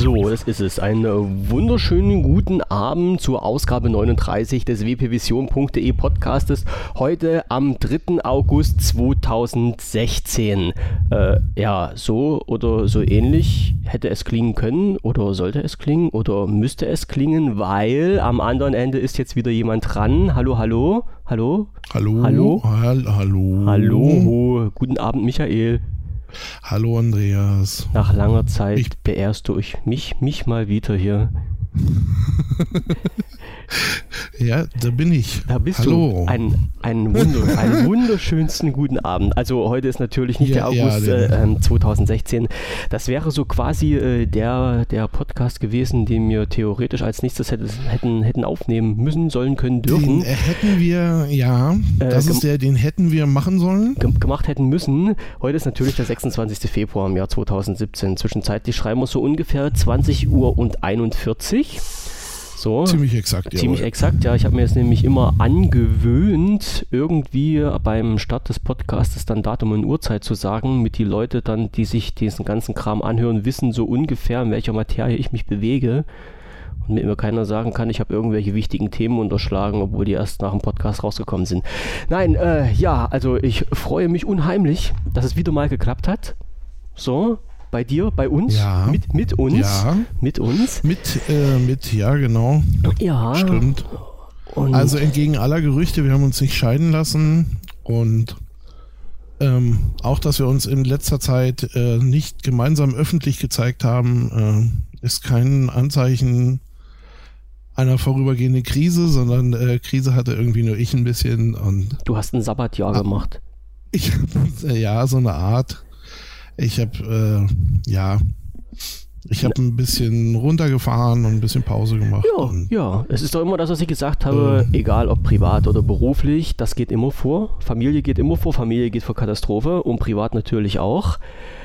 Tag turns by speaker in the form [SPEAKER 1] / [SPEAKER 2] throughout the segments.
[SPEAKER 1] So, das ist es. Einen wunderschönen guten Abend zur Ausgabe 39 des wpvision.de Podcastes. Heute am 3. August 2016. Ja, so oder so ähnlich hätte es klingen können oder sollte es klingen oder müsste es klingen, weil am anderen Ende ist jetzt wieder jemand dran. Hallo, hallo, hallo.
[SPEAKER 2] Hallo.
[SPEAKER 1] Hallo.
[SPEAKER 2] Hallo.
[SPEAKER 1] Hallo. Guten Abend, Michael.
[SPEAKER 2] Hallo, Andreas.
[SPEAKER 1] Nach langer Zeit beehrst du mich mal wieder hier.
[SPEAKER 2] Ja, da bin ich.
[SPEAKER 1] Da bist
[SPEAKER 2] Hallo.
[SPEAKER 1] du. Einen wunderschönsten guten Abend. Also heute ist natürlich nicht der August 2016. Das wäre so quasi der Podcast gewesen, den wir theoretisch als nächstes hätten aufnehmen müssen, sollen, können, dürfen.
[SPEAKER 2] Den hätten wir, ja, das ist den hätten wir machen sollen.
[SPEAKER 1] Gemacht hätten müssen. Heute ist natürlich der 26. Februar im Jahr 2017. Zwischenzeitlich schreiben wir so ungefähr 20:41 Uhr. So,
[SPEAKER 2] ziemlich exakt, ja.
[SPEAKER 1] Ziemlich exakt, ja. Ich habe mir jetzt nämlich immer angewöhnt, irgendwie beim Start des Podcasts dann Datum und Uhrzeit zu sagen, mit die Leute dann, die sich diesen ganzen Kram anhören, wissen so ungefähr, in welcher Materie ich mich bewege. Und mir immer keiner sagen kann, ich habe irgendwelche wichtigen Themen unterschlagen, obwohl die erst nach dem Podcast rausgekommen sind. Nein, ja, also ich freue mich unheimlich, dass es wieder mal geklappt hat. So. Bei dir, bei uns,
[SPEAKER 2] ja.
[SPEAKER 1] mit uns,
[SPEAKER 2] ja.
[SPEAKER 1] mit uns.
[SPEAKER 2] Ja, genau.
[SPEAKER 1] Ja.
[SPEAKER 2] Stimmt.
[SPEAKER 1] Und
[SPEAKER 2] also entgegen aller Gerüchte, wir haben uns nicht scheiden lassen und auch, dass wir uns in letzter Zeit nicht gemeinsam öffentlich gezeigt haben, ist kein Anzeichen einer vorübergehenden Krise, sondern Krise hatte irgendwie nur ich ein bisschen. Und
[SPEAKER 1] du hast ein Sabbatjahr gemacht.
[SPEAKER 2] Ja, so eine Art. Ich habe ein bisschen runtergefahren und ein bisschen Pause gemacht.
[SPEAKER 1] Ja, es ist doch immer das, was ich gesagt habe, egal ob privat oder beruflich, das geht immer vor. Familie geht immer vor, Familie geht vor Katastrophe und privat natürlich auch.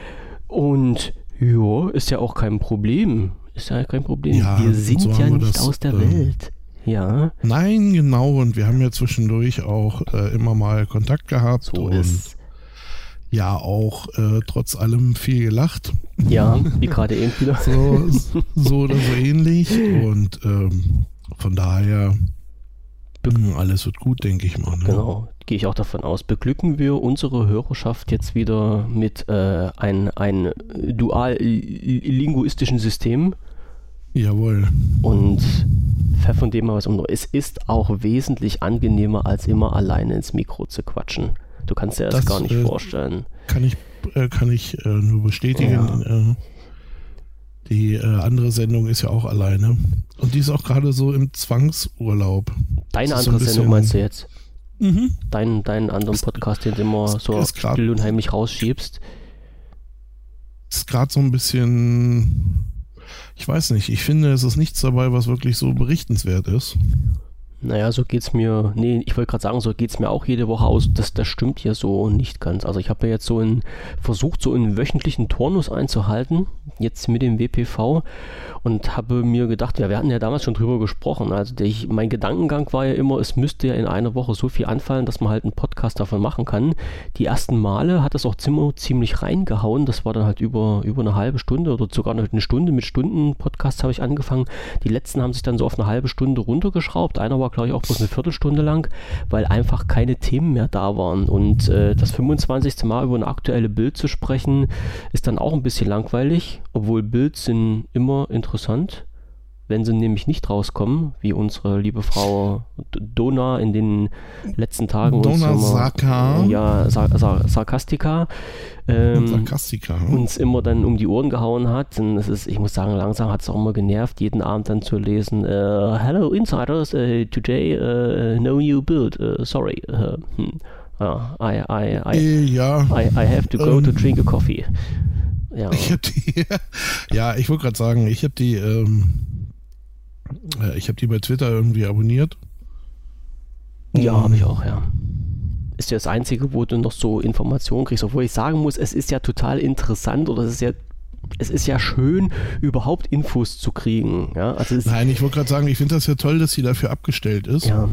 [SPEAKER 1] Und ja, ist ja auch kein Problem. Ja, wir sind
[SPEAKER 2] so
[SPEAKER 1] ja nicht aus der Welt. Ja.
[SPEAKER 2] Nein, genau. Und wir haben ja zwischendurch auch immer mal Kontakt gehabt.
[SPEAKER 1] So ist
[SPEAKER 2] ja, auch trotz allem viel gelacht.
[SPEAKER 1] Ja, wie gerade eben wieder.
[SPEAKER 2] So oder so ähnlich. Und von daher, alles wird gut, denke ich mal. Ne?
[SPEAKER 1] Genau, gehe ich auch davon aus. Beglücken wir unsere Hörerschaft jetzt wieder mit ein dual-linguistischen System.
[SPEAKER 2] Jawohl.
[SPEAKER 1] Und pfeffern dem mal was um. Es ist auch wesentlich angenehmer, als immer alleine ins Mikro zu quatschen. Du kannst dir das gar nicht vorstellen.
[SPEAKER 2] Kann ich nur bestätigen. Ja. Die andere Sendung ist ja auch alleine. Und die ist auch gerade so im Zwangsurlaub.
[SPEAKER 1] Deine andere Sendung meinst du jetzt? Mhm. Deinen anderen Podcast, den du immer so still und heimlich rausschiebst?
[SPEAKER 2] Ist gerade so ein bisschen, ich weiß nicht, ich finde, es ist nichts dabei, was wirklich so berichtenswert ist.
[SPEAKER 1] Naja, so geht's mir, ich wollte gerade sagen, so geht's mir auch jede Woche aus, das stimmt ja so nicht ganz. Also ich habe ja jetzt versucht, so einen wöchentlichen Turnus einzuhalten, jetzt mit dem WPV und habe mir gedacht, ja, wir hatten ja damals schon drüber gesprochen, also mein Gedankengang war ja immer, es müsste ja in einer Woche so viel anfallen, dass man halt einen Podcast davon machen kann. Die ersten Male hat das auch ziemlich reingehauen, das war dann halt über eine halbe Stunde oder sogar eine Stunde, mit Stunden-Podcasts habe ich angefangen. Die letzten haben sich dann so auf eine halbe Stunde runtergeschraubt, einer war glaube ich auch bloß eine Viertelstunde lang, weil einfach keine Themen mehr da waren und das 25. Mal über eine aktuelle Bild zu sprechen, ist dann auch ein bisschen langweilig, obwohl Bilds sind immer interessant, wenn sie nämlich nicht rauskommen, wie unsere liebe Frau Dona in den letzten Tagen Sarkastika uns immer dann um die Ohren gehauen hat. Und ich muss sagen, langsam hat es auch immer genervt, jeden Abend dann zu lesen, Hello Insiders, today no new build, sorry. I have to go to drink a coffee. Ja.
[SPEAKER 2] Ich wollte gerade sagen, ich habe die bei Twitter irgendwie abonniert.
[SPEAKER 1] Ja, habe ich auch, ja. Ist ja das Einzige, wo du noch so Informationen kriegst, obwohl ich sagen muss, es ist ja total interessant oder es ist ja schön, überhaupt Infos zu kriegen. Ja? Also
[SPEAKER 2] Nein, ich wollte gerade sagen, ich finde das ja toll, dass sie dafür abgestellt ist.
[SPEAKER 1] Ja.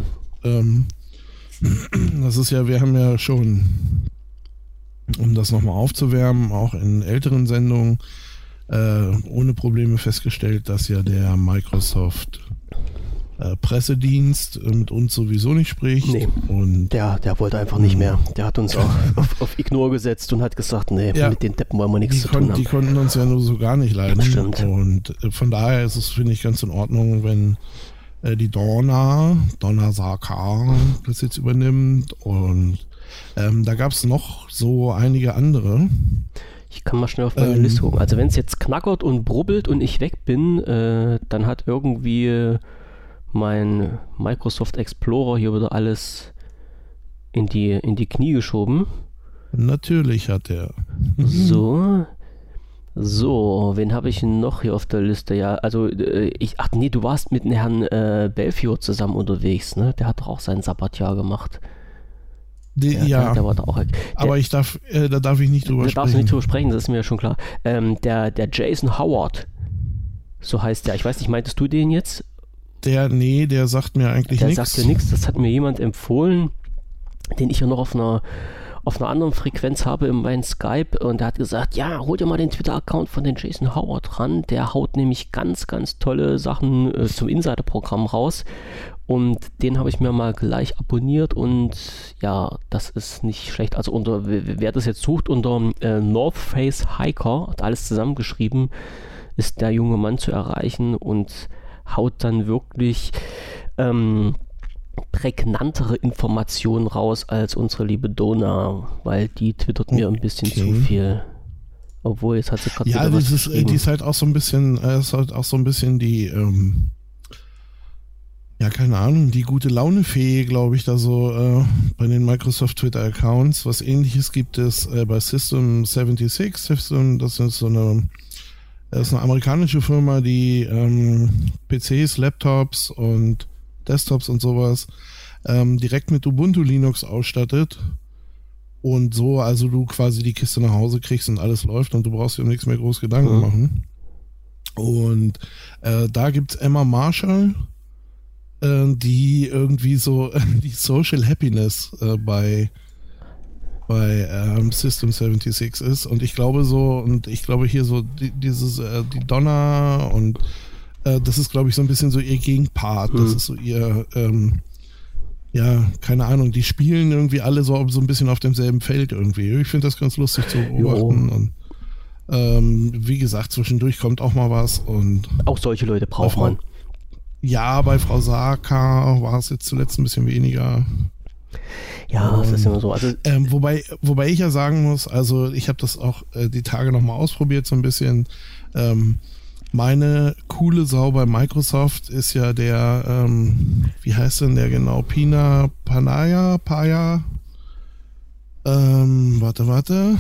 [SPEAKER 2] Das ist ja, wir haben ja schon, um das nochmal aufzuwärmen, auch in älteren Sendungen ohne Probleme festgestellt, dass ja der Microsoft Pressedienst mit uns sowieso nicht spricht.
[SPEAKER 1] Nee,
[SPEAKER 2] und
[SPEAKER 1] der wollte einfach nicht mehr. Der hat uns auch auf Ignore gesetzt und hat gesagt, nee, mit den Deppen wollen wir nichts zu tun haben.
[SPEAKER 2] Die konnten uns ja nur so gar nicht leiden.
[SPEAKER 1] Das stimmt.
[SPEAKER 2] Und von daher ist es, finde ich, ganz in Ordnung, wenn die Donna Sarkar das jetzt übernimmt. Und da gab es noch so einige andere.
[SPEAKER 1] Ich kann mal schnell auf meine Liste gucken. Also wenn es jetzt knackert und brubbelt und ich weg bin, dann hat irgendwie mein Microsoft Explorer hier wieder alles in die Knie geschoben.
[SPEAKER 2] Natürlich hat er.
[SPEAKER 1] So, wen habe ich noch hier auf der Liste? Ja, also du warst mit dem Herrn Belfior zusammen unterwegs, ne? Der hat doch auch sein Sabbatjahr gemacht. Der war da auch.
[SPEAKER 2] Aber da darf ich nicht drüber sprechen.
[SPEAKER 1] Da darfst du nicht drüber sprechen, das ist mir ja schon klar. Der Jason Howard, so heißt der. Ich weiß nicht, meintest du den jetzt?
[SPEAKER 2] Der sagt mir eigentlich nichts.
[SPEAKER 1] Der sagt mir nichts, das hat mir jemand empfohlen, den ich ja noch auf einer anderen Frequenz habe in meinem Skype, und der hat gesagt, ja, hol dir mal den Twitter-Account von den Jason Howard ran, der haut nämlich ganz, ganz tolle Sachen zum Insider-Programm raus, und den habe ich mir mal gleich abonniert, und ja, das ist nicht schlecht. Also wer das jetzt sucht, unter North Face Hiker, hat alles zusammengeschrieben, ist der junge Mann zu erreichen und haut dann wirklich prägnantere Informationen raus als unsere liebe Donna, weil die twittert mir ein bisschen zu viel. Obwohl, jetzt hat sie gerade
[SPEAKER 2] wieder was geschrieben. Die ist halt auch so ein bisschen, die keine Ahnung, die gute Laune-Fee, glaube ich, da so bei den Microsoft Twitter-Accounts. Was Ähnliches gibt es bei System76. Das ist eine amerikanische Firma, die PCs, Laptops und Desktops und sowas direkt mit Ubuntu Linux ausstattet, und so, also du quasi die Kiste nach Hause kriegst und alles läuft und du brauchst dir um nichts mehr groß Gedanken machen. Und da gibt's Emma Marshall, die irgendwie so die Social Happiness bei System76 ist, und ich glaube hier so die Donna, und das ist, glaube ich, so ein bisschen so ihr Gegenpart. Das ist so ihr, keine Ahnung, die spielen irgendwie alle so ein bisschen auf demselben Feld irgendwie. Ich finde das ganz lustig zu beobachten. Und wie gesagt, zwischendurch kommt auch mal was. Und
[SPEAKER 1] auch solche Leute braucht man.
[SPEAKER 2] Ja, bei Frau Sarkar war es jetzt zuletzt ein bisschen weniger.
[SPEAKER 1] Ja, das ist immer so. Also,
[SPEAKER 2] wobei ich ja sagen muss, also ich habe das auch die Tage nochmal ausprobiert, so ein bisschen. Meine coole Sau bei Microsoft ist ja der, wie heißt denn der genau? Paya? Warte.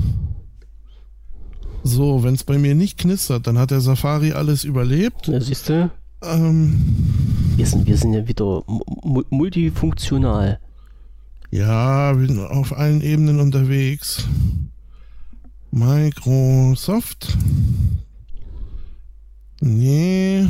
[SPEAKER 2] So, wenn es bei mir nicht knistert, dann hat der Safari alles überlebt.
[SPEAKER 1] Ja, siehst du? Wir sind ja wieder multifunktional.
[SPEAKER 2] Ja, wir sind auf allen Ebenen unterwegs. Microsoft. Nee.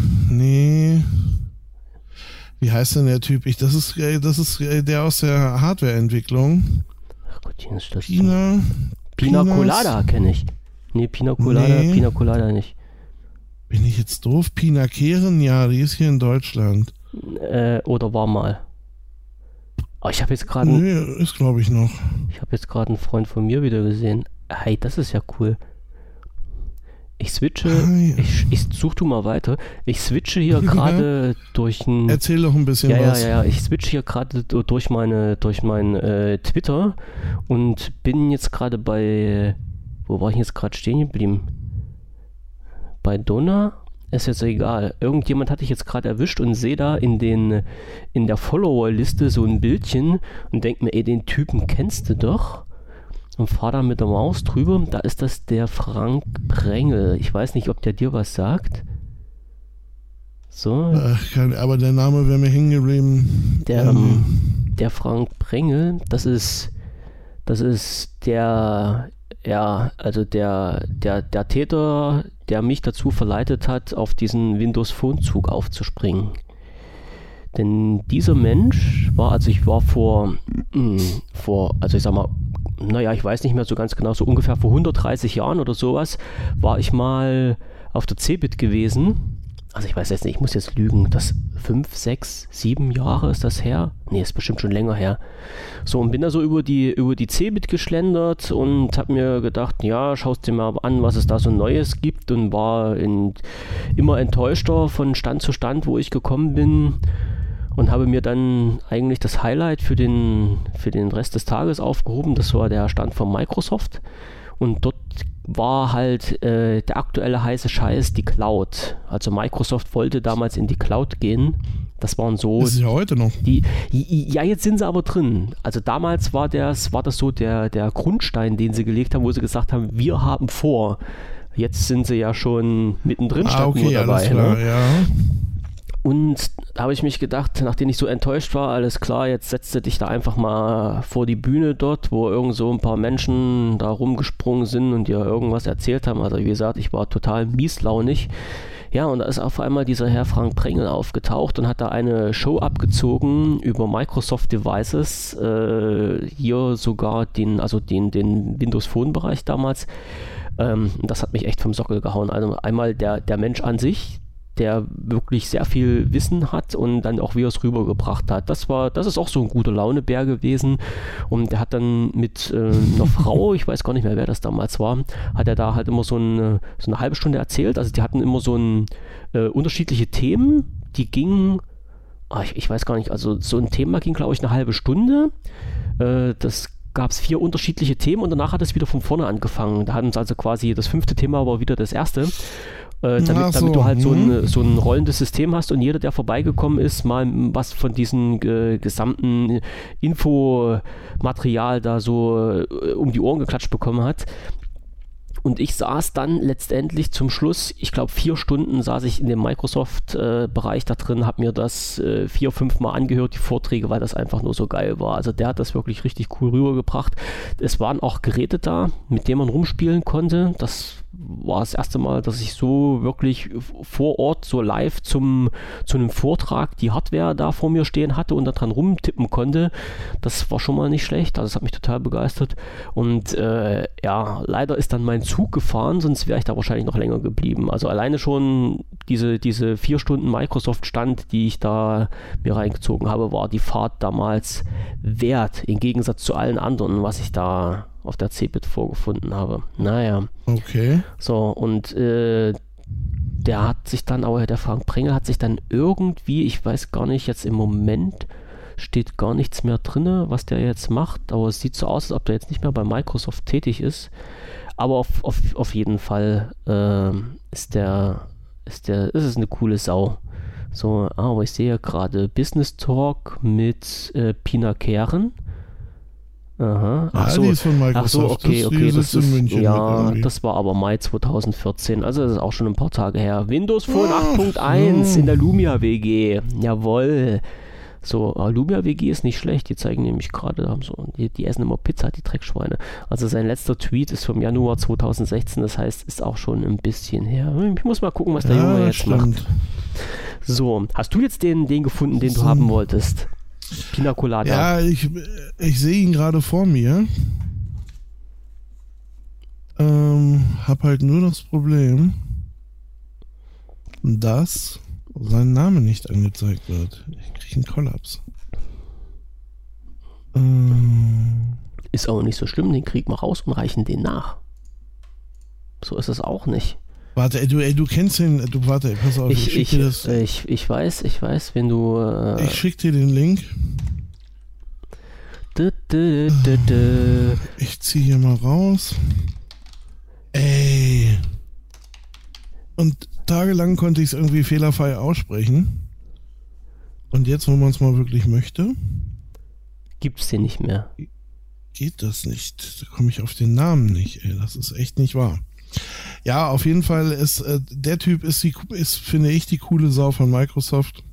[SPEAKER 2] Wie heißt denn der Typ? Das ist der aus der Hardwareentwicklung.
[SPEAKER 1] Ach Gott, hier ist das
[SPEAKER 2] Pina
[SPEAKER 1] Colada kenne ich. Nee, Pina Colada nicht.
[SPEAKER 2] Bin ich jetzt doof? Pina Kehren? Ja, die ist hier in Deutschland.
[SPEAKER 1] Oder war mal. Oh, ich habe jetzt gerade...
[SPEAKER 2] Nee, ist glaube ich noch.
[SPEAKER 1] Ich habe jetzt gerade einen Freund von mir wieder gesehen. Hey, das ist ja cool. Ich switche, ich such du mal weiter. Ich switche hier gerade durch ein...
[SPEAKER 2] Erzähl doch ein bisschen was.
[SPEAKER 1] Ja. Ich switche hier gerade durch mein Twitter und bin jetzt gerade bei... Wo war ich jetzt gerade stehen geblieben? Bei Donna? Ist jetzt egal. Irgendjemand hatte ich jetzt gerade erwischt und sehe da in der Follower-Liste so ein Bildchen und denke mir, ey, den Typen kennst du doch. Und fahr da mit der Maus drüber. Da ist das der Frank Prengel. Ich weiß nicht, ob der dir was sagt. So.
[SPEAKER 2] Aber der Name wäre mir hängen geblieben.
[SPEAKER 1] Der Frank Prengel, das ist der Täter, der mich dazu verleitet hat, auf diesen Windows Phone Zug aufzuspringen. Denn dieser Mensch war, also ich war vor, ich sag mal, naja, ich weiß nicht mehr so ganz genau, so ungefähr vor 130 Jahren oder sowas, war ich mal auf der CeBIT gewesen. Also ich weiß jetzt nicht, ich muss jetzt lügen, das 5, 6, 7 Jahre ist das her? Nee, ist bestimmt schon länger her. So, und bin da so über die CeBIT geschlendert und habe mir gedacht, ja, schaust dir mal an, was es da so Neues gibt, und war immer enttäuschter von Stand zu Stand, wo ich gekommen bin, und habe mir dann eigentlich das Highlight für den Rest des Tages aufgehoben. Das war der Stand von Microsoft, und dort war halt der aktuelle heiße Scheiß die Cloud. Also Microsoft wollte damals in die Cloud gehen. Das waren so...
[SPEAKER 2] Das ist ja heute noch.
[SPEAKER 1] Ja, jetzt sind sie aber drin. Also damals war das so der Grundstein, den sie gelegt haben, wo sie gesagt haben, wir haben vor. Jetzt sind sie ja schon mittendrin
[SPEAKER 2] okay,
[SPEAKER 1] dabei.
[SPEAKER 2] Alles klar,
[SPEAKER 1] ne?
[SPEAKER 2] Ja.
[SPEAKER 1] Und da habe ich mich gedacht, nachdem ich so enttäuscht war, alles klar, jetzt setzt du dich da einfach mal vor die Bühne dort, wo irgend so ein paar Menschen da rumgesprungen sind und dir irgendwas erzählt haben. Also wie gesagt, ich war total mieslaunig. Ja, und da ist auf einmal dieser Herr Frank Prengel aufgetaucht und hat da eine Show abgezogen über Microsoft Devices, hier sogar den Windows Phone Bereich damals. Das hat mich echt vom Sockel gehauen. Also einmal der Mensch an sich, der wirklich sehr viel Wissen hat, und dann auch, wie er es rübergebracht hat. Das ist auch so ein guter Launebär gewesen, und der hat dann mit einer Frau, ich weiß gar nicht mehr, wer das damals war, hat er da halt immer so eine halbe Stunde erzählt. Also die hatten immer so unterschiedliche Themen, die gingen, ich weiß gar nicht, also so ein Thema ging, glaube ich, eine halbe Stunde. Das gab es 4 unterschiedliche Themen, und danach hat es wieder von vorne angefangen. Da hatten sie also quasi, das 5. Thema war wieder das erste. Damit du halt so ein rollendes System hast, und jeder, der vorbeigekommen ist, mal was von diesem gesamten Infomaterial da so um die Ohren geklatscht bekommen hat. Und ich saß dann letztendlich zum Schluss, ich glaube 4 Stunden saß ich in dem Microsoft-Bereich da drin, habe mir das 4, 5 Mal angehört, die Vorträge, weil das einfach nur so geil war. Also der hat das wirklich richtig cool rübergebracht. Es waren auch Geräte da, mit denen man rumspielen konnte. Das war das erste Mal, dass ich so wirklich vor Ort, so live zu einem Vortrag die Hardware da vor mir stehen hatte und da dran rumtippen konnte. Das war schon mal nicht schlecht, also das hat mich total begeistert. Und ja, leider ist dann mein Zug gefahren, sonst wäre ich da wahrscheinlich noch länger geblieben. Also alleine schon diese 4 Stunden Microsoft-Stand, die ich da mir reingezogen habe, war die Fahrt damals wert, im Gegensatz zu allen anderen, was ich da auf der CeBIT vorgefunden habe. Naja.
[SPEAKER 2] Okay.
[SPEAKER 1] So, und der Frank Prengel hat sich dann irgendwie, ich weiß gar nicht, jetzt im Moment steht gar nichts mehr drin, was der jetzt macht, aber es sieht so aus, als ob der jetzt nicht mehr bei Microsoft tätig ist. Aber auf jeden Fall ist es eine coole Sau. So, aber ich sehe gerade Business Talk mit Pina Keren. Aha.
[SPEAKER 2] Die ist von Microsoft.
[SPEAKER 1] Okay, das ist,
[SPEAKER 2] München,
[SPEAKER 1] ja, das war aber Mai 2014, also das ist auch schon ein paar Tage her. Windows Phone 8.1 in der Lumia WG, jawohl. So, Lumia WG ist nicht schlecht, die zeigen nämlich gerade, die essen immer Pizza, die Dreckschweine. Also sein letzter Tweet ist vom Januar 2016, das heißt, ist auch schon ein bisschen her. Ich muss mal gucken, was der Junge jetzt macht. So, hast du jetzt den gefunden, den du haben wolltest? Pina Colada.
[SPEAKER 2] Ja, ich sehe ihn gerade vor mir. Hab halt nur das Problem, dass sein Name nicht angezeigt wird. Ich kriege einen Kollaps.
[SPEAKER 1] Ist aber nicht so schlimm, den kriegen wir raus und reichen den nach. So ist es auch nicht.
[SPEAKER 2] Warte, du kennst den, pass auf, ich schick dir das.
[SPEAKER 1] Ich weiß, wenn du...
[SPEAKER 2] ich schick dir den Link. Ich ziehe hier mal raus. Ey. Und tagelang konnte ich es irgendwie fehlerfrei aussprechen. Und jetzt, wo man es mal wirklich möchte...
[SPEAKER 1] Gibt's den nicht mehr.
[SPEAKER 2] Geht das nicht. Da komme ich auf den Namen nicht, ey. Das ist echt nicht wahr. Ja, auf jeden Fall ist der Typ ist, finde ich, die coole Sau von Microsoft.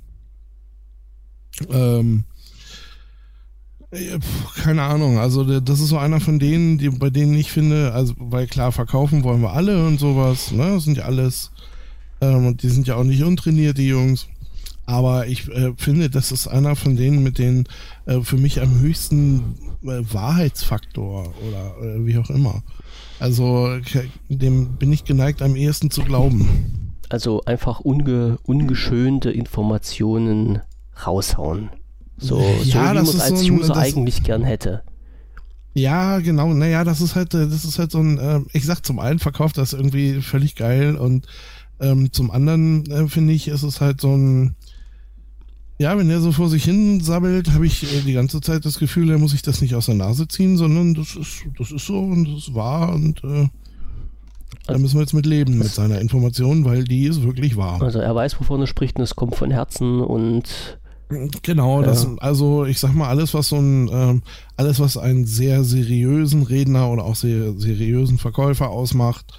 [SPEAKER 2] Keine Ahnung, also das ist so einer von denen, bei denen ich finde, also weil klar, verkaufen wollen wir alle und sowas, ne, das sind ja alles, und die sind ja auch nicht untrainiert, die Jungs, aber ich finde, das ist einer von denen, mit denen für mich am höchsten Wahrheitsfaktor oder wie auch immer. Also dem bin ich geneigt, am ehesten zu glauben.
[SPEAKER 1] Also einfach ungeschönte Informationen raushauen. So wie man es als User eigentlich gern hätte.
[SPEAKER 2] Ja, genau. Naja, das ist halt so ein, ich sag, zum einen verkauft das irgendwie völlig geil und zum anderen finde ich, ist es halt so ein, ja, wenn der so vor sich hin sabbelt, habe ich die ganze Zeit das Gefühl, er muss sich das nicht aus der Nase ziehen, sondern das ist so und das ist wahr und da müssen wir jetzt mit leben, mit seiner Information, weil die ist wirklich wahr.
[SPEAKER 1] Also er weiß, wovon er spricht und es kommt von Herzen und
[SPEAKER 2] genau, also ich sag mal, alles was einen sehr seriösen Redner oder auch sehr seriösen Verkäufer ausmacht,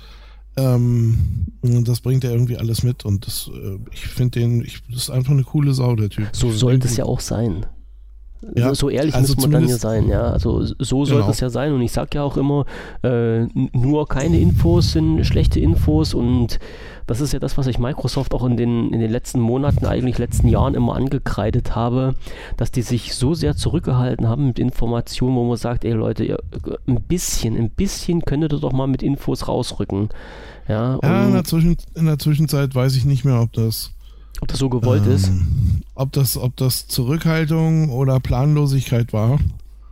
[SPEAKER 2] das bringt er irgendwie alles mit und ich finde das ist einfach eine coole Sau, der Typ.
[SPEAKER 1] So sollte es ja auch sein.
[SPEAKER 2] Ja,
[SPEAKER 1] so ehrlich muss man dann ja sein, ja. Also so sollte es ja sein und ich sage ja auch immer, nur keine Infos sind schlechte Infos und das ist ja das, was ich Microsoft auch in den letzten Monaten, eigentlich letzten Jahren immer angekreidet habe, dass die sich so sehr zurückgehalten haben mit Informationen, wo man sagt, ey Leute, ihr, ein bisschen könntet ihr doch mal mit Infos rausrücken. Ja,
[SPEAKER 2] in der Zwischenzeit weiß ich nicht mehr, ob das
[SPEAKER 1] so gewollt ist.
[SPEAKER 2] Ob das Zurückhaltung oder Planlosigkeit war.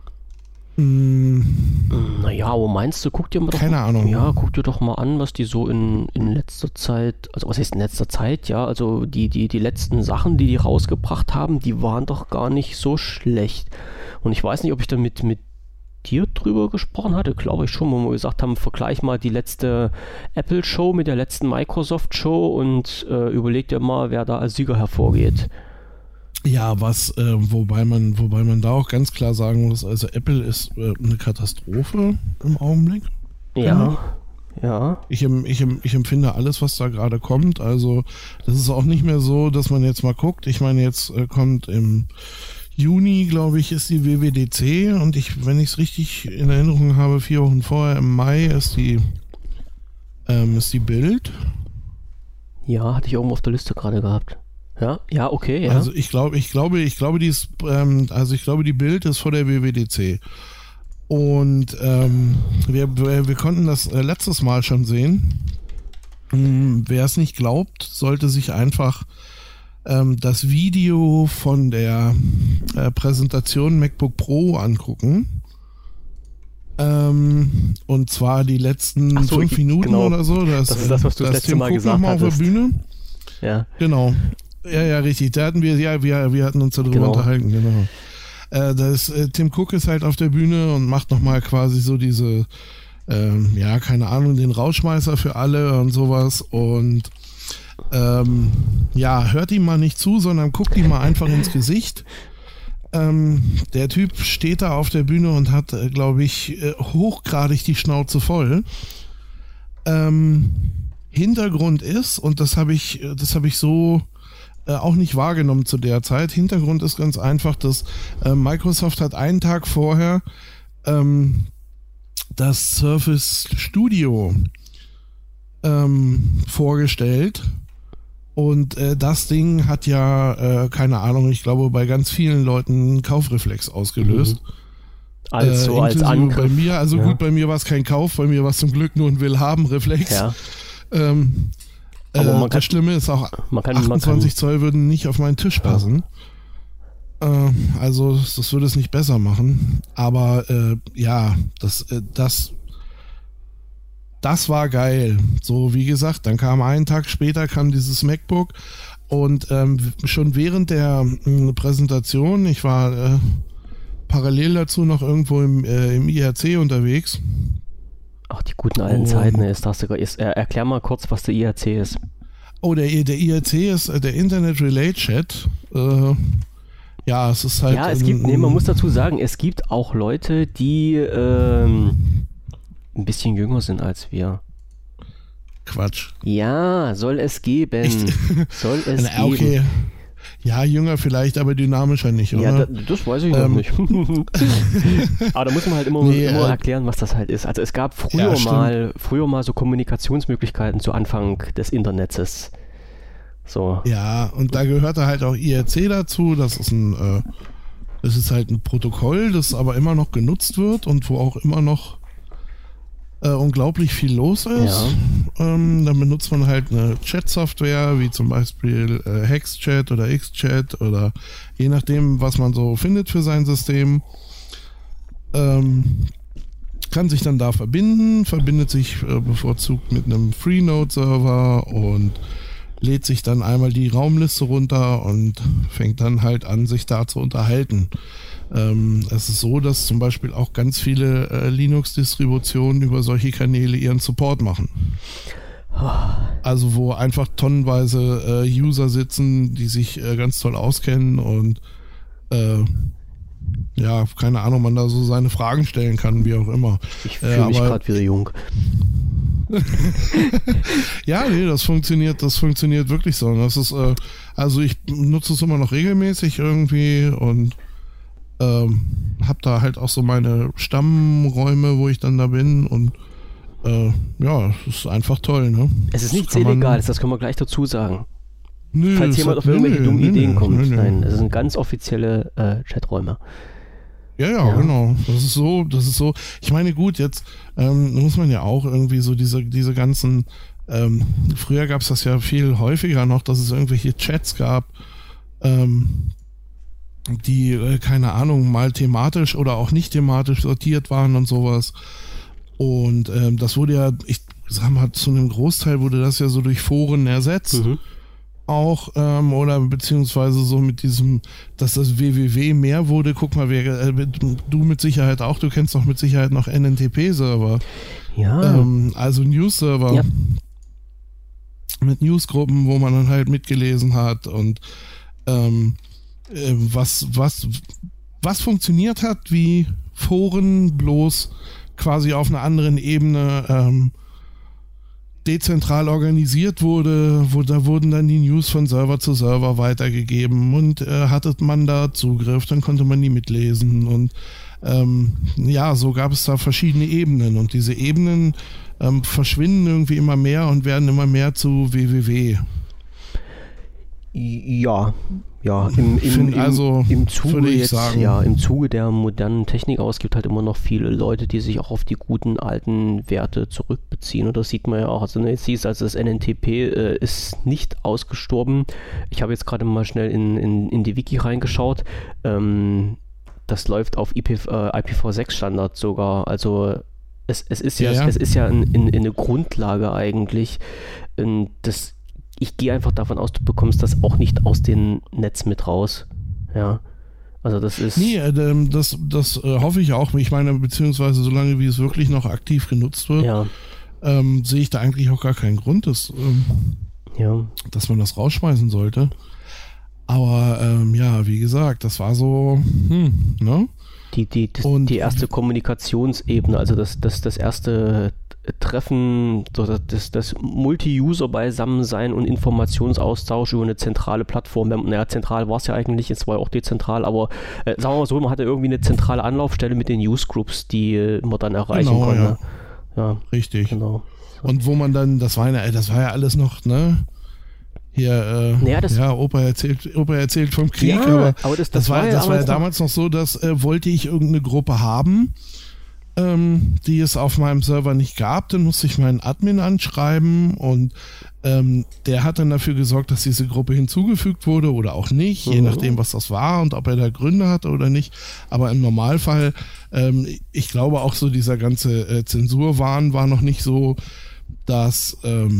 [SPEAKER 1] Naja, aber meinst du, guck dir doch mal an, was die so in letzter Zeit, also was heißt in letzter Zeit, ja, also die letzten Sachen, die rausgebracht haben, die waren doch gar nicht so schlecht. Und ich weiß nicht, ob ich da mit dir drüber gesprochen hatte, glaube ich schon, wo wir gesagt haben, vergleich mal die letzte Apple-Show mit der letzten Microsoft-Show und überleg dir mal, wer da als Sieger hervorgeht.
[SPEAKER 2] Ja, wobei man da auch ganz klar sagen muss, also Apple ist eine Katastrophe im Augenblick.
[SPEAKER 1] Ja.
[SPEAKER 2] Ich empfinde alles, was da gerade kommt, also das ist auch nicht mehr so, dass man jetzt mal guckt. Ich meine, jetzt kommt im Juni, glaube ich, ist die WWDC und wenn ich es richtig in Erinnerung habe, 4 Wochen vorher, im Mai ist die Bild.
[SPEAKER 1] Ja, hatte ich irgendwo auf der Liste gerade gehabt. Ja, okay, ja.
[SPEAKER 2] Also ich glaube, die ist, die Bild ist vor der WWDC. Und wir konnten das letztes Mal schon sehen. Wer es nicht glaubt, sollte sich einfach das Video von der Präsentation MacBook Pro angucken. Und zwar die letzten 5 Minuten oder so.
[SPEAKER 1] Das ist das, was du das letzte Mal gesagt hast.
[SPEAKER 2] Auf der Bühne.
[SPEAKER 1] Ja.
[SPEAKER 2] Genau. Ja, richtig. Da hatten wir hatten uns darüber unterhalten, genau. Tim Cook ist halt auf der Bühne und macht nochmal quasi so diese, keine Ahnung, den Rausschmeißer für alle und sowas und hört ihm mal nicht zu, sondern guckt ihm mal einfach ins Gesicht. Der Typ steht da auf der Bühne und hat, glaube ich, hochgradig die Schnauze voll. Hintergrund ist, und das habe ich so auch nicht wahrgenommen zu der Zeit. Hintergrund ist ganz einfach, dass Microsoft hat einen Tag vorher das Surface Studio vorgestellt und das Ding hat ja, keine Ahnung, ich glaube bei ganz vielen Leuten einen Kaufreflex ausgelöst.
[SPEAKER 1] Als Angriff.
[SPEAKER 2] Bei mir, gut, bei mir war es kein Kauf, bei mir war es zum Glück nur ein Will-haben-Reflex.
[SPEAKER 1] Ja.
[SPEAKER 2] Aber das Schlimme ist auch, 28 Zoll würden nicht auf meinen Tisch passen. Also das würde es nicht besser machen. Aber das war geil. So, wie gesagt, dann kam einen Tag später dieses MacBook und schon während der Präsentation, ich war parallel dazu noch irgendwo im IRC unterwegs.
[SPEAKER 1] Ach, die guten alten Zeiten ist das sogar. Erklär mal kurz, was der IRC ist.
[SPEAKER 2] Oh, der IRC ist der Internet Relay Chat. Es ist halt.
[SPEAKER 1] Ja, man muss dazu sagen, es gibt auch Leute, die ein bisschen jünger sind als wir.
[SPEAKER 2] Quatsch.
[SPEAKER 1] Ja, soll es geben. Soll es geben.
[SPEAKER 2] Okay. Ja, jünger vielleicht, aber dynamischer nicht, oder?
[SPEAKER 1] Ja, das weiß ich noch nicht. Aber da muss man halt immer erklären, was das halt ist. Also es gab früher mal so Kommunikationsmöglichkeiten zu Anfang des Internets. So.
[SPEAKER 2] Ja, und da gehörte halt auch IRC dazu. Das ist ein Es ist halt ein Protokoll, das aber immer noch genutzt wird und wo auch immer noch unglaublich viel los ist.
[SPEAKER 1] Ja.
[SPEAKER 2] Dann benutzt man halt eine Chat-Software, wie zum Beispiel HexChat oder XChat oder je nachdem, was man so findet für sein System. Kann sich dann da verbinden, verbindet sich bevorzugt mit einem Freenode-Server und lädt sich dann einmal die Raumliste runter und fängt dann halt an, sich da zu unterhalten. Es ist so, dass zum Beispiel auch ganz viele Linux-Distributionen über solche Kanäle ihren Support machen. Also wo einfach tonnenweise User sitzen, die sich ganz toll auskennen und ja, keine Ahnung, man da so seine Fragen stellen kann, wie auch immer.
[SPEAKER 1] Ich fühle mich gerade wieder jung.
[SPEAKER 2] Ja, nee, das funktioniert wirklich so. Das ist, also ich nutze es immer noch regelmäßig irgendwie und habe da halt auch so meine Stammräume, wo ich dann da bin und ja, es ist einfach toll, ne?
[SPEAKER 1] Es ist nichts Illegales, das können wir gleich dazu sagen.
[SPEAKER 2] Nö,
[SPEAKER 1] Falls jemand auf irgendwelche dummen Ideen kommt. Nein, es sind ganz offizielle Chaträume.
[SPEAKER 2] Ja, genau. Das ist so. Ich meine, gut, jetzt muss man ja auch irgendwie so diese ganzen, früher gab es das ja viel häufiger noch, dass es irgendwelche Chats gab, die, keine Ahnung, mal thematisch oder auch nicht thematisch sortiert waren und sowas. Und das wurde ja, ich sag mal, zu einem Großteil wurde das ja so durch Foren ersetzt. Mhm. Auch, oder beziehungsweise so mit diesem, dass das www mehr wurde. Guck mal, du mit Sicherheit auch, du kennst doch mit Sicherheit noch NNTP-Server.
[SPEAKER 1] Ja.
[SPEAKER 2] Also News-Server. Ja. Mit Newsgruppen, wo man dann halt mitgelesen hat und was funktioniert hat, wie Foren bloß quasi auf einer anderen Ebene dezentral organisiert wurde, da wurden dann die News von Server zu Server weitergegeben und hatte man da Zugriff, dann konnte man die mitlesen und ja, so gab es da verschiedene Ebenen und diese Ebenen verschwinden irgendwie immer mehr und werden immer mehr zu www.
[SPEAKER 1] Ja, im Zuge der modernen Technik aus gibt halt immer noch viele Leute, die sich auch auf die guten alten Werte zurückbeziehen. Und das sieht man ja auch. Also jetzt hieß also das NNTP ist nicht ausgestorben. Ich habe jetzt gerade mal schnell in die Wiki reingeschaut. Das läuft auf IPv6 Standard sogar. Also es ist ja eine Grundlage eigentlich. Ich gehe einfach davon aus, du bekommst das auch nicht aus dem Netz mit raus. Ja. Also das ist...
[SPEAKER 2] Nee, das hoffe ich auch. Ich meine, beziehungsweise solange wie es wirklich noch aktiv genutzt wird,
[SPEAKER 1] ja.
[SPEAKER 2] Sehe ich da eigentlich auch gar keinen Grund, dass man das rausschmeißen sollte. Aber ja, wie gesagt, das war so, ne?
[SPEAKER 1] Die erste Kommunikationsebene, also das erste Treffen, das Multi-User-Beisammensein und Informationsaustausch über eine zentrale Plattform. Naja, zentral war es ja eigentlich, es war ja auch dezentral, aber sagen wir mal so, man hatte irgendwie eine zentrale Anlaufstelle mit den Newsgroups, die man dann erreichen konnte. Ja,
[SPEAKER 2] richtig.
[SPEAKER 1] Genau.
[SPEAKER 2] Und wo man dann, das war ja alles noch, ne? Hier, Opa erzählt vom Krieg,
[SPEAKER 1] aber
[SPEAKER 2] das war ja damals noch so, dass wollte ich irgendeine Gruppe haben, die es auf meinem Server nicht gab, dann musste ich meinen Admin anschreiben und der hat dann dafür gesorgt, dass diese Gruppe hinzugefügt wurde oder auch nicht, je nachdem, was das war und ob er da Gründe hatte oder nicht. Aber im Normalfall, ich glaube auch so dieser ganze Zensurwahn war noch nicht so, dass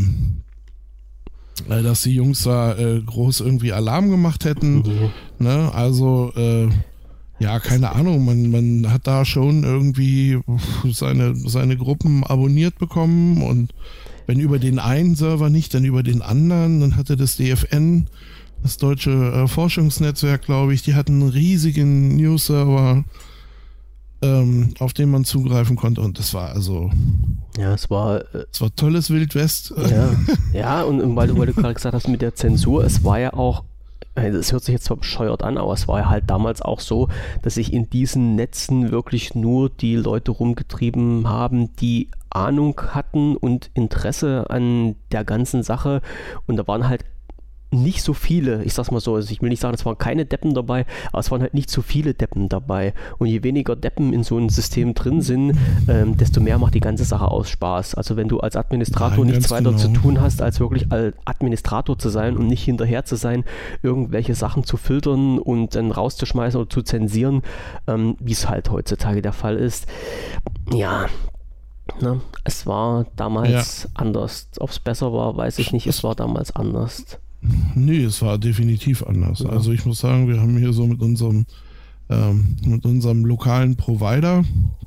[SPEAKER 2] die Jungs da groß irgendwie Alarm gemacht hätten. Ne? Also ja, keine Ahnung, man hat da schon irgendwie seine Gruppen abonniert bekommen und wenn über den einen Server nicht, dann über den anderen. Dann hatte das DFN, das deutsche Forschungsnetzwerk, glaube ich, die hatten einen riesigen News-Server, auf den man zugreifen konnte und das war also...
[SPEAKER 1] Ja, es war
[SPEAKER 2] tolles Wildwest.
[SPEAKER 1] Ja, und weil du gerade gesagt hast mit der Zensur, es war ja auch, es hört sich jetzt zwar bescheuert an, aber es war ja halt damals auch so, dass sich in diesen Netzen wirklich nur die Leute rumgetrieben haben, die Ahnung hatten und Interesse an der ganzen Sache und da waren halt nicht so viele, ich sag's mal so, also ich will nicht sagen, es waren keine Deppen dabei, aber es waren halt nicht so viele Deppen dabei. Und je weniger Deppen in so einem System drin sind, desto mehr macht die ganze Sache aus Spaß. Also wenn du als Administrator nichts weiter zu tun hast, als wirklich als Administrator zu sein und nicht hinterher zu sein, irgendwelche Sachen zu filtern und dann rauszuschmeißen oder zu zensieren, wie es halt heutzutage der Fall ist. Ja, ne? Es war damals anders. Ob es besser war, weiß ich nicht. Es war damals anders.
[SPEAKER 2] Nee, es war definitiv anders. Ja. Also ich muss sagen, wir haben hier so mit unserem lokalen Provider,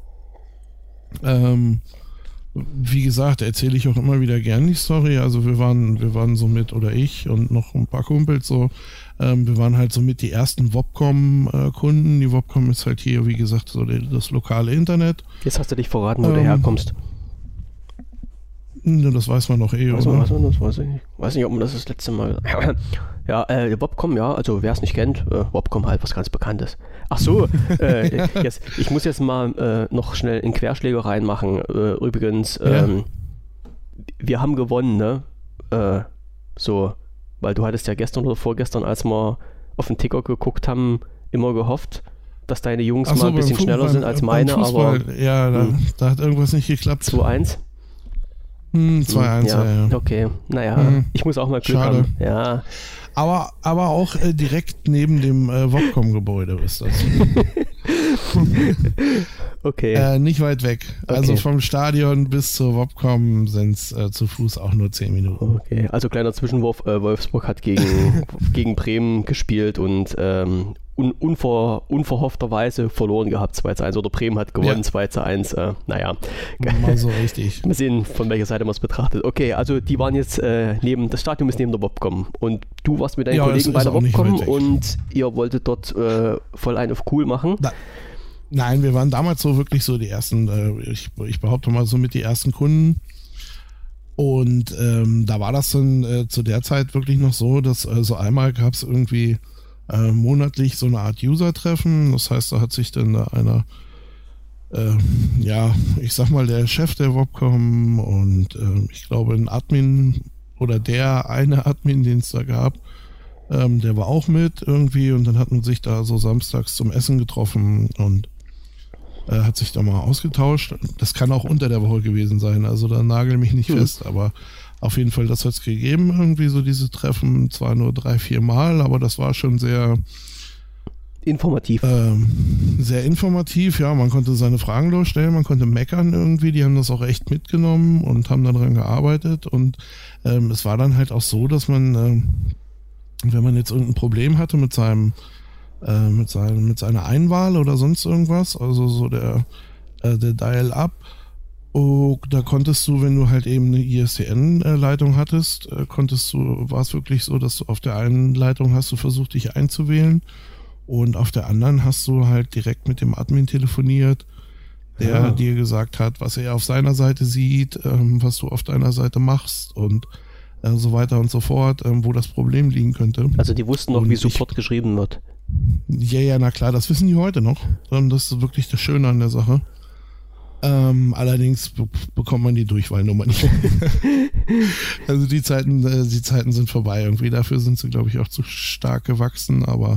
[SPEAKER 2] wie gesagt, erzähle ich auch immer wieder gern die Story. Also wir waren so mit, oder ich und noch ein paar Kumpels so, wir waren halt so mit die ersten Wobcom-Kunden. Die Wobcom ist halt hier, wie gesagt, so das lokale Internet.
[SPEAKER 1] Jetzt hast du dich verraten, wo du herkommst.
[SPEAKER 2] Das weiß man doch
[SPEAKER 1] oder? Das weiß ich nicht. Weiß nicht, ob man das letzte Mal... Ja, Wobcom, ja, also wer es nicht kennt, Wobcom halt was ganz Bekanntes. Ach so, ich muss jetzt mal noch schnell einen Querschläger reinmachen. Übrigens, wir haben gewonnen, ne? So, weil du hattest ja gestern oder vorgestern, als wir auf den Ticker geguckt haben, immer gehofft, dass deine Jungs mal ein bisschen schneller sind als meine, aber...
[SPEAKER 2] Ja, da hat irgendwas nicht geklappt.
[SPEAKER 1] 2-1?
[SPEAKER 2] 2-1, ja.
[SPEAKER 1] Okay, naja, ich muss auch mal Glück haben. Ja.
[SPEAKER 2] Aber auch direkt neben dem Wobcom-Gebäude ist das.
[SPEAKER 1] Okay.
[SPEAKER 2] Nicht weit weg. Okay. Also vom Stadion bis zur Wobcom sind es zu Fuß auch nur 10 Minuten.
[SPEAKER 1] Okay, also kleiner Zwischenwurf. Wolfsburg hat gegen Bremen gespielt und unverhoffterweise verloren gehabt, 2-1. Oder Bremen hat gewonnen, 2-1. Naja.
[SPEAKER 2] Mal so richtig.
[SPEAKER 1] Mal sehen, von welcher Seite man es betrachtet. Okay, also die waren jetzt das Stadion ist neben der Wobcom. Und du warst mit deinen Kollegen bei der Wobcom und ihr wolltet dort voll einen auf cool machen.
[SPEAKER 2] Nein, wir waren damals so wirklich so die ersten, ich behaupte mal so mit die ersten Kunden. Und da war das dann zu der Zeit wirklich noch so, dass so einmal gab es irgendwie monatlich so eine Art User-Treffen. Das heißt, da hat sich dann einer, ich sag mal, der Chef der Wobcom und ich glaube ein Admin oder der eine Admin, den es da gab, der war auch mit irgendwie und dann hat man sich da so samstags zum Essen getroffen und hat sich da mal ausgetauscht. Das kann auch unter der Woche gewesen sein, also da nagel mich nicht fest, aber auf jeden Fall, das hat es gegeben, irgendwie so diese Treffen, zwar nur 3-4 Mal, aber das war schon sehr
[SPEAKER 1] informativ.
[SPEAKER 2] Sehr informativ, ja, man konnte seine Fragen durchstellen, man konnte meckern irgendwie, die haben das auch echt mitgenommen und haben daran gearbeitet und es war dann halt auch so, dass man, wenn man jetzt irgendein Problem hatte mit seiner Einwahl oder sonst irgendwas, also so der Dial-Up, da konntest du, wenn du halt eben eine ISDN-Leitung hattest, war es wirklich so, dass du auf der einen Leitung hast du versucht, dich einzuwählen und auf der anderen hast du halt direkt mit dem Admin telefoniert, der dir gesagt hat, was er auf seiner Seite sieht, was du auf deiner Seite machst und so weiter und so fort, wo das Problem liegen könnte.
[SPEAKER 1] Also die wussten noch, wie Support geschrieben wird.
[SPEAKER 2] Ja, na klar, das wissen die heute noch. Das ist wirklich das Schöne an der Sache. Allerdings bekommt man die Durchwahlnummer nicht. Also die Zeiten sind vorbei. Irgendwie dafür sind sie, glaube ich, auch zu stark gewachsen. Aber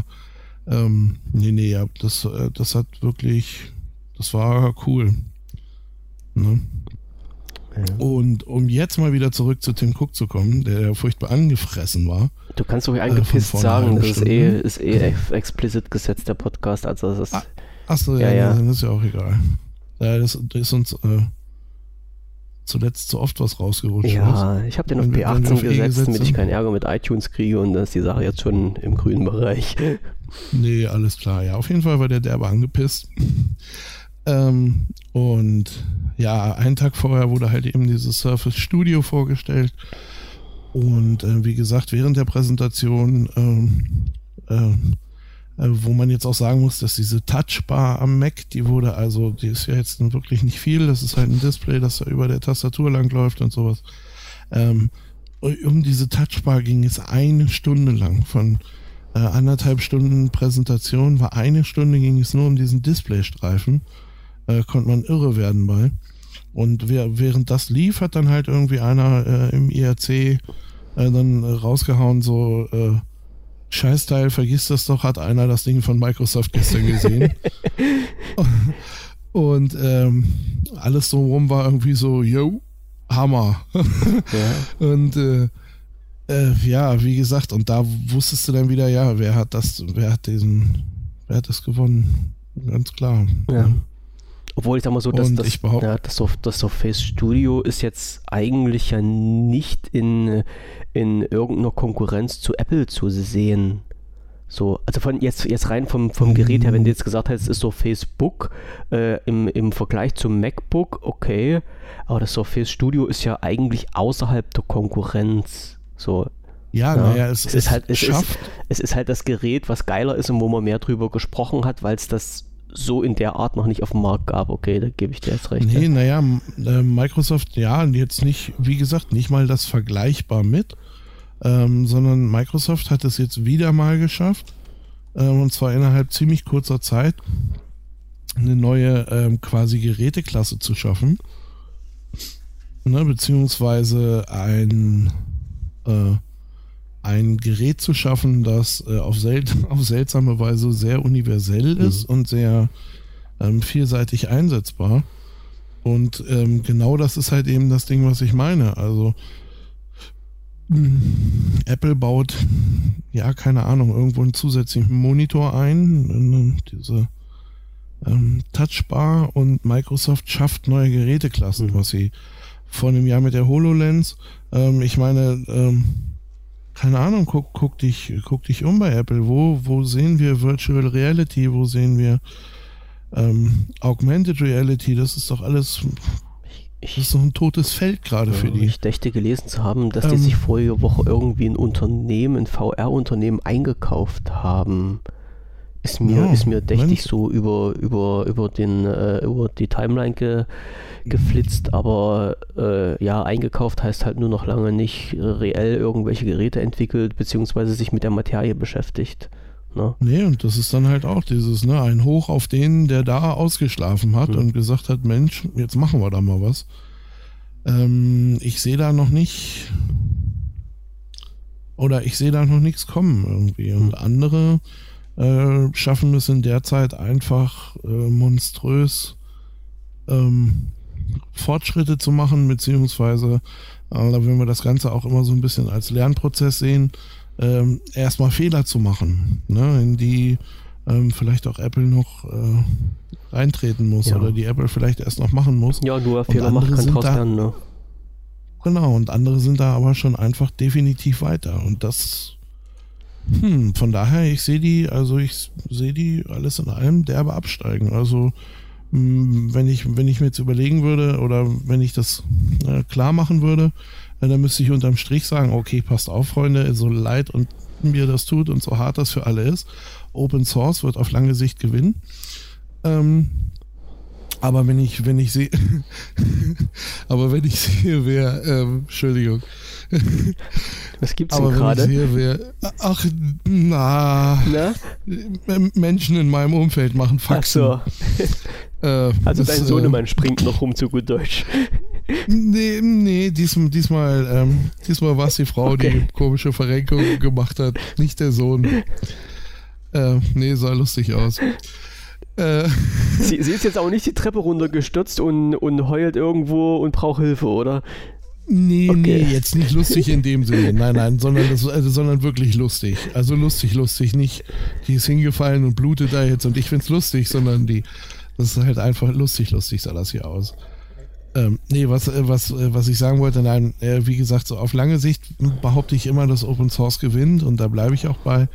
[SPEAKER 2] das hat wirklich, das war cool. Ne? Ja. Und um jetzt mal wieder zurück zu Tim Cook zu kommen, der furchtbar angefressen war.
[SPEAKER 1] Du kannst doch angepisst sagen, das ist explicit gesetzt, der Podcast. Also das ist,
[SPEAKER 2] Achso, ja, das ist ja auch egal. Das ist uns zuletzt zu oft was rausgerutscht.
[SPEAKER 1] Ja, ich habe den auf P18 gesetzt, damit ich keinen Ärger mit iTunes kriege und dann ist die Sache jetzt schon im grünen Bereich.
[SPEAKER 2] Nee, alles klar. Ja, auf jeden Fall war der derbe angepisst. Und ja, einen Tag vorher wurde halt eben dieses Surface Studio vorgestellt. Und wie gesagt, während der Präsentation, wo man jetzt auch sagen muss, dass diese Touchbar am Mac, die ist ja jetzt wirklich nicht viel. Das ist halt ein Display, das da über der Tastatur langläuft und sowas. Um diese Touchbar ging es 1 Stunde lang. Von 1,5 Stunden Präsentation war 1 Stunde, ging es nur um diesen Displaystreifen. Konnte man irre werden bei. Und während das lief, hat dann halt irgendwie einer im IRC dann rausgehauen, so Scheißteil, vergiss das doch, hat einer das Ding von Microsoft gestern gesehen. Und alles drumherum war irgendwie so, yo, Hammer. Ja. Und ja, wie gesagt, und da wusstest du dann wieder, ja, wer hat das gewonnen? Ganz klar.
[SPEAKER 1] Ja. Obwohl ich sag mal so, dass das Surface Studio ist jetzt eigentlich ja nicht in irgendeiner Konkurrenz zu Apple zu sehen. So, also von jetzt rein vom Gerät her, wenn du jetzt gesagt hast, es ist Surface Book im Vergleich zum MacBook, okay, aber das Surface Studio ist ja eigentlich außerhalb der Konkurrenz. So.
[SPEAKER 2] Ja, naja, es ist
[SPEAKER 1] halt das Gerät, was geiler ist und wo man mehr drüber gesprochen hat, weil es das so in der Art noch nicht auf dem Markt gab. Okay, da gebe ich dir jetzt recht.
[SPEAKER 2] Nee, naja, Microsoft, ja, jetzt nicht, wie gesagt, nicht mal das vergleichbar mit, sondern Microsoft hat es jetzt wieder mal geschafft, und zwar innerhalb ziemlich kurzer Zeit, eine neue quasi Geräteklasse zu schaffen, ne, beziehungsweise ein Gerät zu schaffen, das auf seltsame Weise sehr universell ist und sehr vielseitig einsetzbar. Und genau das ist halt eben das Ding, was ich meine. Also Apple baut, ja, keine Ahnung, irgendwo einen zusätzlichen Monitor ein, diese Touchbar, und Microsoft schafft neue Geräteklassen, was sie vor einem Jahr mit der HoloLens, ich meine, keine Ahnung, guck dich um bei Apple. Wo sehen wir Virtual Reality? Wo sehen wir Augmented Reality? Das ist doch alles, das ist doch ein totes Feld gerade für die.
[SPEAKER 1] Ich dächte gelesen zu haben, dass die sich vorige Woche irgendwie ein VR-Unternehmen eingekauft haben. Ist mir dächtig so über die Timeline geflitzt, aber ja, eingekauft heißt halt nur noch lange nicht reell irgendwelche Geräte entwickelt, beziehungsweise sich mit der Materie beschäftigt. Ne?
[SPEAKER 2] Nee, und das ist dann halt auch dieses, ne, ein Hoch auf den, der da ausgeschlafen hat und gesagt hat, Mensch, jetzt machen wir da mal was. Ich sehe da noch nicht, nichts kommen irgendwie. Und andere schaffen es in der Zeit einfach monströs Fortschritte zu machen, beziehungsweise wenn wir das Ganze auch immer so ein bisschen als Lernprozess sehen, erstmal Fehler zu machen, ne, in die vielleicht auch Apple noch reintreten muss, oder die Apple vielleicht erst noch machen muss.
[SPEAKER 1] Ja, nur Fehler machen kann draus lernen, ne?
[SPEAKER 2] Genau, und andere sind da aber schon einfach definitiv weiter, und das von daher, ich sehe die alles in allem derbe absteigen. Also wenn ich mir jetzt überlegen würde, oder wenn ich das klar machen würde, dann müsste ich unterm Strich sagen, okay, passt auf, Freunde, so leid und mir das tut und so hart das für alle ist, Open Source wird auf lange Sicht gewinnen. Aber wenn ich sehe, wer, Entschuldigung.
[SPEAKER 1] Was gibt's denn gerade?
[SPEAKER 2] Aber wenn ich sehe, Menschen in meinem Umfeld machen Faxen.
[SPEAKER 1] Ach so. Also dein Sohnemann springt noch rum, zu gut Deutsch.
[SPEAKER 2] Nee, diesmal war es die Frau, die komische Verrenkung gemacht hat, nicht der Sohn. Nee, sah lustig aus.
[SPEAKER 1] Sie ist jetzt auch nicht die Treppe runtergestürzt und heult irgendwo und braucht Hilfe, oder?
[SPEAKER 2] Nee, jetzt nicht lustig in dem Sinne. Nein, sondern wirklich lustig. Also lustig, nicht die ist hingefallen und blutet da jetzt und ich find's lustig, sondern das ist halt einfach lustig sah das hier aus. Nee, was ich sagen wollte, nein, wie gesagt, so auf lange Sicht behaupte ich immer, dass Open Source gewinnt, und da bleibe ich auch bei.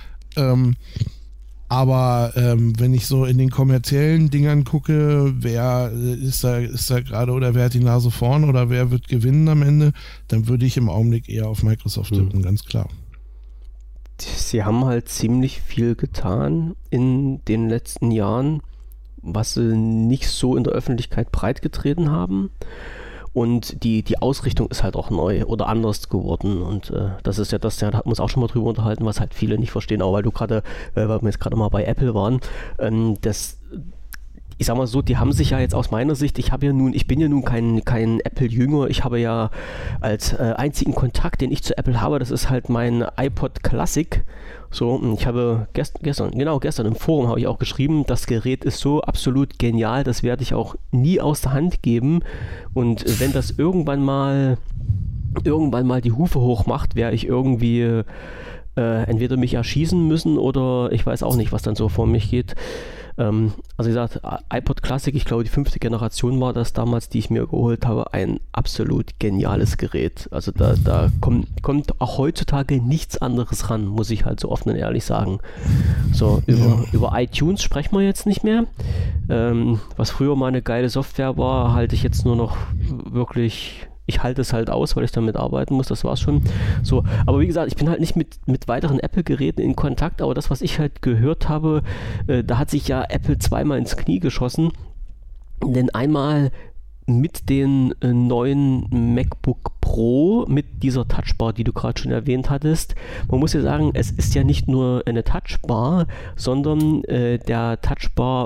[SPEAKER 2] Aber wenn ich so in den kommerziellen Dingern gucke, wer ist da gerade, oder wer hat die Nase vorn, oder wer wird gewinnen am Ende, dann würde ich im Augenblick eher auf Microsoft tippen, ganz klar.
[SPEAKER 1] Sie haben halt ziemlich viel getan in den letzten Jahren, was sie nicht so in der Öffentlichkeit breitgetreten haben. Und die Ausrichtung ist halt auch neu oder anders geworden, und das ist ja das, da hat man uns auch schon mal drüber unterhalten, was halt viele nicht verstehen, auch weil wir jetzt gerade mal bei Apple waren, ich ich sag mal so, die haben sich ja jetzt aus meiner Sicht, ich bin ja nun kein Apple-Jünger, ich habe ja als einzigen Kontakt, den ich zu Apple habe, das ist halt mein iPod Classic. So, und ich habe gestern im Forum habe ich auch geschrieben, das Gerät ist so absolut genial, das werde ich auch nie aus der Hand geben. Und wenn das irgendwann mal die Hufe hoch macht, werde ich irgendwie entweder mich erschießen müssen oder ich weiß auch nicht, was dann so vor mich geht. Also wie gesagt, iPod Classic, ich glaube die 5. Generation war das damals, die ich mir geholt habe, ein absolut geniales Gerät. Also da kommt auch heutzutage nichts anderes ran, muss ich halt so offen und ehrlich sagen. So, über iTunes sprechen wir jetzt nicht mehr. Was früher mal eine geile Software war, halte ich jetzt nur noch wirklich... Ich halte es halt aus, weil ich damit arbeiten muss, das war's schon. So, aber wie gesagt, ich bin halt nicht mit weiteren Apple-Geräten in Kontakt, aber das, was ich halt gehört habe, da hat sich ja Apple zweimal ins Knie geschossen. Denn einmal mit den neuen MacBook Pro, mit dieser Touchbar, die du gerade schon erwähnt hattest. Man muss ja sagen, es ist ja nicht nur eine Touchbar, sondern der Touchbar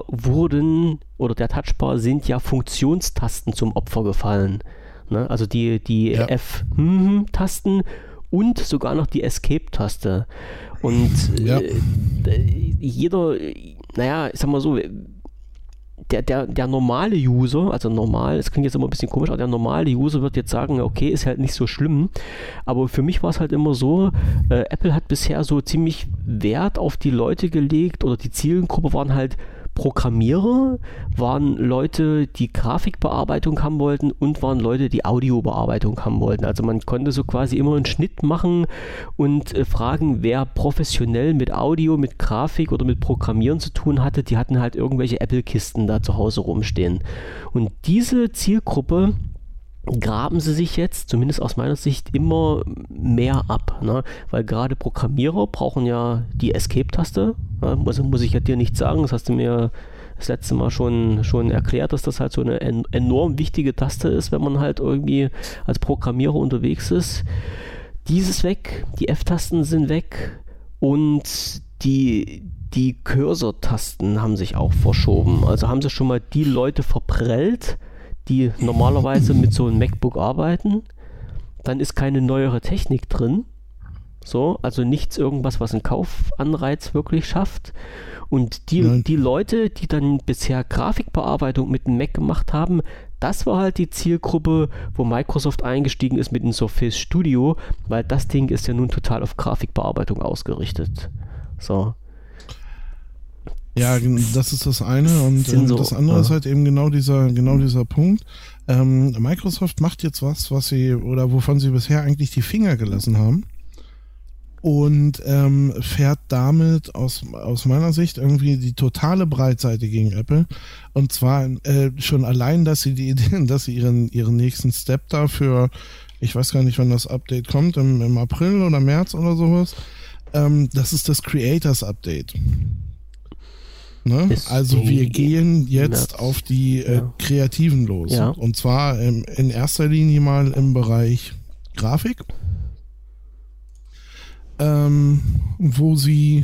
[SPEAKER 1] sind ja Funktionstasten zum Opfer gefallen. Ne? Also die F-Tasten und sogar noch die Escape-Taste. Und jeder, naja, ich sag mal so, der normale User, also normal, es klingt jetzt immer ein bisschen komisch, aber der normale User wird jetzt sagen, okay, ist halt nicht so schlimm, aber für mich war es halt immer so, Apple hat bisher so ziemlich Wert auf die Leute gelegt, oder die Zielgruppe waren halt Programmierer, waren Leute, die Grafikbearbeitung haben wollten, und waren Leute, die Audiobearbeitung haben wollten. Also man konnte so quasi immer einen Schnitt machen und fragen, wer professionell mit Audio, mit Grafik oder mit Programmieren zu tun hatte, die hatten halt irgendwelche Apple-Kisten da zu Hause rumstehen. Und diese Zielgruppe graben sie sich jetzt, zumindest aus meiner Sicht, immer mehr ab, ne? Weil gerade Programmierer brauchen ja die Escape-Taste, ne? Also muss ich ja dir nicht sagen, das hast du mir das letzte Mal schon erklärt, dass das halt so eine enorm wichtige Taste ist, wenn man halt irgendwie als Programmierer unterwegs ist. Dieses weg, die F-Tasten sind weg und die Cursor-Tasten haben sich auch verschoben. Also haben sie schon mal die Leute verprellt, die normalerweise mit so einem MacBook arbeiten. Dann ist keine neuere Technik drin. So, also nichts irgendwas, was einen Kaufanreiz wirklich schafft. Und die Leute, die dann bisher Grafikbearbeitung mit dem Mac gemacht haben, das war halt die Zielgruppe, wo Microsoft eingestiegen ist mit dem Surface Studio, weil das Ding ist ja nun total auf Grafikbearbeitung ausgerichtet. So.
[SPEAKER 2] Ja, das ist das eine, und das andere ist halt eben genau dieser Punkt. Microsoft macht jetzt was sie, oder wovon sie bisher eigentlich die Finger gelassen haben, und fährt damit aus meiner Sicht irgendwie die totale Breitseite gegen Apple, und zwar schon allein, dass sie ihren nächsten Step dafür, ich weiß gar nicht, wann das Update kommt, im April oder März oder sowas, das ist das Creators Update. Ne? Also wir gehen jetzt auf die Kreativen los. Ja. Und zwar in erster Linie mal im Bereich Grafik, wo sie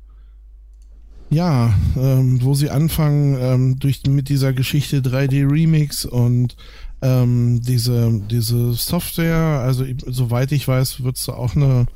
[SPEAKER 2] anfangen mit dieser Geschichte 3D Remix und diese Software, also soweit ich weiß, wird es da auch eine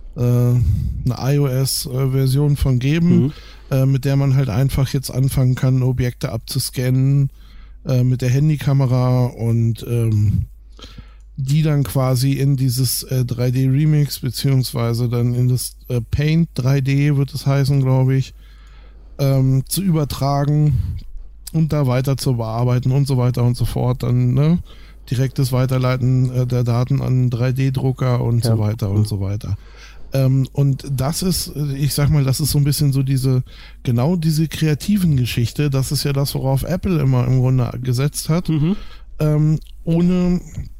[SPEAKER 2] iOS-Version von geben, mit der man halt einfach jetzt anfangen kann, Objekte abzuscannen mit der Handykamera und die dann quasi in dieses 3D Remix beziehungsweise dann in das Paint 3D wird es heißen, glaube ich, zu übertragen und da weiter zu bearbeiten und so weiter und so fort. Dann direktes Weiterleiten der Daten an einen 3D-Drucker und so weiter und so weiter. Und das ist, ich sag mal, das ist so ein bisschen so diese kreativen Geschichte, das ist ja das, worauf Apple immer im Grunde gesetzt hat, ohne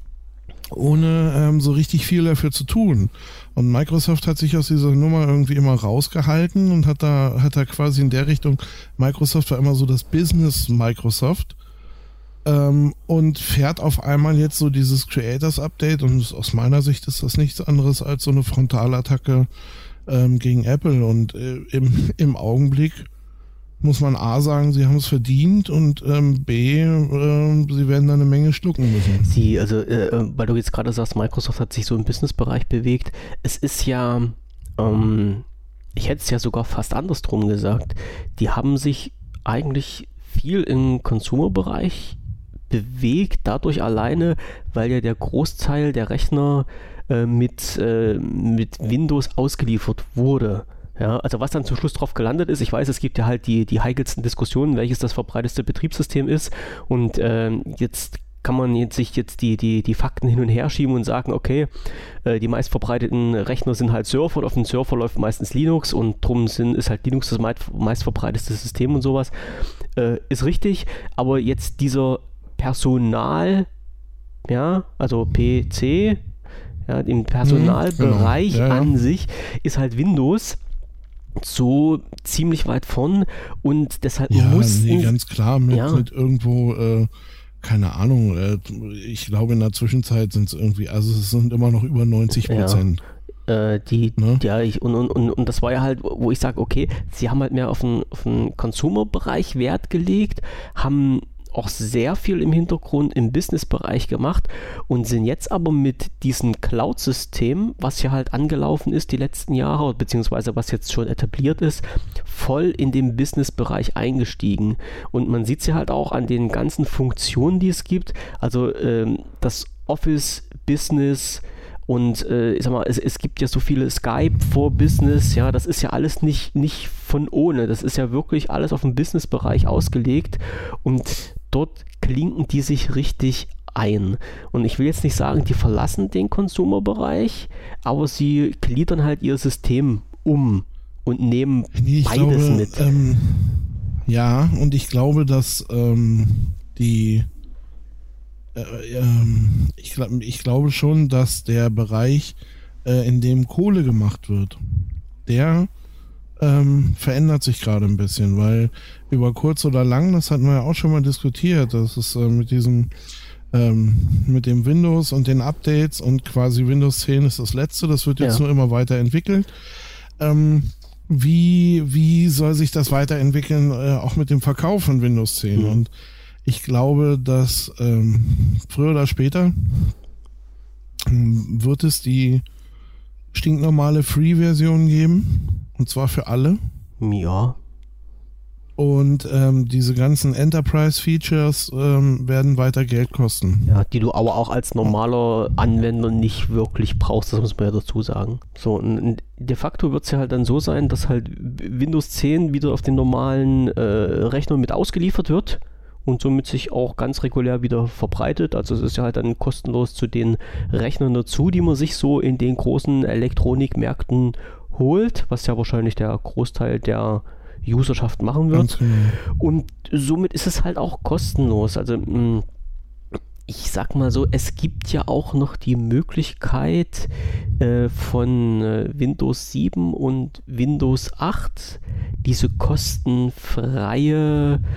[SPEAKER 2] so richtig viel dafür zu tun. Und Microsoft hat sich aus dieser Nummer irgendwie immer rausgehalten und hat da quasi in der Richtung, Microsoft war immer so das Business Microsoft, und fährt auf einmal jetzt so dieses Creators Update, und aus meiner Sicht ist das nichts anderes als so eine Frontalattacke gegen Apple, und im Augenblick muss man A sagen, sie haben es verdient und B, sie werden da eine Menge schlucken müssen.
[SPEAKER 1] Weil du jetzt gerade sagst, Microsoft hat sich so im Businessbereich bewegt. Es ist ja, ich hätte es ja sogar fast andersrum gesagt. Die haben sich eigentlich viel im Consumer-Bereich bewegt, dadurch alleine, weil ja der Großteil der Rechner mit Windows ausgeliefert wurde. Ja, also was dann zum Schluss drauf gelandet ist, ich weiß, es gibt ja halt die heikelsten Diskussionen, welches das verbreiteste Betriebssystem ist, und jetzt kann man sich die Fakten hin und her schieben und sagen, okay, die meistverbreiteten Rechner sind halt Surfer, und auf dem Surfer läuft meistens Linux, und drum ist halt Linux das meistverbreiteste System und sowas. Ist richtig, aber jetzt dieser Personal, ja, also PC, ja, im Personalbereich
[SPEAKER 2] genau.
[SPEAKER 1] an sich ist halt Windows so ziemlich weit vorn, und deshalb
[SPEAKER 2] ganz klar mit irgendwo, keine Ahnung, ich glaube in der Zwischenzeit sind es irgendwie, also es sind immer noch über 90%.
[SPEAKER 1] Und das war ja halt, wo ich sage, okay, sie haben halt mehr auf den Consumer-Bereich Wert gelegt, haben auch sehr viel im Hintergrund im Business-Bereich gemacht und sind jetzt aber mit diesem Cloud-System, was ja halt angelaufen ist die letzten Jahre, beziehungsweise was jetzt schon etabliert ist, voll in den Business-Bereich eingestiegen. Und man sieht es ja halt auch an den ganzen Funktionen, die es gibt. Also das Office-Business. Und ich sag mal, es gibt ja so viele Skype for Business, ja, das ist ja alles nicht von ohne, das ist ja wirklich alles auf den Business-Bereich ausgelegt, und dort klinken die sich richtig ein. Und ich will jetzt nicht sagen, die verlassen den Consumer-Bereich, aber sie gliedern halt ihr System um und nehmen beides mit.
[SPEAKER 2] Ja, und ich glaube, dass ich glaube schon, dass der Bereich, in dem Kohle gemacht wird, der verändert sich gerade ein bisschen, weil über kurz oder lang, das hatten wir ja auch schon mal diskutiert, dass es mit dem Windows und den Updates und quasi Windows 10 ist das letzte, das wird jetzt nur immer weiterentwickelt. Wie soll sich das weiterentwickeln, auch mit dem Verkauf von Windows 10? Und ich glaube, dass früher oder später wird es die stinknormale Free-Version geben, und zwar für alle.
[SPEAKER 1] Ja.
[SPEAKER 2] Und diese ganzen Enterprise-Features werden weiter Geld kosten.
[SPEAKER 1] Ja, die du aber auch als normaler Anwender nicht wirklich brauchst, das muss man ja dazu sagen. So, und de facto wird es ja halt dann so sein, dass halt Windows 10 wieder auf den normalen Rechnern mit ausgeliefert wird und somit sich auch ganz regulär wieder verbreitet. Also es ist ja halt dann kostenlos zu den Rechnern dazu, die man sich so in den großen Elektronikmärkten holt, was ja wahrscheinlich der Großteil der Userschaft machen wird.
[SPEAKER 2] Genau.
[SPEAKER 1] Und somit ist es halt auch kostenlos. Also ich sag mal so, es gibt ja auch noch die Möglichkeit von Windows 7 und Windows 8 diese kostenfreie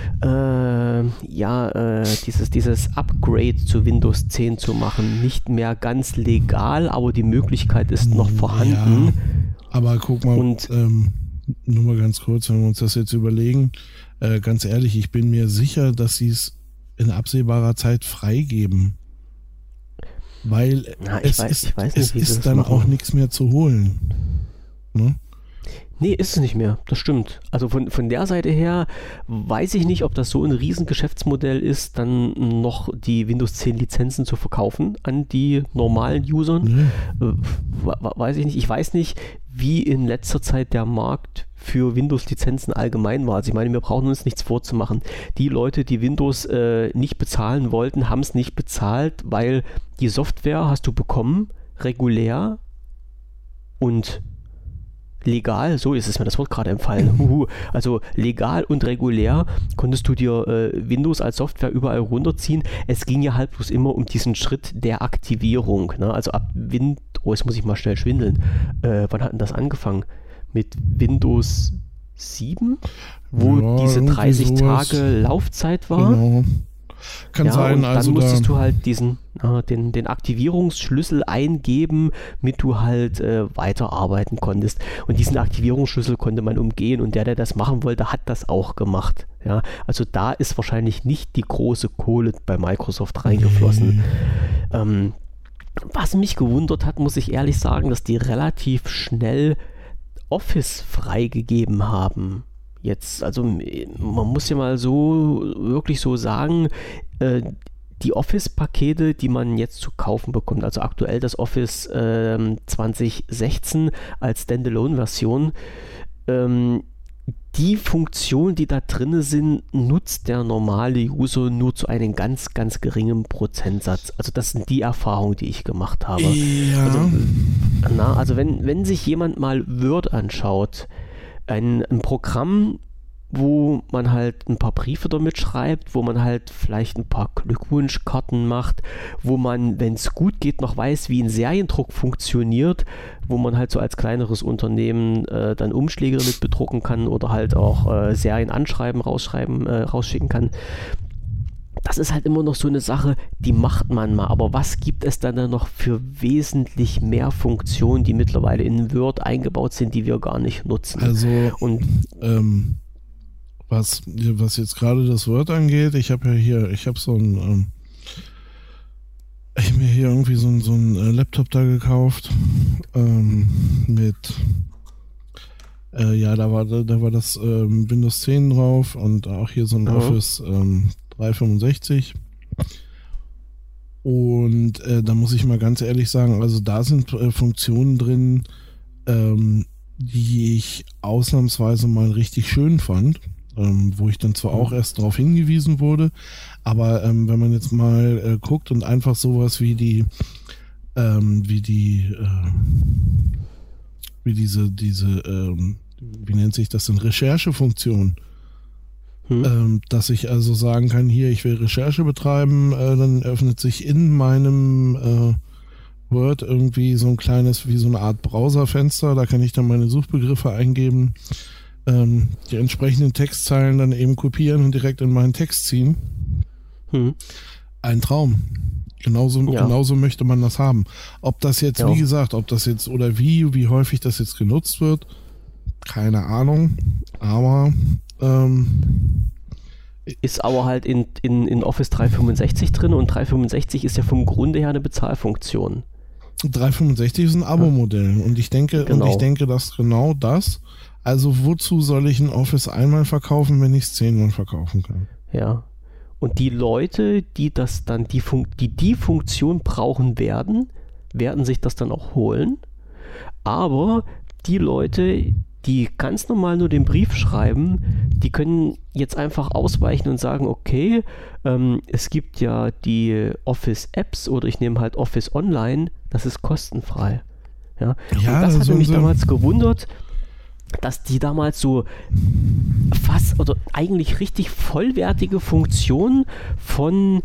[SPEAKER 1] dieses Upgrade zu Windows 10 zu machen. Nicht mehr ganz legal, aber die Möglichkeit ist noch vorhanden.
[SPEAKER 2] Ja, aber guck mal, und nur mal ganz kurz, wenn wir uns das jetzt überlegen, ganz ehrlich, ich bin mir sicher, dass sie es in absehbarer Zeit freigeben. Weil es ist dann auch nichts mehr zu holen. Ne?
[SPEAKER 1] Nee, ist es nicht mehr. Das stimmt. Also von der Seite her weiß ich nicht, ob das so ein Riesengeschäftsmodell ist, dann noch die Windows 10 Lizenzen zu verkaufen an die normalen Usern. Weiß ich nicht. Ich weiß nicht, wie in letzter Zeit der Markt für Windows-Lizenzen allgemein war. Also ich meine, wir brauchen uns nichts vorzumachen. Die Leute, die Windows nicht bezahlen wollten, haben es nicht bezahlt, weil die Software hast du bekommen, regulär und legal, so ist es mir das Wort gerade empfallen. Also legal und regulär konntest du dir Windows als Software überall runterziehen. Es ging ja halt bloß immer um diesen Schritt der Aktivierung. Ne? Also ab jetzt muss ich mal schnell schwindeln. Wann hat denn das angefangen? Mit Windows 7? Wo diese 30 Tage Laufzeit war?
[SPEAKER 2] kann sein.
[SPEAKER 1] Und dann
[SPEAKER 2] also
[SPEAKER 1] musstest du halt den Aktivierungsschlüssel eingeben, mit du halt weiterarbeiten konntest. Und diesen Aktivierungsschlüssel konnte man umgehen und der das machen wollte, hat das auch gemacht. Ja, also da ist wahrscheinlich nicht die große Kohle bei Microsoft reingeflossen. Was mich gewundert hat, muss ich ehrlich sagen, dass die relativ schnell Office freigegeben haben. Jetzt, also man muss ja mal so wirklich so sagen, die Office-Pakete, die man jetzt zu kaufen bekommt, also aktuell das Office 2016 als Standalone-Version, die Funktionen, die da drin sind, nutzt der normale User nur zu einem ganz, ganz geringen Prozentsatz. Also das sind die Erfahrungen, die ich gemacht habe.
[SPEAKER 2] Ja.
[SPEAKER 1] Also wenn sich jemand mal Word anschaut, ein Programm, wo man halt ein paar Briefe damit schreibt, wo man halt vielleicht ein paar Glückwunschkarten macht, wo man, wenn es gut geht, noch weiß, wie ein Seriendruck funktioniert, wo man halt so als kleineres Unternehmen dann Umschläge damit bedrucken kann oder halt auch Serien anschreiben, rausschicken kann. Das ist halt immer noch so eine Sache, die macht man mal. Aber was gibt es dann noch für wesentlich mehr Funktionen, die mittlerweile in Word eingebaut sind, die wir gar nicht nutzen?
[SPEAKER 2] Also, was jetzt gerade das Word angeht, ich habe mir hier irgendwie so ein Laptop da gekauft mit da war das Windows 10 drauf und auch hier so ein Office 365 und da muss ich mal ganz ehrlich sagen, also da sind Funktionen drin, die ich ausnahmsweise mal richtig schön fand, wo ich dann zwar auch erst darauf hingewiesen wurde, aber wenn man jetzt mal guckt und einfach sowas wie wie nennt sich das denn, Recherchefunktion, dass ich also sagen kann, hier, ich will Recherche betreiben, dann öffnet sich in meinem Word irgendwie so ein kleines, wie so eine Art Browserfenster, da kann ich dann meine Suchbegriffe eingeben, die entsprechenden Textzeilen dann eben kopieren und direkt in meinen Text ziehen. Ein Traum. Genauso möchte man das haben. Ob das jetzt, wie gesagt, oder wie häufig das jetzt genutzt wird, keine Ahnung, aber
[SPEAKER 1] ist aber halt in Office 365 drin und 365 ist ja vom Grunde her eine Bezahlfunktion.
[SPEAKER 2] 365 ist ein Abo-Modell und ich denke, dass genau das, also wozu soll ich ein Office einmal verkaufen, wenn ich es 10-mal verkaufen kann?
[SPEAKER 1] Ja. Und die Leute, die das dann, die Funktion brauchen werden sich das dann auch holen. Aber die Leute, die ganz normal nur den Brief schreiben, die können jetzt einfach ausweichen und sagen, okay, es gibt ja die Office-Apps oder ich nehme halt Office Online, das ist kostenfrei. Ja? Und das hat mich damals gewundert, dass die damals so fast oder eigentlich richtig vollwertige Funktionen von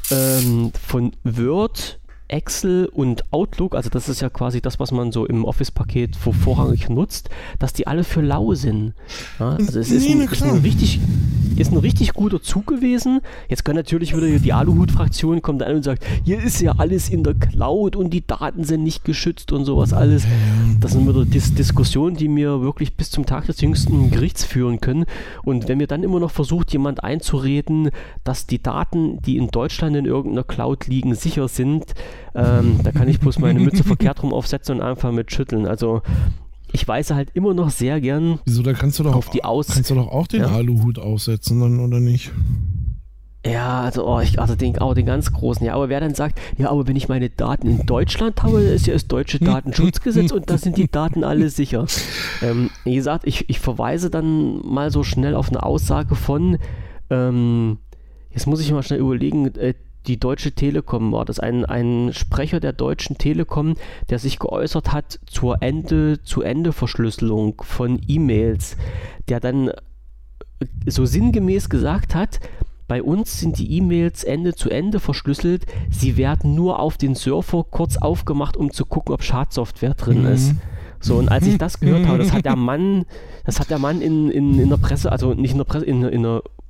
[SPEAKER 1] Word, Excel und Outlook, also das ist ja quasi das, was man so im Office-Paket vorrangig nutzt, dass die alle für lau sind. Ja, also es ist ein richtig guter Zug gewesen. Jetzt kann natürlich wieder die Aluhut-Fraktion kommt an und sagt, hier ist ja alles in der Cloud und die Daten sind nicht geschützt und sowas alles. Das sind wieder Diskussionen, die mir wirklich bis zum Tag des jüngsten Gerichts führen können. Und wenn mir dann immer noch versucht, jemand einzureden, dass die Daten, die in Deutschland in irgendeiner Cloud liegen, sicher sind, da kann ich bloß meine Mütze verkehrt rum aufsetzen und einfach mit schütteln. Also ich weise halt immer noch sehr gern.
[SPEAKER 2] Wieso, da kannst du doch auch den Aluhut aufsetzen, dann, oder nicht?
[SPEAKER 1] Ja, also den ganz großen, ja, aber wer dann sagt, ja, aber wenn ich meine Daten in Deutschland habe, ist ja das deutsche Datenschutzgesetz und da sind die Daten alle sicher. Wie gesagt, ich verweise dann mal so schnell auf eine Aussage von, jetzt muss ich mal schnell überlegen, die Deutsche Telekom war das, ein Sprecher der Deutschen Telekom, der sich geäußert hat zur Ende-Verschlüsselung von E-Mails, der dann so sinngemäß gesagt hat, bei uns sind die E-Mails Ende-zu-Ende verschlüsselt, sie werden nur auf den Server kurz aufgemacht, um zu gucken, ob Schadsoftware drin ist. So, und als ich das gehört habe, das hat der Mann in der Presse, also nicht in der Presse, in einer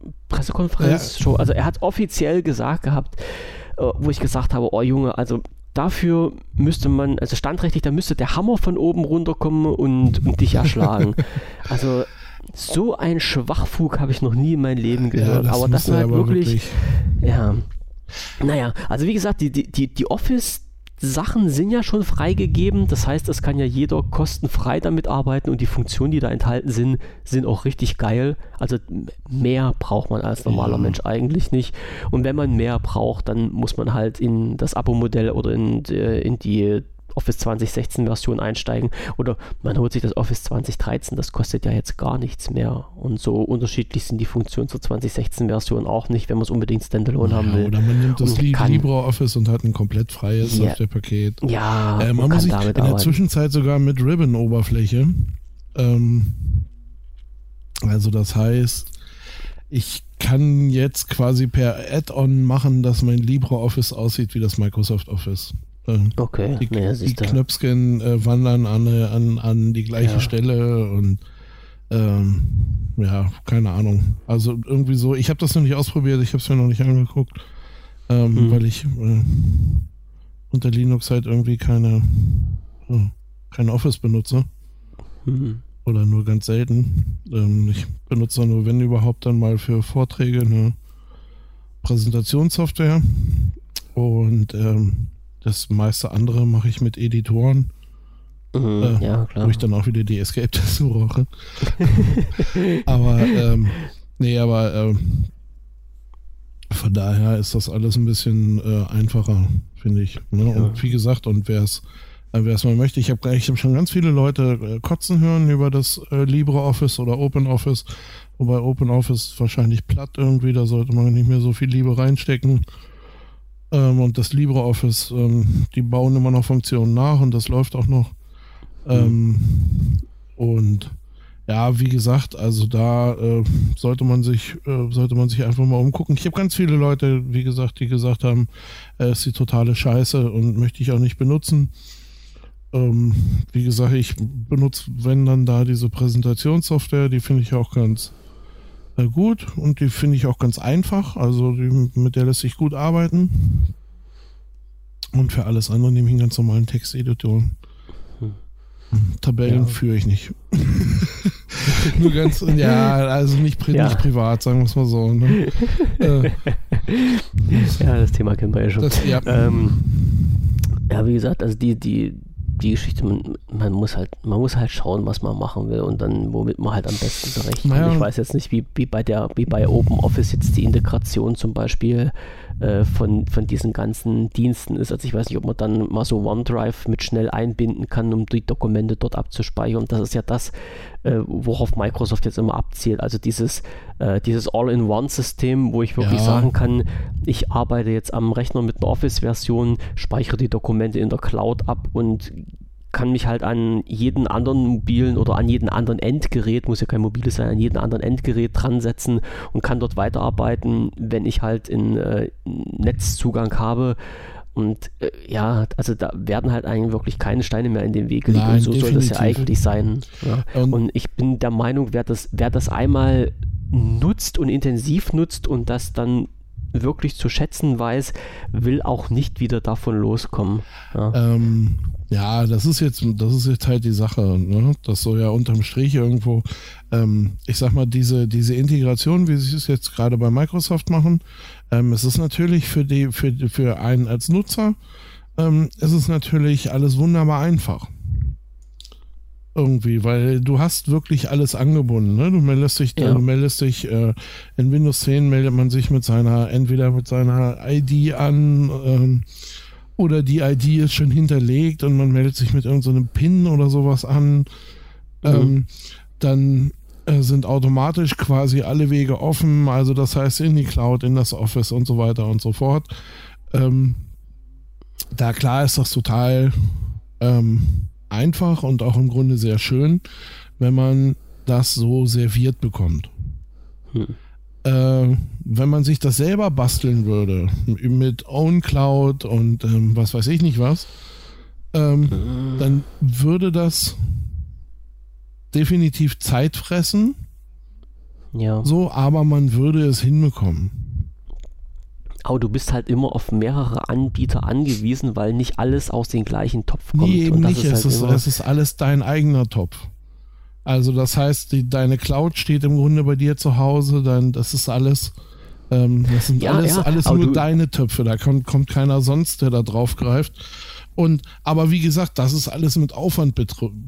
[SPEAKER 1] Pressekonferenz schon, also er hat offiziell gesagt gehabt, wo ich gesagt habe, oh Junge, also dafür müsste man, also standrechtlich, da müsste der Hammer von oben runterkommen und dich erschlagen. Also so ein Schwachfug habe ich noch nie in meinem Leben gehört. Aber das sind halt wirklich, ja, naja, also wie gesagt, die Office-Sachen sind ja schon freigegeben, das heißt, es kann ja jeder kostenfrei damit arbeiten und die Funktionen, die da enthalten sind auch richtig geil. Also mehr braucht man als normaler Mensch eigentlich nicht. Und wenn man mehr braucht, dann muss man halt in das Abo-Modell oder in die Office 2016 Version einsteigen oder man holt sich das Office 2013, das kostet ja jetzt gar nichts mehr und so unterschiedlich sind die Funktionen zur 2016 Version auch nicht, wenn man es unbedingt Standalone haben will.
[SPEAKER 2] Oder man nimmt das LibreOffice und hat ein komplett freies Softwarepaket.
[SPEAKER 1] Ja,
[SPEAKER 2] man muss sich in der Zwischenzeit sogar mit Ribbon-Oberfläche, also das heißt, ich kann jetzt quasi per Add-on machen, dass mein LibreOffice aussieht wie das Microsoft Office.
[SPEAKER 1] Okay,
[SPEAKER 2] die Knöpfchen wandern an die gleiche Stelle und ja, keine Ahnung. Also irgendwie so, ich habe das noch nicht ausprobiert, ich habe es mir noch nicht angeguckt, weil ich unter Linux halt irgendwie kein Office benutze. Oder nur ganz selten. Ich benutze nur, wenn überhaupt, dann mal für Vorträge eine Präsentationssoftware und das meiste andere mache ich mit Editoren,
[SPEAKER 1] ja, klar.
[SPEAKER 2] wo ich dann auch wieder die Escape-Taste brauche. Aber von daher ist das alles ein bisschen einfacher, finde ich. Ne? Ja. Und wie gesagt, und wer es mal möchte, ich habe schon ganz viele Leute kotzen hören über das LibreOffice oder OpenOffice, wobei OpenOffice wahrscheinlich platt irgendwie, da sollte man nicht mehr so viel Liebe reinstecken. Und das LibreOffice, die bauen immer noch Funktionen nach und das läuft auch noch. Und ja, wie gesagt, also da sollte man sich einfach mal umgucken. Ich habe ganz viele Leute, wie gesagt, die gesagt haben, es ist die totale Scheiße und möchte ich auch nicht benutzen. Wie gesagt, ich benutze, wenn dann da diese Präsentationssoftware, die finde ich auch ganz gut und die finde ich auch ganz einfach, also mit der lässt sich gut arbeiten. Und für alles andere nehme ich einen ganz normalen Texteditor. Tabellen führe ich nicht. Nur ganz, also nicht privat, sagen wir es mal so. Ne?
[SPEAKER 1] Ja, das Thema kennen wir ja schon. Ja, wie gesagt, also die Geschichte, man muss halt schauen, was man machen will und dann, womit man halt am besten zurechtkommt. Naja. Ich weiß jetzt nicht, wie bei OpenOffice jetzt die Integration zum Beispiel von diesen ganzen Diensten ist. Also ich weiß nicht, ob man dann mal so OneDrive mit schnell einbinden kann, um die Dokumente dort abzuspeichern. Das ist ja das, worauf Microsoft jetzt immer abzielt. Also dieses All-in-One-System, wo ich wirklich sagen kann, ich arbeite jetzt am Rechner mit einer Office-Version, speichere die Dokumente in der Cloud ab und kann mich halt an jeden anderen mobilen oder an jeden anderen Endgerät, muss ja kein mobiles sein, an jeden anderen Endgerät dran setzen und kann dort weiterarbeiten, wenn ich halt einen Netzzugang habe. Und also da werden halt eigentlich wirklich keine Steine mehr in den Weg gelegt. Und so definitiv. Soll das ja eigentlich sein. Ja. Und ich bin der Meinung, wer das einmal nutzt und intensiv nutzt und das dann wirklich zu schätzen weiß, will auch nicht wieder davon loskommen. Ja,
[SPEAKER 2] das ist jetzt halt die Sache, ne? Das soll ja unterm Strich irgendwo, ich sag mal, diese Integration, wie sie es jetzt gerade bei Microsoft machen, es ist natürlich für einen als Nutzer, es ist natürlich alles wunderbar einfach. Irgendwie, weil du hast wirklich alles angebunden, ne? Du meldest dich, in Windows 10 meldet man sich entweder mit seiner ID an, oder die ID ist schon hinterlegt und man meldet sich mit irgendeinem PIN oder sowas an. Dann sind automatisch quasi alle Wege offen, also das heißt in die Cloud, in das Office und so weiter und so fort. Da klar ist das total einfach und auch im Grunde sehr schön, wenn man das so serviert bekommt. Wenn man sich das selber basteln würde, mit OwnCloud und was weiß ich nicht was, dann würde das definitiv Zeit fressen
[SPEAKER 1] Ja.
[SPEAKER 2] So, aber man würde es hinbekommen.
[SPEAKER 1] Aber du bist halt immer auf mehrere Anbieter angewiesen, weil nicht alles aus dem gleichen Topf kommt.
[SPEAKER 2] Nee, eben
[SPEAKER 1] und das
[SPEAKER 2] nicht.
[SPEAKER 1] Ist
[SPEAKER 2] es ist alles dein eigener Topf. Also das heißt, deine Cloud steht im Grunde bei dir zu Hause, das ist alles, das sind alles nur deine Töpfe, da kommt keiner sonst, der da drauf greift. Aber wie gesagt, das ist alles mit Aufwand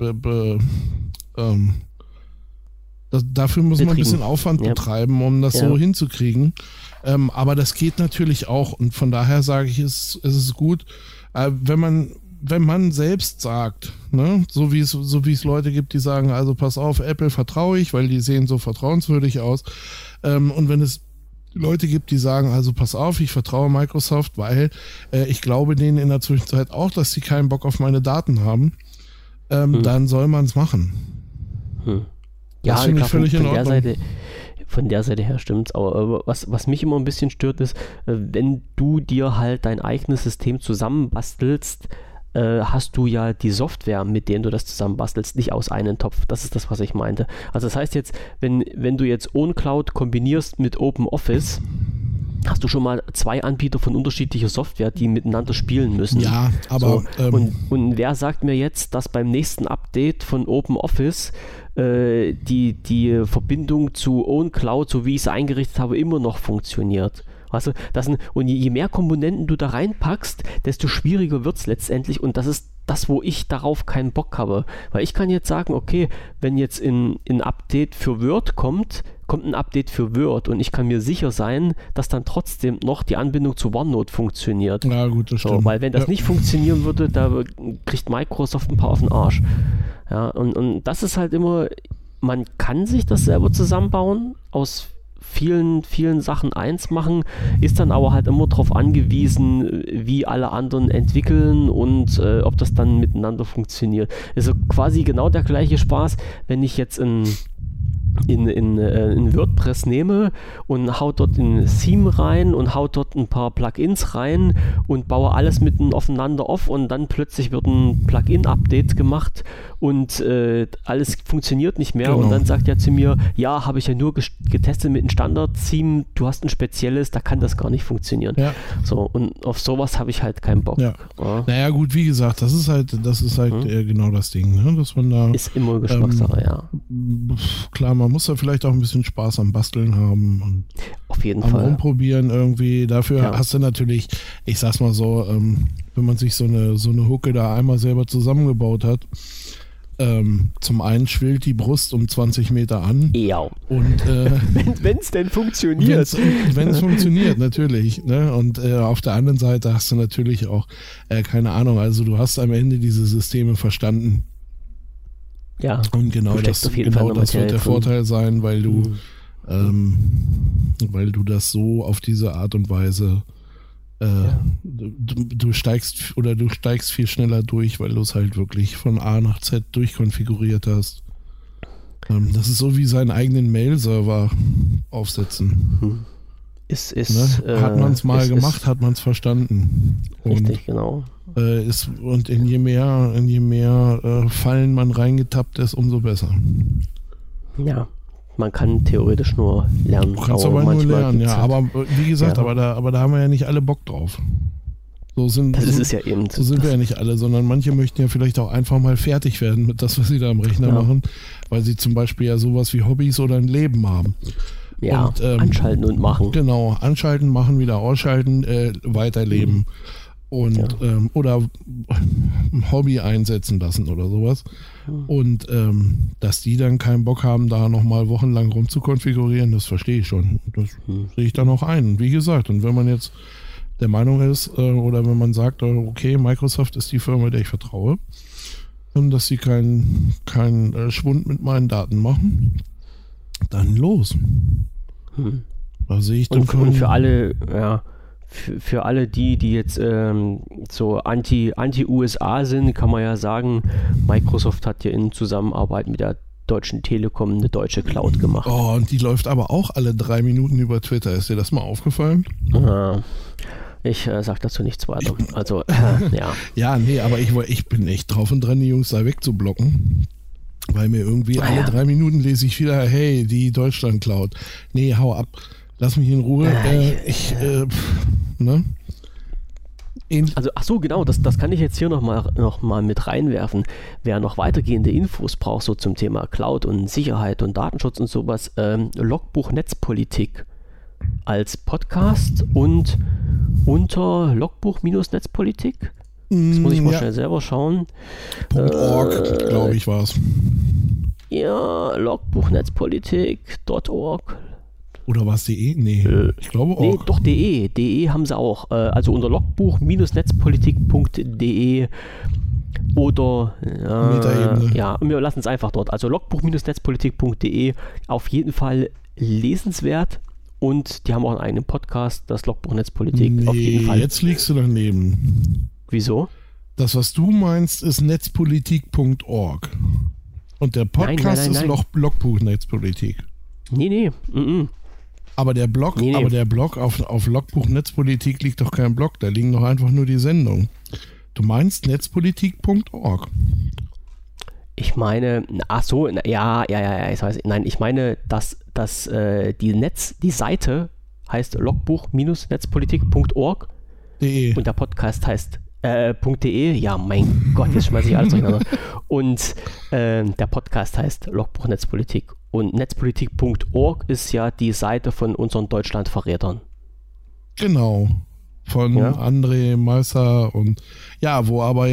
[SPEAKER 2] dafür muss man ein bisschen Aufwand betreiben, um das so hinzukriegen. Aber das geht natürlich auch, und von daher sage ich, es ist gut, wenn man selbst sagt, ne, so wie es Leute gibt, die sagen, also pass auf, Apple vertraue ich, weil die sehen so vertrauenswürdig aus. Und wenn es Leute gibt, die sagen, also pass auf, ich vertraue Microsoft, weil ich glaube denen in der Zwischenzeit auch, dass sie keinen Bock auf meine Daten haben, dann soll man es machen.
[SPEAKER 1] Das
[SPEAKER 2] finde ich völlig in Ordnung.
[SPEAKER 1] Von der Seite her stimmt's, aber was mich immer ein bisschen stört ist, wenn du dir halt dein eigenes System zusammenbastelst, hast du ja die Software, mit der du das zusammenbastelst, nicht aus einem Topf. Das ist das, was ich meinte. Also das heißt jetzt, wenn du jetzt OwnCloud kombinierst mit OpenOffice, hast du schon mal 2 Anbieter von unterschiedlicher Software, die miteinander spielen müssen.
[SPEAKER 2] Ja, aber...
[SPEAKER 1] So, und wer sagt mir jetzt, dass beim nächsten Update von OpenOffice die Verbindung zu OwnCloud, so wie ich es eingerichtet habe, immer noch funktioniert? Also und je mehr Komponenten du da reinpackst, desto schwieriger wird es letztendlich, und das ist das, wo ich darauf keinen Bock habe. Weil ich kann jetzt sagen, okay, wenn jetzt ein Update für Word kommt ein Update für Word, und ich kann mir sicher sein, dass dann trotzdem noch die Anbindung zu OneNote funktioniert.
[SPEAKER 2] Ja, gut, das stimmt.
[SPEAKER 1] Weil wenn das nicht funktionieren würde, da kriegt Microsoft ein paar auf den Arsch. Ja, und das ist halt immer, man kann sich das selber zusammenbauen, aus vielen, vielen Sachen eins machen, ist dann aber halt immer darauf angewiesen, wie alle anderen entwickeln und ob das dann miteinander funktioniert. Also quasi genau der gleiche Spaß, wenn ich jetzt in WordPress nehme und hau dort ein Theme rein und hau dort ein paar Plugins rein und baue alles mitten aufeinander auf, und dann plötzlich wird ein Plugin-Update gemacht und alles funktioniert nicht mehr. Genau. Und dann sagt er zu mir, ja, habe ich ja nur getestet mit einem Standard-Theme, du hast ein spezielles, da kann das gar nicht funktionieren. Ja. So, und auf sowas habe ich halt keinen Bock.
[SPEAKER 2] Ja. Ja. Naja gut, wie gesagt, das ist halt genau das Ding, ne? Dass man da...
[SPEAKER 1] Ist immer Geschmackssache, ja.
[SPEAKER 2] Klar, man muss da vielleicht auch ein bisschen Spaß am Basteln haben und
[SPEAKER 1] auf jeden Fall
[SPEAKER 2] rumprobieren irgendwie. Dafür hast du natürlich, ich sag's mal so, wenn man sich so eine Hucke da einmal selber zusammengebaut hat, zum einen schwillt die Brust um 20 Meter an.
[SPEAKER 1] Ja.
[SPEAKER 2] Und
[SPEAKER 1] wenn es denn funktioniert.
[SPEAKER 2] Wenn es funktioniert, natürlich. Ne? Und auf der anderen Seite hast du natürlich auch, keine Ahnung, also du hast am Ende diese Systeme verstanden.
[SPEAKER 1] Ja,
[SPEAKER 2] und genau das wird der Vorteil sein, weil du das so auf diese Art und Weise du steigst viel schneller durch, weil du es halt wirklich von A nach Z durchkonfiguriert hast. Das ist so wie seinen eigenen Mail-Server aufsetzen. Hat man es mal gemacht, hat man es verstanden.
[SPEAKER 1] Richtig, genau.
[SPEAKER 2] Und je mehr Fallen man reingetappt ist, umso besser.
[SPEAKER 1] Ja, man kann theoretisch nur lernen.
[SPEAKER 2] Du kannst aber nur lernen, ja. Aber wie gesagt, aber da haben wir ja nicht alle Bock drauf. So sind wir ja nicht alle, sondern manche möchten ja vielleicht auch einfach mal fertig werden mit das, was sie da am Rechner machen, weil sie zum Beispiel ja sowas wie Hobbys oder ein Leben haben.
[SPEAKER 1] Ja, und, anschalten und machen.
[SPEAKER 2] Genau, anschalten, machen, wieder ausschalten, weiterleben. Und oder ein Hobby einsetzen lassen oder sowas. Und dass die dann keinen Bock haben, da nochmal wochenlang rumzukonfigurieren, das verstehe ich schon. Das sehe ich dann auch ein. Wie gesagt, und wenn man jetzt der Meinung ist, oder wenn man sagt, okay, Microsoft ist die Firma, der ich vertraue, dass sie keinen Schwund mit meinen Daten machen, dann los. Da sehe ich dann
[SPEAKER 1] und für alle, für alle die jetzt so anti-USA sind, kann man ja sagen, Microsoft hat ja in Zusammenarbeit mit der Deutschen Telekom eine deutsche Cloud gemacht.
[SPEAKER 2] Oh, und die läuft aber auch alle 3 Minuten über Twitter. Ist dir das mal aufgefallen?
[SPEAKER 1] Ich sag dazu nichts weiter. Also, ja.
[SPEAKER 2] Ja, nee, aber ich bin echt drauf und dran, die Jungs da wegzublocken. Weil mir irgendwie alle 3 Minuten lese ich wieder, hey, die Deutschland-Cloud. Nee, hau ab. Lass mich in Ruhe. Ne?
[SPEAKER 1] Also, ach so, genau, das kann ich jetzt hier noch mal mit reinwerfen. Wer noch weitergehende Infos braucht, so zum Thema Cloud und Sicherheit und Datenschutz und sowas, Logbuch Netzpolitik als Podcast und unter Logbuch-Netzpolitik. Das muss ich mal schnell selber schauen.
[SPEAKER 2] .org, glaube ich, war es.
[SPEAKER 1] Ja, logbuchnetzpolitik.org.
[SPEAKER 2] Oder war es .de? Nee, ich glaube org.
[SPEAKER 1] Nee, doch .de. .de haben sie auch. Also unter logbuch-netzpolitik.de oder ja, wir lassen es einfach dort. Also logbuch-netzpolitik.de, auf jeden Fall lesenswert. Und die haben auch einen eigenen Podcast, das Logbuch Netzpolitik. Auf jeden Fall.
[SPEAKER 2] Jetzt liegst du daneben.
[SPEAKER 1] Wieso?
[SPEAKER 2] Das, was du meinst, ist netzpolitik.org. Und der Podcast ist Logbuch Netzpolitik.
[SPEAKER 1] Nee.
[SPEAKER 2] Aber der Blog, auf Logbuch Netzpolitik liegt doch kein Blog, da liegen doch einfach nur die Sendungen. Du meinst netzpolitik.org.
[SPEAKER 1] Ich meine, ach so, ja, ich weiß, nein, ich meine, dass die Seite heißt logbuch-netzpolitik.org und der Podcast heißt .de, ja, mein Gott, jetzt schmeiße ich alles durcheinander. Und der Podcast heißt Logbuch Netzpolitik. Und netzpolitik.org ist ja die Seite von unseren Deutschlandverrätern.
[SPEAKER 2] Genau. Von André Meißer und ja, wo aber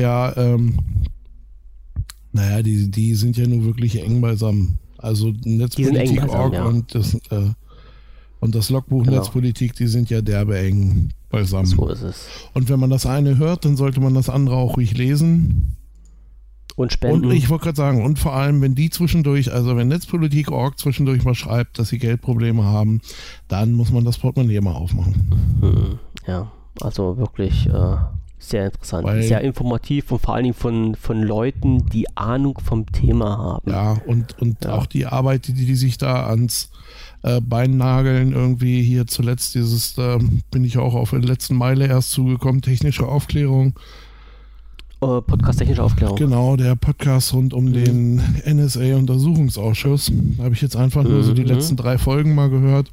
[SPEAKER 2] die sind ja nur wirklich eng beisammen. Also Netzpolitik.org und das Logbuch Netzpolitik, die sind ja derbe eng beisammen.
[SPEAKER 1] So ist es.
[SPEAKER 2] Und wenn man das eine hört, dann sollte man das andere auch ruhig lesen.
[SPEAKER 1] Und spenden.
[SPEAKER 2] Und ich wollte gerade sagen, und vor allem, wenn die zwischendurch, also wenn Netzpolitik.org zwischendurch mal schreibt, dass sie Geldprobleme haben, dann muss man das Portemonnaie mal aufmachen.
[SPEAKER 1] Ja, also wirklich sehr interessant, sehr informativ und vor allen Dingen von Leuten, die Ahnung vom Thema haben.
[SPEAKER 2] Ja, und auch die Arbeit, die sich da ans Bein nageln, irgendwie hier zuletzt bin ich auch auf der letzten Meile erst zugekommen, technische Aufklärung.
[SPEAKER 1] Podcast technische Aufklärung.
[SPEAKER 2] Genau, der Podcast rund um den NSA-Untersuchungsausschuss. Da habe ich jetzt einfach nur so die letzten 3 Folgen mal gehört.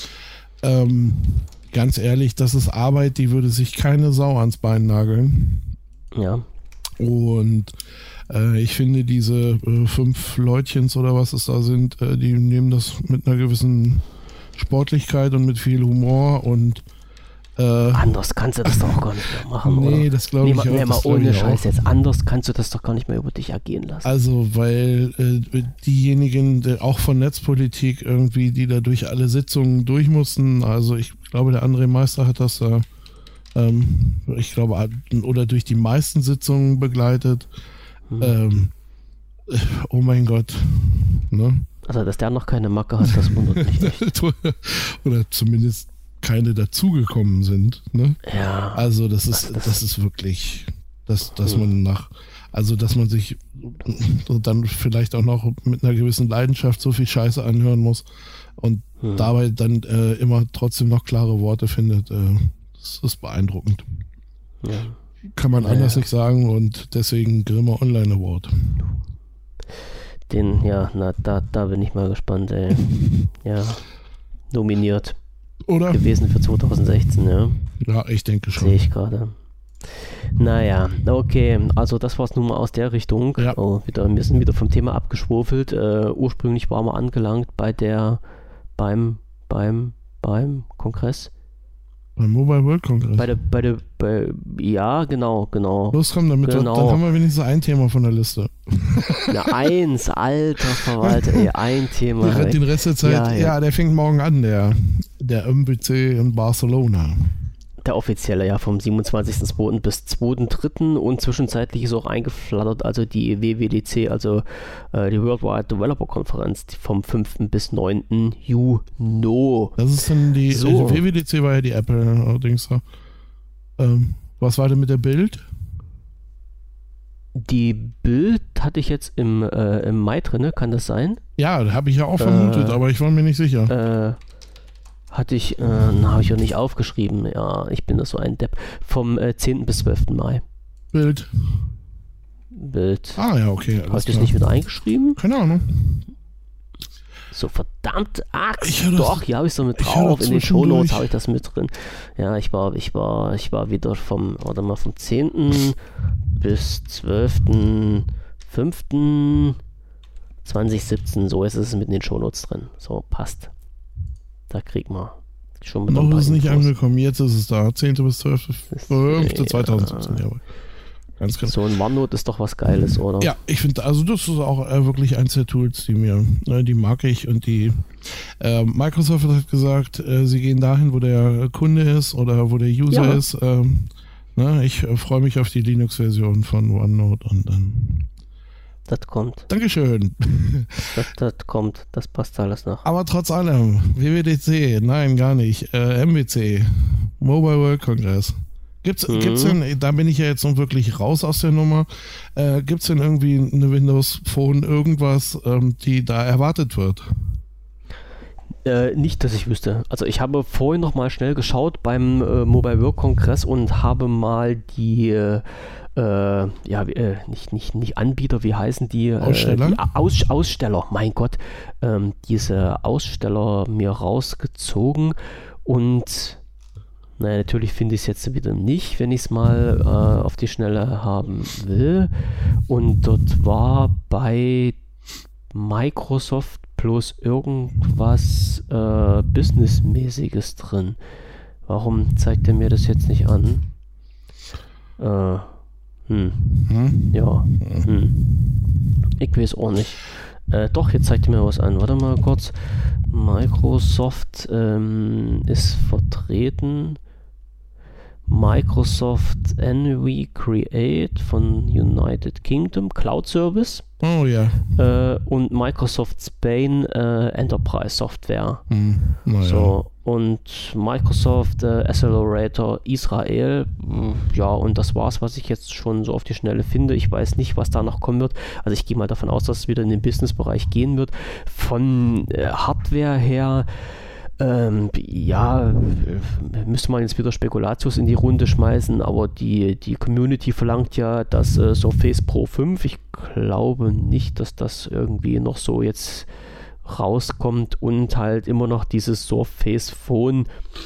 [SPEAKER 2] Ganz ehrlich, das ist Arbeit, die würde sich keine Sau ans Bein nageln.
[SPEAKER 1] Ja.
[SPEAKER 2] Und ich finde, diese 5 Leutchens oder was es da sind, die nehmen das mit einer gewissen Sportlichkeit und mit viel Humor und
[SPEAKER 1] anders kannst du das doch gar nicht mehr machen, oder?
[SPEAKER 2] Nee, das glaube ich auch.
[SPEAKER 1] Nee, mal ohne Scheiß jetzt. Anders kannst du das doch gar nicht mehr über dich ergehen lassen.
[SPEAKER 2] Also, weil diejenigen, auch von Netzpolitik irgendwie, die da durch alle Sitzungen durch mussten, also ich glaube, der André Meißer hat das ich glaube, oder durch die meisten Sitzungen begleitet. Oh mein Gott. Ne?
[SPEAKER 1] Also, dass der noch keine Macke hat, das wundert mich nicht.
[SPEAKER 2] Oder zumindest keine dazugekommen sind. Ne?
[SPEAKER 1] Ja.
[SPEAKER 2] Also das ist wirklich, dass man sich dann vielleicht auch noch mit einer gewissen Leidenschaft so viel Scheiße anhören muss und dabei dann immer trotzdem noch klare Worte findet. Das ist beeindruckend.
[SPEAKER 1] Ja.
[SPEAKER 2] Kann man anders nicht sagen und deswegen Grimme Online Award.
[SPEAKER 1] Da bin ich mal gespannt, ey. Ja. Nominiert.
[SPEAKER 2] Oder?
[SPEAKER 1] Gewesen für 2016, ja.
[SPEAKER 2] Ja, ich denke schon.
[SPEAKER 1] Sehe ich gerade. Naja, okay, also das war es nun mal aus der Richtung.
[SPEAKER 2] Ja.
[SPEAKER 1] Wir sind wieder vom Thema abgeschwurfelt. Ursprünglich waren wir angelangt beim Kongress.
[SPEAKER 2] Beim Mobile World Congress.
[SPEAKER 1] Ja, genau.
[SPEAKER 2] Los, komm damit, dann haben wir wenigstens ein Thema von der Liste.
[SPEAKER 1] Eins, alter Verwalter, ein Thema.
[SPEAKER 2] Den Rest der Zeit, der fängt morgen an, der MWC in Barcelona.
[SPEAKER 1] Der offizielle, ja, vom 27.02. bis 2.03. und zwischenzeitlich ist auch eingeflattert, also die WWDC, also die Worldwide Developer Konferenz vom 5. bis 9. Juni.
[SPEAKER 2] Das ist dann die WWDC war ja die Apple allerdings. Was war denn mit der Bild?
[SPEAKER 1] Die Bild hatte ich jetzt im Mai drin, kann das sein?
[SPEAKER 2] Ja, habe ich ja auch vermutet, aber ich war mir nicht sicher.
[SPEAKER 1] Habe ich ja nicht aufgeschrieben. Ja, ich bin da so ein Depp. Vom 10. bis 12. Mai.
[SPEAKER 2] Bild.
[SPEAKER 1] Bild.
[SPEAKER 2] Ah ja, okay.
[SPEAKER 1] Hast du das nicht mit eingeschrieben?
[SPEAKER 2] Keine Ahnung.
[SPEAKER 1] So, verdammt Axt. Hier habe ich es so mit
[SPEAKER 2] drauf.
[SPEAKER 1] In den Shownotes habe ich das mit drin. Ja, ich war wieder vom 10. bis 12.05.2017. So ist es mit in den Shownotes drin. So, passt. Da kriegen wir schon mit.
[SPEAKER 2] Noch ist es nicht angekommen, jetzt ist es da. 10. bis 12.05.2017. Ja. Ganz genau.
[SPEAKER 1] So ein OneNote ist doch was Geiles, oder?
[SPEAKER 2] Ja, ich finde, also das ist auch wirklich eins der Tools, die mag ich, und die Microsoft hat gesagt, sie gehen dahin, wo der Kunde ist oder wo der User ist. Ich freue mich auf die Linux-Version von OneNote und dann.
[SPEAKER 1] Das kommt.
[SPEAKER 2] Dankeschön.
[SPEAKER 1] Das kommt, das passt alles noch.
[SPEAKER 2] Aber trotz allem, WWDC, nein, gar nicht. MWC, Mobile World Congress. Gibt's denn, da bin ich ja jetzt noch wirklich raus aus der Nummer, gibt's denn irgendwie eine Windows Phone, irgendwas, die da erwartet wird?
[SPEAKER 1] Nicht, dass ich wüsste. Also ich habe vorhin noch mal schnell geschaut beim Mobile World Congress und habe mal die nicht Anbieter, wie heißen die?
[SPEAKER 2] Aussteller?
[SPEAKER 1] Die Aussteller, mein Gott. Diese Aussteller mir rausgezogen und natürlich finde ich es jetzt wieder nicht, wenn ich es mal auf die Schnelle haben will. Und dort war bei Microsoft plus irgendwas Businessmäßiges drin. Warum zeigt er mir das jetzt nicht an? Ich weiß auch nicht. Doch, jetzt zeigt er mir was an. Warte mal kurz. Microsoft ist vertreten. Microsoft Envy Create von United Kingdom, Cloud Service.
[SPEAKER 2] Oh ja.
[SPEAKER 1] Und Microsoft Spain Enterprise Software.
[SPEAKER 2] So,
[SPEAKER 1] und Microsoft Accelerator Israel. Ja, und das war's, was ich jetzt schon so auf die Schnelle finde. Ich weiß nicht, was da noch kommen wird. Also ich gehe mal davon aus, dass es wieder in den Business-Bereich gehen wird. Von Hardware her müsste man jetzt wieder Spekulatius in die Runde schmeißen, aber die Community verlangt ja das Surface Pro 5. Ich glaube nicht, dass das irgendwie noch so jetzt rauskommt und halt immer noch dieses Surface Phone.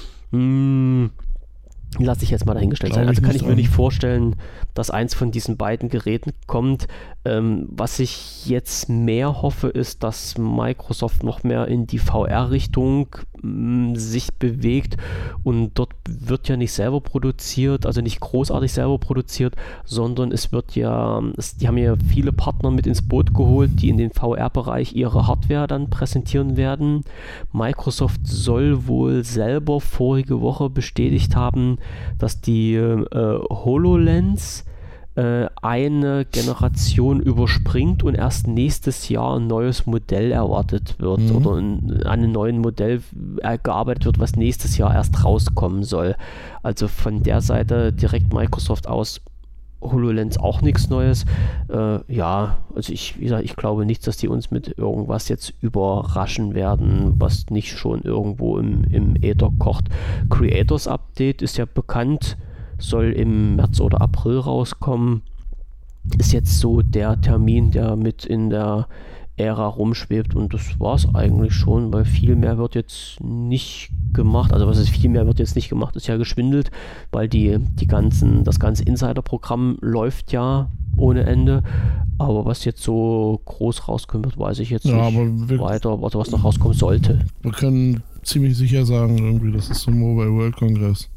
[SPEAKER 1] Lasse ich jetzt mal dahingestellt sein. Also kann ich mir nicht vorstellen, dass eins von diesen beiden Geräten kommt. Was ich jetzt mehr hoffe, ist, dass Microsoft noch mehr in die VR-Richtung sich bewegt, und dort wird ja nicht selber produziert, also nicht großartig selber produziert, sondern es wird die haben ja viele Partner mit ins Boot geholt, die in den VR-Bereich ihre Hardware dann präsentieren werden. Microsoft soll wohl selber vorige Woche bestätigt haben, dass die HoloLens eine Generation überspringt und erst nächstes Jahr ein neues Modell erwartet wird oder an einem neuen Modell gearbeitet wird, was nächstes Jahr erst rauskommen soll. Also von der Seite direkt Microsoft aus HoloLens auch nichts Neues. Also ich glaube nicht, dass die uns mit irgendwas jetzt überraschen werden, was nicht schon irgendwo im Äther kocht. Creators Update ist ja bekannt, soll im März oder April rauskommen. Ist jetzt so der Termin, der mit in der Ära rumschwebt, und das war es eigentlich schon, weil viel mehr wird jetzt nicht gemacht. Also was ist viel mehr wird jetzt nicht gemacht, ist ja geschwindelt, weil das ganze Insider-Programm läuft ja ohne Ende. Aber was jetzt so groß rauskommen wird, weiß ich jetzt nicht weiter, was noch rauskommen sollte.
[SPEAKER 2] Wir können ziemlich sicher sagen, irgendwie, das ist so ein Mobile World Congress.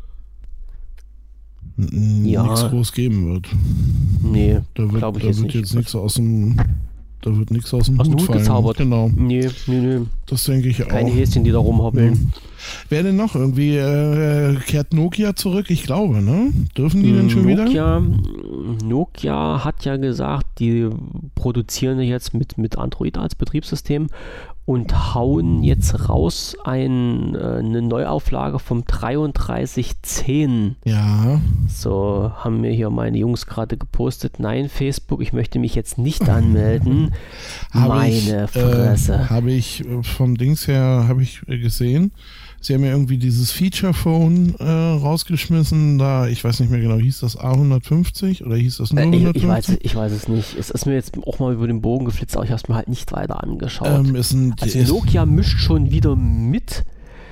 [SPEAKER 2] Nichts groß geben wird.
[SPEAKER 1] Nee, glaube ich jetzt nicht.
[SPEAKER 2] Da wird nichts aus dem Hut fallen.
[SPEAKER 1] Gezaubert.
[SPEAKER 2] Genau.
[SPEAKER 1] Nee.
[SPEAKER 2] Das denke ich auch.
[SPEAKER 1] Keine Häschen, die da rumhoppeln.
[SPEAKER 2] Wer denn noch? Irgendwie kehrt Nokia zurück? Ich glaube, ne? Dürfen die denn schon wieder?
[SPEAKER 1] Nokia hat ja gesagt, die produzieren jetzt mit Android als Betriebssystem und hauen jetzt raus eine Neuauflage vom 3310.
[SPEAKER 2] Ja.
[SPEAKER 1] So haben mir hier meine Jungs gerade gepostet. Nein, Facebook, ich möchte mich jetzt nicht anmelden. Meine Fresse.
[SPEAKER 2] Habe ich vom Dings her gesehen. Sie haben ja irgendwie dieses Feature-Phone rausgeschmissen, da, ich weiß nicht mehr genau, hieß das A150 oder hieß das nur 150?
[SPEAKER 1] Ich weiß es nicht. Es ist mir jetzt auch mal über den Bogen geflitzt, aber ich habe es mir halt nicht weiter angeschaut. Also Nokia mischt schon wieder mit,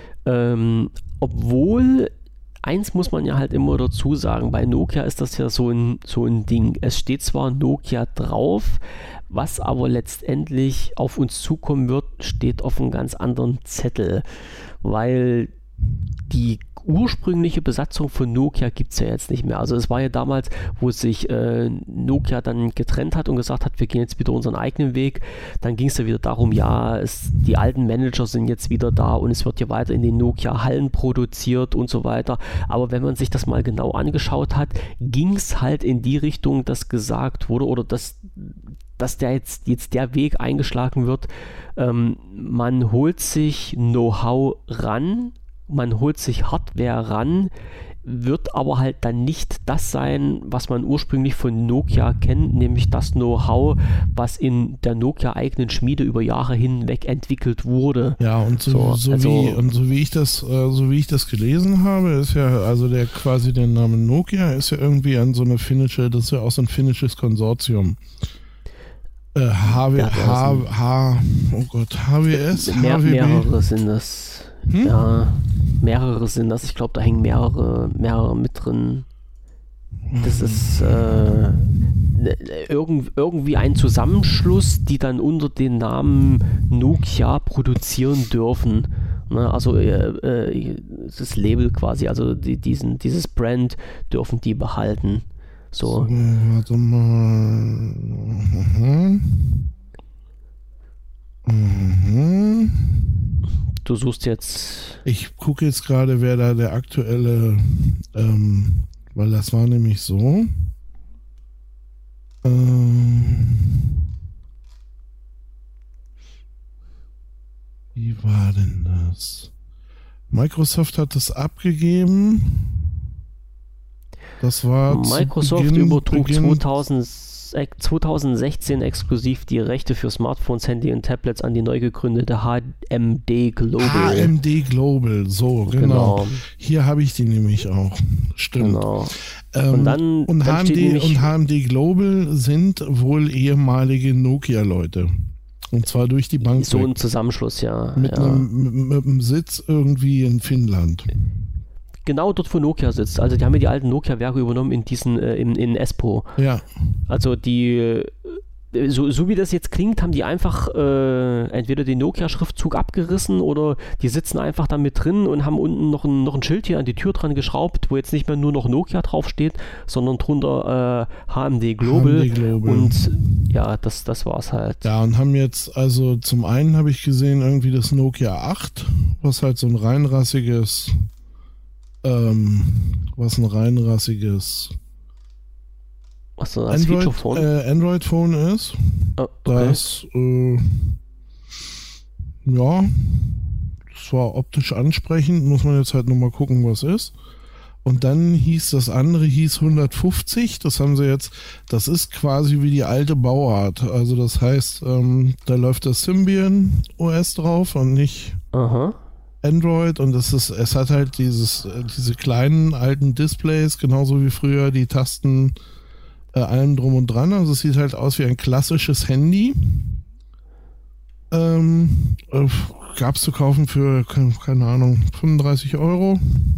[SPEAKER 1] obwohl, eins muss man ja halt immer dazu sagen, bei Nokia ist das ja so ein Ding. Es steht zwar Nokia drauf, was aber letztendlich auf uns zukommen wird, steht auf einem ganz anderen Zettel, weil die ursprüngliche Besatzung von Nokia gibt es ja jetzt nicht mehr. Also es war ja damals, wo sich Nokia dann getrennt hat und gesagt hat, wir gehen jetzt wieder unseren eigenen Weg. Dann ging es ja wieder darum, die alten Manager sind jetzt wieder da und es wird ja weiter in den Nokia-Hallen produziert und so weiter. Aber wenn man sich das mal genau angeschaut hat, ging es halt in die Richtung, dass gesagt wurde oder dass jetzt der Weg eingeschlagen wird, man holt sich Know-how ran, man holt sich Hardware ran, wird aber halt dann nicht das sein, was man ursprünglich von Nokia kennt, nämlich das Know-how, was in der Nokia-eigenen Schmiede über Jahre hinweg entwickelt wurde.
[SPEAKER 2] Ja, und so wie ich das gelesen habe, ist ja, also der Name Nokia ist ja irgendwie an so eine finnische, das ist ja auch so ein finnisches Konsortium. HWS?
[SPEAKER 1] Mehrere sind das. Ja, mehrere sind das. Ich glaube, da hängen mehrere mit drin. Das ist irgendwie ein Zusammenschluss, die dann unter den Namen Nokia produzieren dürfen. Ne, also das Label quasi, also dieses Brand dürfen die behalten. So.
[SPEAKER 2] Warte mal.
[SPEAKER 1] Du suchst jetzt.
[SPEAKER 2] Ich gucke jetzt gerade, wer da der aktuelle, weil das war nämlich so. Wie war denn das? Microsoft hat das abgegeben. Das war
[SPEAKER 1] Microsoft übertrug 2016 exklusiv die Rechte für Smartphones, Handy und Tablets an die neu gegründete HMD Global.
[SPEAKER 2] HMD Global, so, genau. Hier habe ich die nämlich auch. Stimmt. Genau. Und HMD Global sind wohl ehemalige Nokia-Leute. Und zwar durch die Bank.
[SPEAKER 1] So ein Zusammenschluss, ja.
[SPEAKER 2] Mit einem Sitz irgendwie in Finnland.
[SPEAKER 1] Genau dort, wo Nokia sitzt. Also die haben ja die alten Nokia-Werke übernommen in diesen, in Espoo.
[SPEAKER 2] Ja.
[SPEAKER 1] Also die, so wie das jetzt klingt, haben die einfach entweder den Nokia-Schriftzug abgerissen oder die sitzen einfach da mit drin und haben unten noch ein Schild hier an die Tür dran geschraubt, wo jetzt nicht mehr nur noch Nokia draufsteht, sondern drunter HMD Global. Und ja, das war's halt.
[SPEAKER 2] Ja, und haben jetzt, also zum einen habe ich gesehen irgendwie das Nokia 8, was halt so ein reinrassiges Android-Phone ist.
[SPEAKER 1] Oh, okay.
[SPEAKER 2] Das das war optisch ansprechend, muss man jetzt halt nochmal gucken, was ist. Und dann das andere hieß 150, das haben sie jetzt, das ist quasi wie die alte Bauart. Also das heißt, da läuft das Symbian OS drauf und nicht Android, und es hat halt diese kleinen alten Displays, genauso wie früher die Tasten, allem drum und dran. Also es sieht halt aus wie ein klassisches Handy. Gab es zu kaufen für, keine Ahnung, 35 €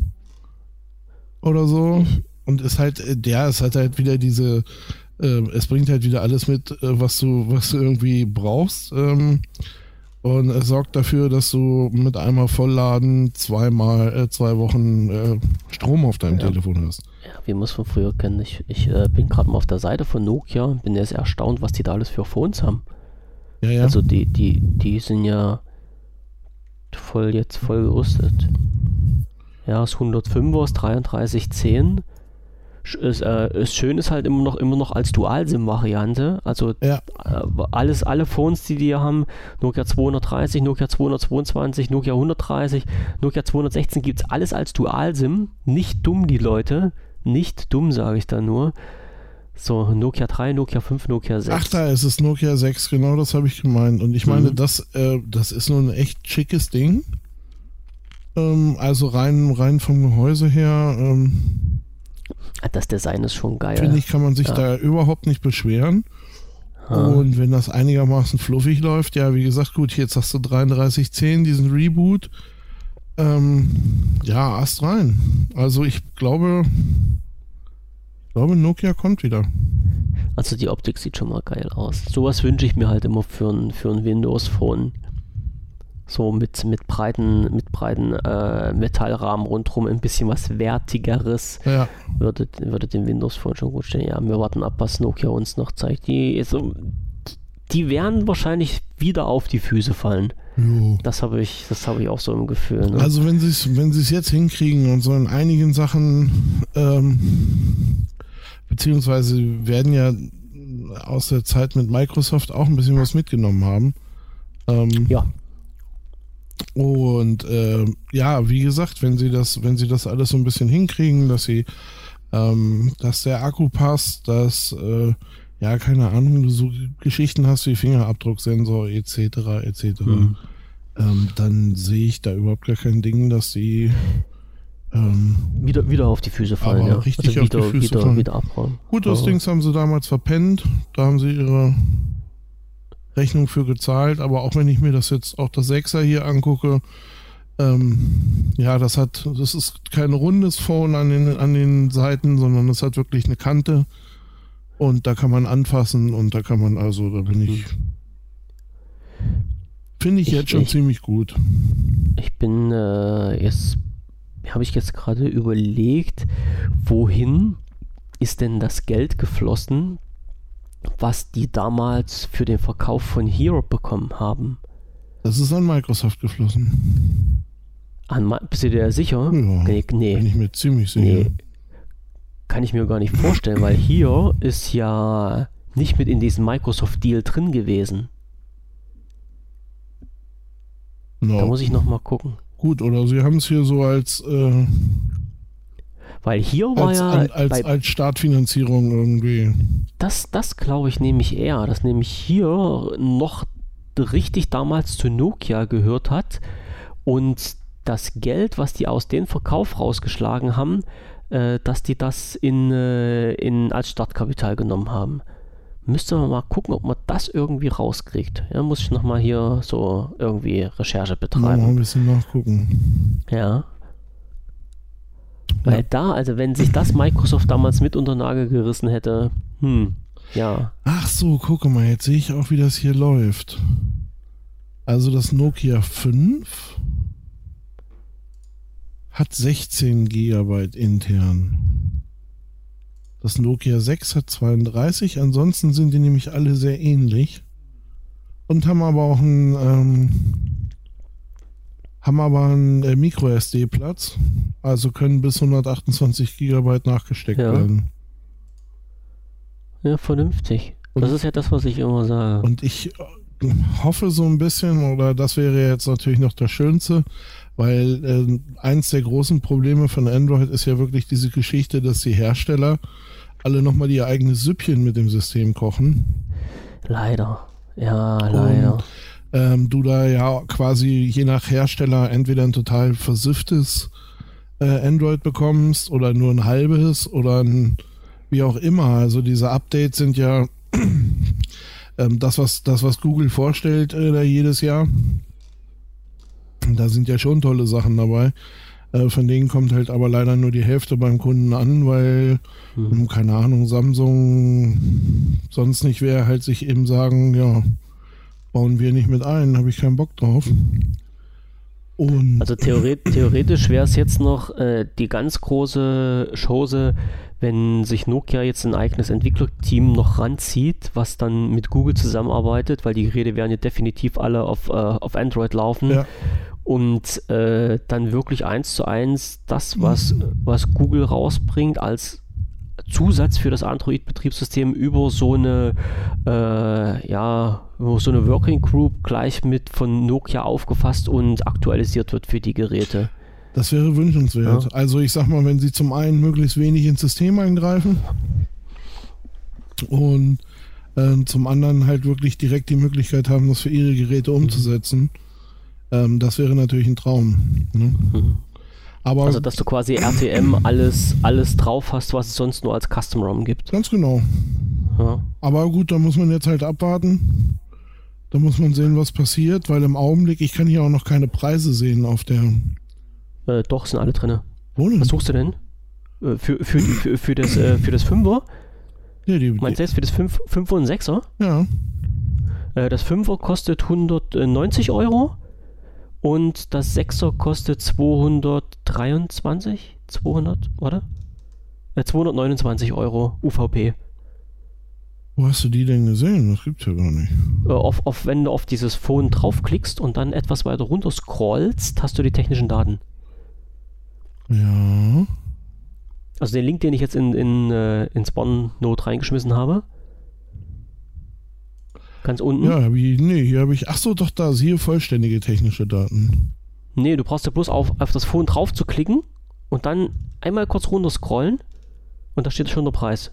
[SPEAKER 2] oder so. Und es hat halt wieder diese, es bringt halt wieder alles mit, was du irgendwie brauchst. Und es sorgt dafür, dass du mit einmal Vollladen 2 Wochen Strom auf deinem Telefon hast.
[SPEAKER 1] Ja, wie man es von früher kennt. Ich bin gerade mal auf der Seite von Nokia und bin jetzt erstaunt, was die da alles für Phones haben.
[SPEAKER 2] Ja.
[SPEAKER 1] Also die sind ja voll gerüstet. Ja, das 105er, das 3310. Schön ist halt immer noch als Dual-SIM-Variante. Also
[SPEAKER 2] ja.
[SPEAKER 1] Alle Phones, die hier haben, Nokia 230, Nokia 222, Nokia 130, Nokia 216, gibt es alles als Dual-SIM. Nicht dumm, die Leute. Nicht dumm, sage ich da nur. So, Nokia 3, Nokia 5, Nokia 6.
[SPEAKER 2] Ach, da ist es Nokia 6, genau das habe ich gemeint. Und ich meine, das ist nur ein echt schickes Ding. Also rein vom Gehäuse her,
[SPEAKER 1] Das Design ist schon geil.
[SPEAKER 2] finde ich, kann man sich da überhaupt nicht beschweren. Und wenn das einigermaßen fluffig läuft, ja, wie gesagt, gut, jetzt hast du 3310, diesen Reboot. Ja, Ast rein. Also ich glaube, Nokia kommt wieder.
[SPEAKER 1] Also die Optik sieht schon mal geil aus. Sowas wünsche ich mir halt immer für ein Windows-Phone. So mit breiten Metallrahmen rundherum, ein bisschen was Wertigeres.
[SPEAKER 2] Ja.
[SPEAKER 1] Würde dem Windows Phone schon gut stehen. Ja, wir warten ab, was Nokia uns noch zeigt. Die werden wahrscheinlich wieder auf die Füße fallen.
[SPEAKER 2] Jo.
[SPEAKER 1] Das habe ich auch so im Gefühl. Ne?
[SPEAKER 2] Also wenn sie es jetzt hinkriegen und so in einigen Sachen, beziehungsweise werden ja aus der Zeit mit Microsoft auch ein bisschen was mitgenommen haben.
[SPEAKER 1] Ja.
[SPEAKER 2] Und ja, wie gesagt, wenn sie das alles so ein bisschen hinkriegen, dass der Akku passt, dass ja, keine Ahnung, du so Geschichten hast wie Fingerabdrucksensor etc. Dann sehe ich da überhaupt gar kein Ding, dass sie
[SPEAKER 1] wieder auf die Füße fallen, ja.
[SPEAKER 2] Richtig also auf die Füße fallen.
[SPEAKER 1] Wieder abräumen.
[SPEAKER 2] Gut, das Ding haben sie damals verpennt, da haben sie ihre Rechnung für gezahlt, aber auch wenn ich mir das 6er hier angucke, ja, das ist kein rundes Phone an den Seiten, sondern es hat wirklich eine Kante und da kann man anfassen und da bin ich, finde ich jetzt schon ziemlich gut.
[SPEAKER 1] Ich bin habe ich jetzt gerade überlegt, wohin ist denn das Geld geflossen, was die damals für den Verkauf von Hero bekommen haben?
[SPEAKER 2] Das ist an Microsoft geflossen.
[SPEAKER 1] Bist du dir sicher?
[SPEAKER 2] Ja,
[SPEAKER 1] nee.
[SPEAKER 2] Bin ich mir ziemlich sicher.
[SPEAKER 1] Nee, kann ich mir gar nicht vorstellen, weil hier ist ja nicht mit in diesem Microsoft-Deal drin gewesen.
[SPEAKER 2] No.
[SPEAKER 1] Da muss ich nochmal gucken.
[SPEAKER 2] Gut, oder sie haben es hier so als
[SPEAKER 1] weil hier war
[SPEAKER 2] als Startfinanzierung irgendwie.
[SPEAKER 1] Das glaube ich nämlich eher, dass nämlich hier noch richtig damals zu Nokia gehört hat und das Geld, was die aus dem Verkauf rausgeschlagen haben, dass die das als Startkapital genommen haben. Müsste man mal gucken, ob man das irgendwie rauskriegt. Ja, muss ich nochmal hier so irgendwie Recherche betreiben.
[SPEAKER 2] Mal ein bisschen nachgucken.
[SPEAKER 1] Ja. Weil also wenn sich das Microsoft damals mit unter den Nagel gerissen hätte, ja.
[SPEAKER 2] Ach so, gucke mal, jetzt sehe ich auch, wie das hier läuft. Also das Nokia 5 hat 16 GB intern. Das Nokia 6 hat 32, ansonsten sind die nämlich alle sehr ähnlich und haben aber auch einen Micro-SD-Platz, also können bis 128 GB nachgesteckt werden.
[SPEAKER 1] Ja, vernünftig. Das ist ja das, was ich immer sage.
[SPEAKER 2] Und ich hoffe so ein bisschen, oder das wäre jetzt natürlich noch das Schönste, weil eins der großen Probleme von Android ist ja wirklich diese Geschichte, dass die Hersteller alle nochmal ihr eigenes Süppchen mit dem System kochen.
[SPEAKER 1] Leider. Ja, leider.
[SPEAKER 2] Und du da ja quasi je nach Hersteller entweder ein total versifftes Android bekommst oder nur ein halbes oder ein wie auch immer. Also diese Updates sind ja das, was Google vorstellt jedes Jahr. Da sind ja schon tolle Sachen dabei. Von denen kommt halt aber leider nur die Hälfte beim Kunden an, weil, keine Ahnung, Samsung sonst nicht wäre, halt sich eben sagen, ja, bauen wir nicht mit ein, habe ich keinen Bock drauf. Und
[SPEAKER 1] also theoretisch wäre es jetzt noch die ganz große Chose, wenn sich Nokia jetzt ein eigenes Entwicklerteam noch ranzieht, was dann mit Google zusammenarbeitet, weil die Geräte werden ja definitiv alle auf Android laufen.
[SPEAKER 2] Ja.
[SPEAKER 1] Und dann wirklich 1:1 das, was Google rausbringt, als Zusatz für das Android-Betriebssystem über so eine Working Group gleich mit von Nokia aufgefasst und aktualisiert wird für die Geräte.
[SPEAKER 2] Das wäre wünschenswert. Ja. Also ich sag mal, wenn sie zum einen möglichst wenig ins System eingreifen und zum anderen halt wirklich direkt die Möglichkeit haben, das für ihre Geräte umzusetzen, Das wäre natürlich ein Traum. Ne? Aber
[SPEAKER 1] Also, dass du quasi RTM alles drauf hast, was es sonst nur als Custom-ROM gibt.
[SPEAKER 2] ganz genau.
[SPEAKER 1] Ja.
[SPEAKER 2] Aber gut, da muss man jetzt halt abwarten. Da muss man sehen, was passiert, weil im Augenblick, ich kann hier auch noch keine Preise sehen auf der...
[SPEAKER 1] Doch, sind alle drin.
[SPEAKER 2] Wo denn?
[SPEAKER 1] Was suchst du denn? Für das 5er?
[SPEAKER 2] Ja,
[SPEAKER 1] Meinst du jetzt für das 5er und 6er?
[SPEAKER 2] ja.
[SPEAKER 1] Das 5er kostet 190 Euro und das 6er kostet 229 Euro UVP.
[SPEAKER 2] Wo hast du die denn gesehen? Das gibt's ja gar nicht.
[SPEAKER 1] Wenn du auf dieses Phone draufklickst und dann etwas weiter runter scrollst, hast du die technischen Daten.
[SPEAKER 2] Ja.
[SPEAKER 1] Also den Link, den ich jetzt ins OneNote reingeschmissen habe. Ganz unten.
[SPEAKER 2] Ja, hier habe ich... Achso, doch, da, siehe vollständige technische Daten.
[SPEAKER 1] Nee, du brauchst ja bloß auf das Phone drauf zu klicken und dann einmal kurz runter scrollen und da steht schon der Preis.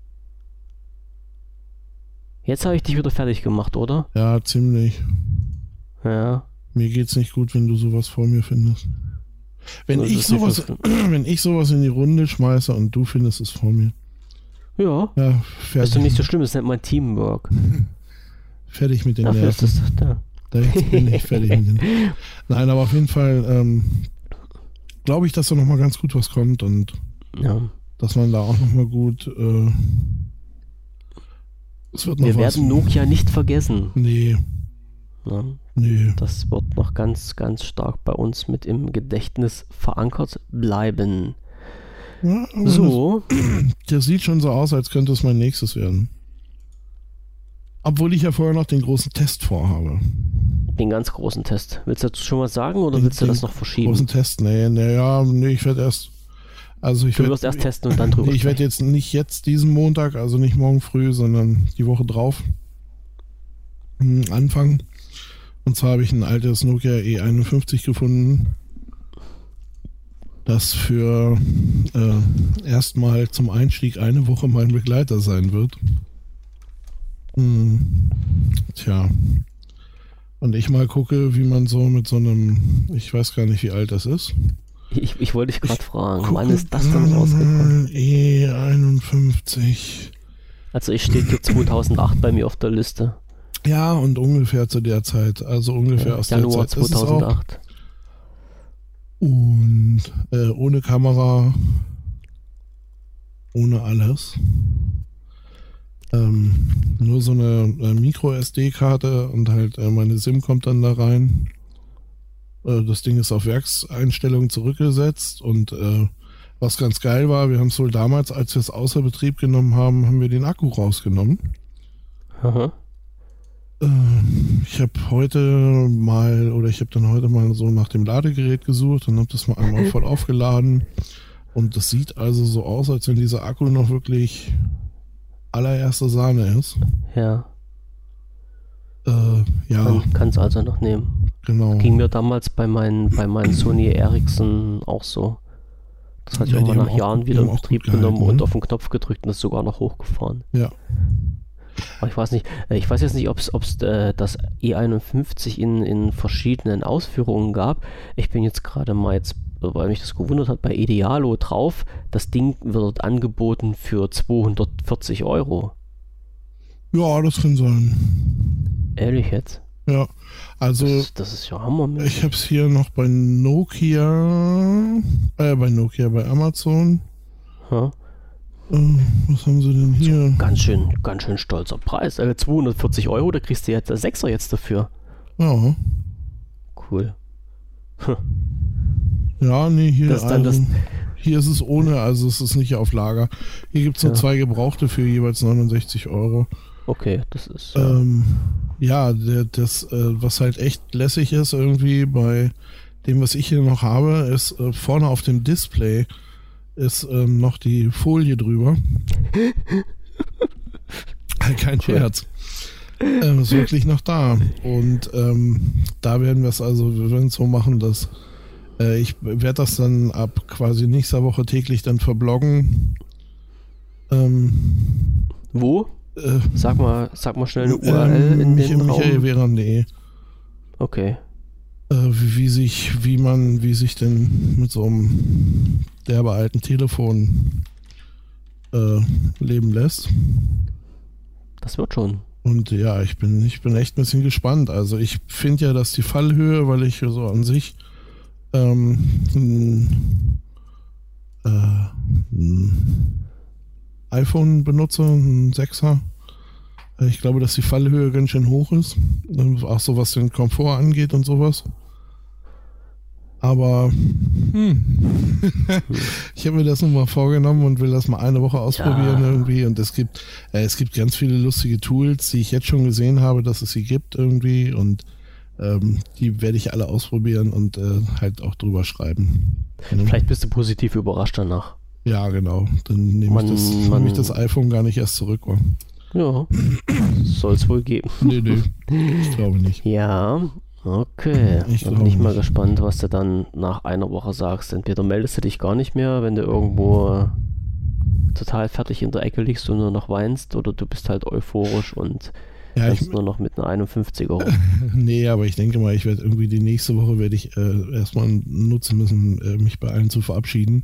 [SPEAKER 1] Jetzt habe ich dich wieder fertig gemacht, oder?
[SPEAKER 2] Ja, ziemlich.
[SPEAKER 1] Ja.
[SPEAKER 2] Mir geht's nicht gut, wenn du sowas vor mir findest. Wenn ich sowas in die Runde schmeiße und du findest es vor mir.
[SPEAKER 1] Ja.
[SPEAKER 2] Ja, fertig.
[SPEAKER 1] Ist doch nicht so schlimm, das nennt man Teamwork.
[SPEAKER 2] Fertig mit den
[SPEAKER 1] Dafür ist
[SPEAKER 2] Nerven.
[SPEAKER 1] es da.
[SPEAKER 2] Da jetzt bin ich fertig mit den... Nein, aber auf jeden Fall glaube ich, dass da nochmal ganz gut was kommt und dass man da auch nochmal gut... es wird noch
[SPEAKER 1] Wir werden Nokia nicht vergessen.
[SPEAKER 2] Nee.
[SPEAKER 1] Ja.
[SPEAKER 2] Nee.
[SPEAKER 1] Das wird noch ganz, ganz stark bei uns mit im Gedächtnis verankert bleiben.
[SPEAKER 2] Ja,
[SPEAKER 1] So.
[SPEAKER 2] Das sieht schon so aus, als könnte es mein nächstes werden. Obwohl ich ja vorher noch den großen Test vorhabe.
[SPEAKER 1] Den ganz großen Test. Willst du dazu schon was sagen oder willst du das noch verschieben?
[SPEAKER 2] Großen Test? Nee, ich werde erst... Also
[SPEAKER 1] du wirst erst testen und dann drüber
[SPEAKER 2] Ich werde jetzt nicht diesen Montag, also nicht morgen früh, sondern die Woche drauf anfangen. Und zwar habe ich ein altes Nokia E51 gefunden, das für erstmal zum Einstieg eine Woche mein Begleiter sein wird. Tja. Und ich mal gucke, wie man so mit so einem, ich weiß gar nicht, wie alt das ist.
[SPEAKER 1] Ich wollte dich gerade fragen, wann ist das denn rausgekommen?
[SPEAKER 2] E51.
[SPEAKER 1] Also ich stehe hier 2008 bei mir auf der Liste.
[SPEAKER 2] Ja, und ungefähr zu der Zeit, also ungefähr aus
[SPEAKER 1] Januar
[SPEAKER 2] der Zeit.
[SPEAKER 1] 2008.
[SPEAKER 2] Und ohne Kamera, ohne alles. Nur so eine Micro-SD-Karte und halt meine SIM kommt dann da rein. Das Ding ist auf Werkseinstellungen zurückgesetzt und was ganz geil war, wir haben es wohl damals, als wir es außer Betrieb genommen haben, haben wir den Akku rausgenommen.
[SPEAKER 1] Aha.
[SPEAKER 2] Ich habe dann heute mal so nach dem Ladegerät gesucht und habe das mal einmal voll aufgeladen und das sieht also so aus, als wenn dieser Akku noch wirklich allererste Sahne ist.
[SPEAKER 1] Ja.
[SPEAKER 2] Ja.
[SPEAKER 1] Kann es also noch nehmen.
[SPEAKER 2] Genau.
[SPEAKER 1] Ging mir damals bei meinen Sony Ericsson auch so. Das hatte ich auch mal nach Jahren wieder in Betrieb genommen und auf den Knopf gedrückt und das sogar noch hochgefahren.
[SPEAKER 2] Ja.
[SPEAKER 1] Aber ich weiß jetzt nicht, ob es das E51 in verschiedenen Ausführungen gab. Ich bin jetzt gerade mal weil mich das gewundert hat, bei Idealo drauf. Das Ding wird angeboten für 240 Euro.
[SPEAKER 2] Ja, das kann sein.
[SPEAKER 1] Ehrlich jetzt?
[SPEAKER 2] Ja, also
[SPEAKER 1] das ist ja hammermäßig.
[SPEAKER 2] Ich habe es hier noch bei bei Amazon.
[SPEAKER 1] Ja.
[SPEAKER 2] Was haben sie denn hier?
[SPEAKER 1] Ganz schön stolzer Preis. 240 Euro, da kriegst du jetzt 6er jetzt dafür.
[SPEAKER 2] Ja.
[SPEAKER 1] Cool.
[SPEAKER 2] Ja, nee, hier, hier ist es ohne, also es ist nicht auf Lager. Hier gibt es nur 2 Gebrauchte für jeweils 69 Euro.
[SPEAKER 1] Okay, das ist...
[SPEAKER 2] was halt echt lässig ist irgendwie bei dem, was ich hier noch habe, ist vorne auf dem Display ist noch die Folie drüber. Kein Scherz. Ist wirklich noch da. Und da werden wir es so machen, dass ich werde das dann ab quasi nächster Woche täglich dann verbloggen.
[SPEAKER 1] Wo? Sag mal schnell eine URL in den Raum.
[SPEAKER 2] michaelveran.de.
[SPEAKER 1] Okay.
[SPEAKER 2] wie sich denn mit so einem derbe alten Telefon leben lässt.
[SPEAKER 1] Das wird schon.
[SPEAKER 2] Und ja, ich bin echt ein bisschen gespannt. Also ich finde ja, dass die Fallhöhe, weil ich so an sich ein iPhone benutze, ein 6er. Ich glaube, dass die Fallhöhe ganz schön hoch ist. Auch so was den Komfort angeht und sowas. Aber ich habe mir das nun mal vorgenommen und will das mal eine Woche ausprobieren irgendwie. Und es gibt ganz viele lustige Tools, die ich jetzt schon gesehen habe, dass es sie gibt irgendwie. Und die werde ich alle ausprobieren und halt auch drüber schreiben.
[SPEAKER 1] Vielleicht bist du positiv überrascht danach.
[SPEAKER 2] Ja, genau. Dann nehme ich das iPhone gar nicht erst zurück.
[SPEAKER 1] Ja, soll es wohl geben.
[SPEAKER 2] Nee, ich glaube nicht.
[SPEAKER 1] Ja, okay. Dann bin ich mal gespannt, was du dann nach einer Woche sagst. Entweder meldest du dich gar nicht mehr, wenn du irgendwo total fertig in der Ecke liegst und nur noch weinst, oder du bist halt euphorisch und kannst nur noch mit einer 51er rum.
[SPEAKER 2] Nee, aber ich denke mal, ich werde irgendwie die nächste Woche erstmal nutzen müssen, mich bei allen zu verabschieden.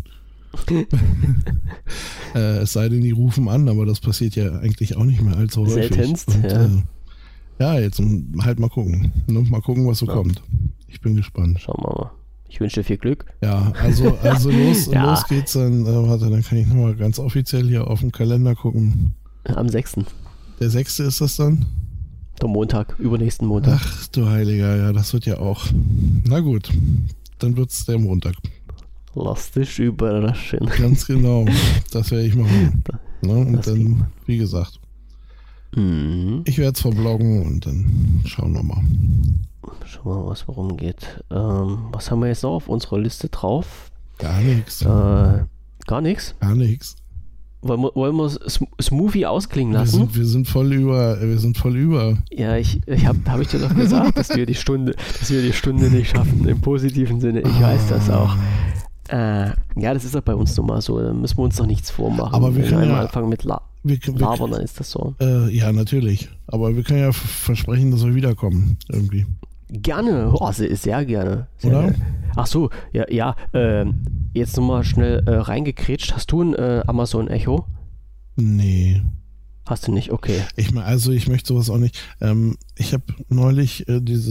[SPEAKER 2] Es sei denn, die rufen an, aber das passiert ja eigentlich auch nicht mehr allzu häufig.
[SPEAKER 1] Seltenst,
[SPEAKER 2] und, ja. Jetzt halt mal gucken. Ne? Mal gucken, was so kommt. Ich bin gespannt.
[SPEAKER 1] Schauen wir mal. Ich wünsche dir viel Glück.
[SPEAKER 2] Ja, also los geht's dann. Warte, dann kann ich nochmal ganz offiziell hier auf den Kalender gucken.
[SPEAKER 1] Am 6.
[SPEAKER 2] Der 6. ist das dann?
[SPEAKER 1] Der Montag, übernächsten Montag.
[SPEAKER 2] Ach du Heiliger, ja, das wird ja auch. Na gut, dann wird's der Montag.
[SPEAKER 1] Lass dich überraschen.
[SPEAKER 2] Ganz genau, das werde ich machen. Ne? Und dann, wie gesagt, ich werde es verbloggen und dann schauen wir mal.
[SPEAKER 1] Schauen wir mal, worum geht. Was haben wir jetzt noch auf unserer Liste drauf?
[SPEAKER 2] Gar nichts.
[SPEAKER 1] Gar nichts?
[SPEAKER 2] Gar nichts.
[SPEAKER 1] Wollen wir Smoothie ausklingen lassen?
[SPEAKER 2] Wir sind voll über.
[SPEAKER 1] Ja, hab ich dir doch gesagt, dass wir die Stunde nicht schaffen, im positiven Sinne. Ich weiß das auch. Ja, das ist ja bei uns nun mal so. Da müssen wir uns doch nichts vormachen.
[SPEAKER 2] Aber wir können
[SPEAKER 1] einmal anfangen mit Labern, dann ist das so.
[SPEAKER 2] Ja, natürlich. Aber wir können ja versprechen, dass wir wiederkommen. Irgendwie.
[SPEAKER 1] Gerne. Sehr gerne.
[SPEAKER 2] Oder?
[SPEAKER 1] Ach so, ja. Jetzt nochmal schnell reingekrätscht. Hast du ein Amazon Echo?
[SPEAKER 2] Nee.
[SPEAKER 1] Hast du nicht? Okay.
[SPEAKER 2] Ich möchte sowas auch nicht. Ich habe neulich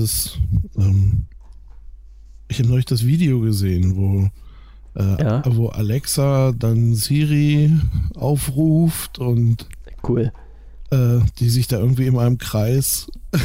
[SPEAKER 2] das Video gesehen, wo Alexa dann Siri aufruft und
[SPEAKER 1] cool.
[SPEAKER 2] Die sich da irgendwie in einem Kreis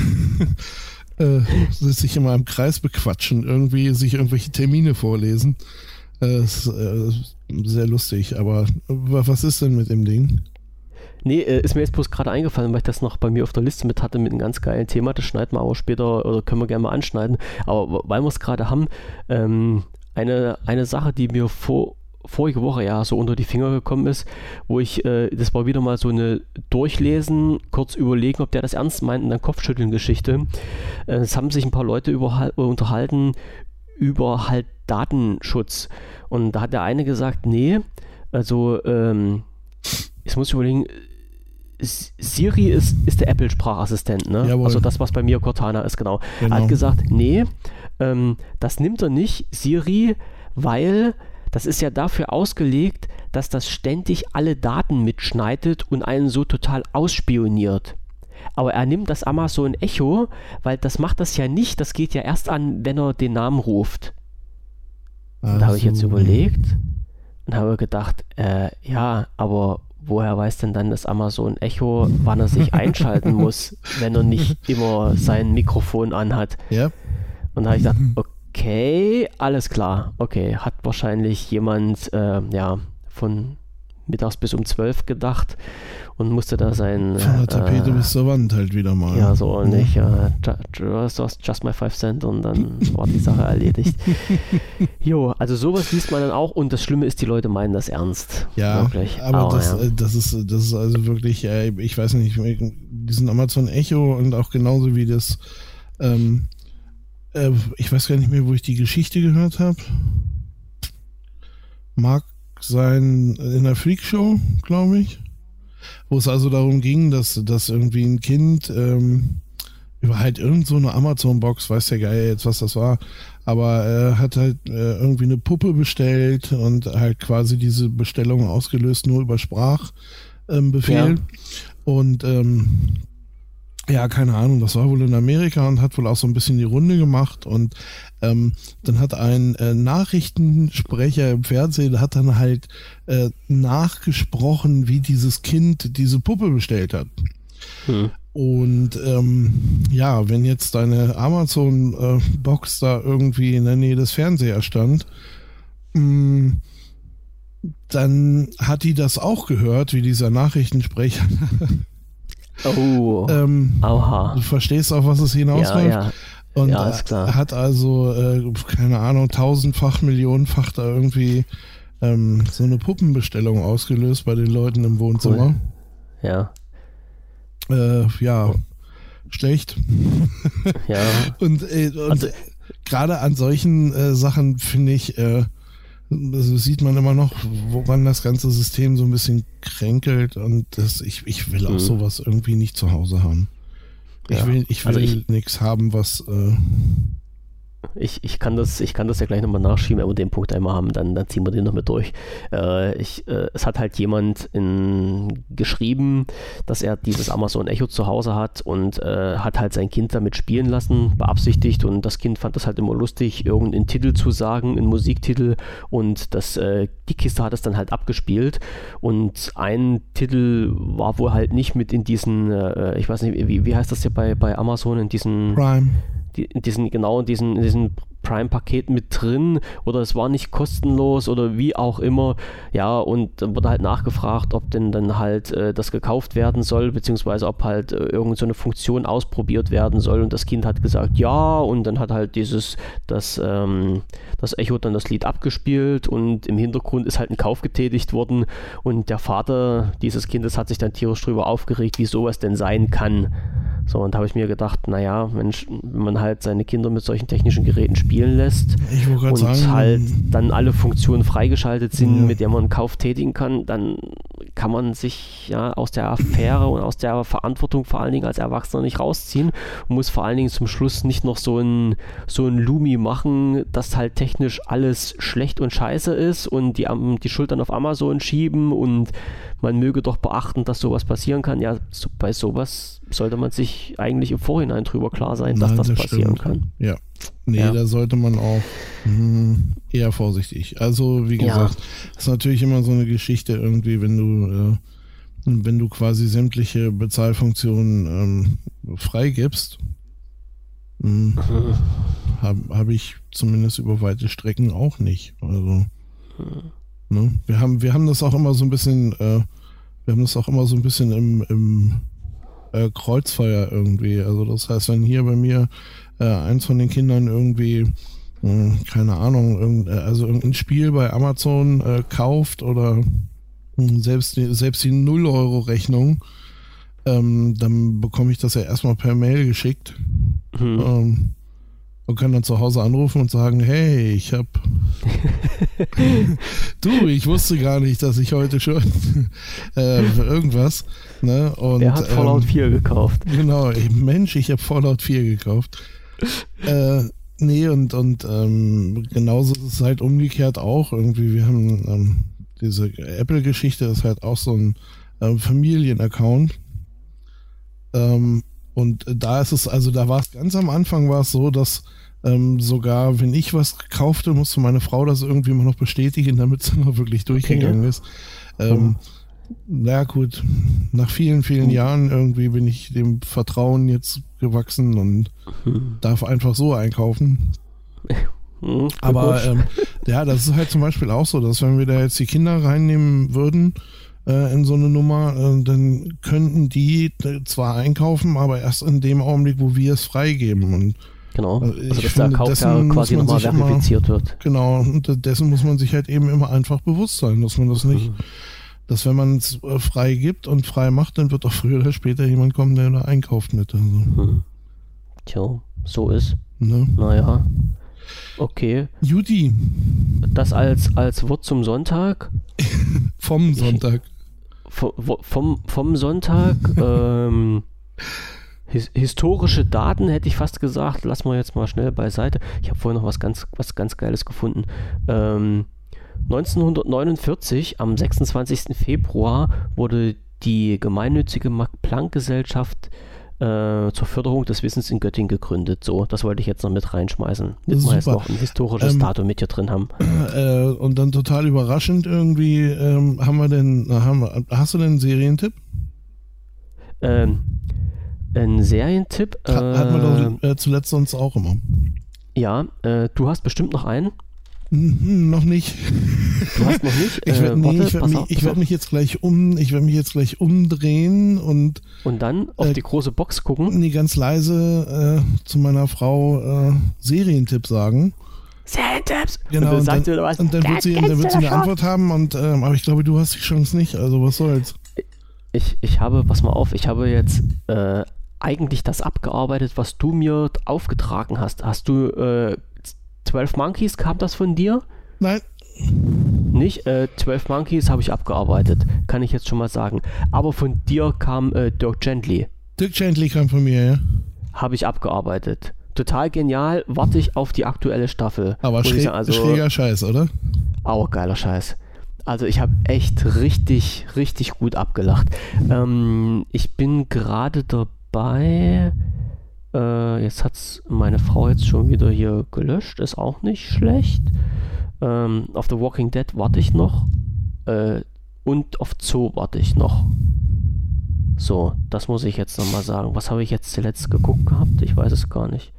[SPEAKER 2] bequatschen, irgendwie sich irgendwelche Termine vorlesen. Ist sehr lustig, aber was ist denn mit dem Ding?
[SPEAKER 1] Nee, ist mir jetzt bloß gerade eingefallen, weil ich das noch bei mir auf der Liste mit hatte, mit einem ganz geilen Thema. Das schneiden wir aber später, oder können wir gerne mal anschneiden. Aber weil wir es gerade haben, eine Sache, die mir vorige Woche ja so unter die Finger gekommen ist, wo ich, das war wieder mal so eine Durchlesen, kurz überlegen, ob der das ernst meint, und dann Kopfschütteln-Geschichte. Es haben sich ein paar Leute unterhalten über halt Datenschutz. Und da hat der eine gesagt, nee, also jetzt muss ich überlegen, Siri ist der Apple-Sprachassistent, ne?
[SPEAKER 2] Jawohl.
[SPEAKER 1] Also das, was bei mir Cortana ist, genau. Er hat gesagt, nee, das nimmt er nicht, Siri, weil das ist ja dafür ausgelegt, dass das ständig alle Daten mitschneidet und einen so total ausspioniert. Aber er nimmt das Amazon Echo, weil das macht das ja nicht, das geht ja erst an, wenn er den Namen ruft. Und da habe ich jetzt überlegt und habe gedacht, ja, aber woher weiß denn dann das Amazon Echo, wann er sich einschalten muss, wenn er nicht immer sein Mikrofon anhat?
[SPEAKER 2] Ja.
[SPEAKER 1] Und da habe ich gedacht, okay, alles klar. Okay, hat wahrscheinlich jemand von mittags bis um 12 gedacht und musste da sein...
[SPEAKER 2] Von der Tapete bis zur Wand halt wieder mal.
[SPEAKER 1] Ja, so ordentlich. Just my 5 Cent und dann war die Sache erledigt. Jo, also sowas liest man dann auch und das Schlimme ist, die Leute meinen das ernst.
[SPEAKER 2] Ja,
[SPEAKER 1] wirklich.
[SPEAKER 2] aber das ist also wirklich, ich weiß nicht, diesen Amazon Echo und auch genauso wie das, ich weiß gar nicht mehr, wo ich die Geschichte gehört habe. Mag sein in der Freakshow, glaube ich, wo es also darum ging, dass irgendwie ein Kind über halt irgend so eine Amazon-Box, weiß der Geier jetzt, was das war, aber hat halt irgendwie eine Puppe bestellt und halt quasi diese Bestellung ausgelöst, nur über Sprachbefehl.
[SPEAKER 1] Ja.
[SPEAKER 2] Und ja, keine Ahnung, das war wohl in Amerika und hat wohl auch so ein bisschen die Runde gemacht und dann hat ein Nachrichtensprecher im Fernsehen hat dann halt nachgesprochen, wie dieses Kind diese Puppe bestellt hat. Und ja, wenn jetzt deine Amazon-Box da irgendwie in der Nähe des Fernsehers stand, dann hat die das auch gehört, wie dieser Nachrichtensprecher.
[SPEAKER 1] Oh,
[SPEAKER 2] Oha. Du verstehst, auf was es hinausläuft.
[SPEAKER 1] Ja.
[SPEAKER 2] Und
[SPEAKER 1] ja, ist klar.
[SPEAKER 2] Hat also, keine Ahnung, 1000-fach, Millionenfach da irgendwie so eine Puppenbestellung ausgelöst bei den Leuten im Wohnzimmer.
[SPEAKER 1] Cool.
[SPEAKER 2] Ja, schlecht.
[SPEAKER 1] Ja.
[SPEAKER 2] Und also, gerade an solchen Sachen finde ich, also sieht man immer noch, woran das ganze System so ein bisschen kränkelt und ich will auch sowas irgendwie nicht zu Hause haben. Ich will nichts haben, was
[SPEAKER 1] Ich kann das ja gleich nochmal nachschieben, wenn wir den Punkt einmal haben, dann ziehen wir den noch mit durch. Es hat halt jemand geschrieben, dass er dieses Amazon Echo zu Hause hat und hat halt sein Kind damit spielen lassen, beabsichtigt, und das Kind fand das halt immer lustig, irgendeinen Titel zu sagen, einen Musiktitel, und die Kiste hat es dann halt abgespielt, und ein Titel war wohl halt nicht mit in diesen, ich weiß nicht, wie heißt das hier bei Amazon, in diesen
[SPEAKER 2] Prime.
[SPEAKER 1] In diesen Prime-Paket mit drin, oder es war nicht kostenlos oder wie auch immer, ja, und dann wurde halt nachgefragt, ob denn dann halt das gekauft werden soll, beziehungsweise ob halt irgend so eine Funktion ausprobiert werden soll, und das Kind hat gesagt, ja, und dann hat halt das Echo dann das Lied abgespielt und im Hintergrund ist halt ein Kauf getätigt worden, und der Vater dieses Kindes hat sich dann tierisch drüber aufgeregt, wie sowas denn sein kann. So, und da habe ich mir gedacht, naja, Mensch, wenn man halt seine Kinder mit solchen technischen Geräten spielen lässt und halt dann alle Funktionen freigeschaltet sind, mit der man einen Kauf tätigen kann, dann kann man sich ja aus der Affäre und aus der Verantwortung vor allen Dingen als Erwachsener nicht rausziehen und muss vor allen Dingen zum Schluss nicht noch so ein Lumi machen, dass halt technisch alles schlecht und scheiße ist und die Schultern auf Amazon schieben und man möge doch beachten, dass sowas passieren kann. Ja, bei sowas sollte man sich eigentlich im Vorhinein drüber klar sein, dass das passieren kann.
[SPEAKER 2] Ja. Nee, da sollte man auch eher vorsichtig. Also, wie gesagt, ist natürlich immer so eine Geschichte irgendwie, wenn du quasi sämtliche Bezahlfunktionen freigibst, habe ich zumindest über weite Strecken auch nicht. Also, ne? Wir haben das auch immer so ein bisschen, im Kreuzfeuer irgendwie. Also das heißt, wenn hier bei mir eins von den Kindern irgendwie, keine Ahnung, irgendein Spiel bei Amazon kauft oder selbst die 0-Euro-Rechnung, dann bekomme ich das ja erstmal per Mail geschickt und kann dann zu Hause anrufen und sagen, hey, ich wusste gar nicht, dass ich heute schon irgendwas, ne? Und,
[SPEAKER 1] wer hat Fallout 4 gekauft?
[SPEAKER 2] Genau, Mensch, ich habe Fallout 4 gekauft. Nee, und genauso ist es halt umgekehrt auch irgendwie. Wir haben diese Apple-Geschichte, ist halt auch so ein Familienaccount. Und da ist es, also da war es ganz am Anfang war es so, dass sogar, wenn ich was kaufte, musste meine Frau das irgendwie immer noch bestätigen, damit es immer wirklich durchgegangen ist. Na gut, nach vielen, vielen Jahren irgendwie bin ich dem Vertrauen jetzt gewachsen und darf einfach so einkaufen. Aber das ist halt zum Beispiel auch so, dass wenn wir da jetzt die Kinder reinnehmen würden in so eine Nummer, dann könnten die zwar einkaufen, aber erst in dem Augenblick, wo wir es freigeben. Und
[SPEAKER 1] genau, also dass der Kauf ja quasi nochmal verifiziert wird.
[SPEAKER 2] Genau, und dessen muss man sich halt eben immer einfach bewusst sein, dass man das nicht, dass wenn man es frei gibt und frei macht, dann wird auch früher oder später jemand kommen, der da einkauft mit. Also.
[SPEAKER 1] Tja, so ist.
[SPEAKER 2] Ne?
[SPEAKER 1] Naja, okay.
[SPEAKER 2] Judy.
[SPEAKER 1] Das als Wort zum Sonntag.
[SPEAKER 2] Vom Sonntag.
[SPEAKER 1] Vom Sonntag. Historische Daten hätte ich fast gesagt, lassen wir jetzt mal schnell beiseite. Ich habe vorhin noch was ganz Geiles gefunden. 1949, am 26. Februar, wurde die gemeinnützige Max-Planck-Gesellschaft zur Förderung des Wissens in Göttingen gegründet. So, das wollte ich jetzt noch mit reinschmeißen. Damit wir jetzt noch ein historisches Datum mit hier drin haben.
[SPEAKER 2] Und dann total überraschend irgendwie, hast du denn einen Serientipp?
[SPEAKER 1] Ein Serientipp?
[SPEAKER 2] Hat man doch zuletzt sonst auch immer.
[SPEAKER 1] Ja, du hast bestimmt noch einen.
[SPEAKER 2] Noch nicht.
[SPEAKER 1] Du hast noch nicht?
[SPEAKER 2] Ich werde mich jetzt gleich umdrehen und
[SPEAKER 1] dann auf die große Box gucken.
[SPEAKER 2] Nee, ganz leise zu meiner Frau Serientipp sagen.
[SPEAKER 1] Serientipps!
[SPEAKER 2] Genau, und dann wird sie eine Antwort haben, aber ich glaube, du hast die Chance nicht, also was soll's.
[SPEAKER 1] Ich habe, pass mal auf, ich habe jetzt eigentlich das abgearbeitet, was du mir aufgetragen hast. Hast du 12 Monkeys, kam das von dir?
[SPEAKER 2] Nein.
[SPEAKER 1] Nicht? 12 Monkeys habe ich abgearbeitet, kann ich jetzt schon mal sagen. Aber von dir kam Dirk Gently.
[SPEAKER 2] Dirk Gently kam von mir, ja.
[SPEAKER 1] Habe ich abgearbeitet. Total genial, warte ich auf die aktuelle Staffel.
[SPEAKER 2] Aber schräger Scheiß, oder?
[SPEAKER 1] Auch geiler Scheiß. Also ich habe echt richtig, richtig gut abgelacht. Ich bin gerade dabei... jetzt hat es meine Frau jetzt schon wieder hier gelöscht, ist auch nicht schlecht. Auf The Walking Dead warte ich noch und auf Zoo warte ich noch. So, das muss ich jetzt nochmal sagen. Was habe ich jetzt zuletzt geguckt gehabt? Ich weiß es gar nicht.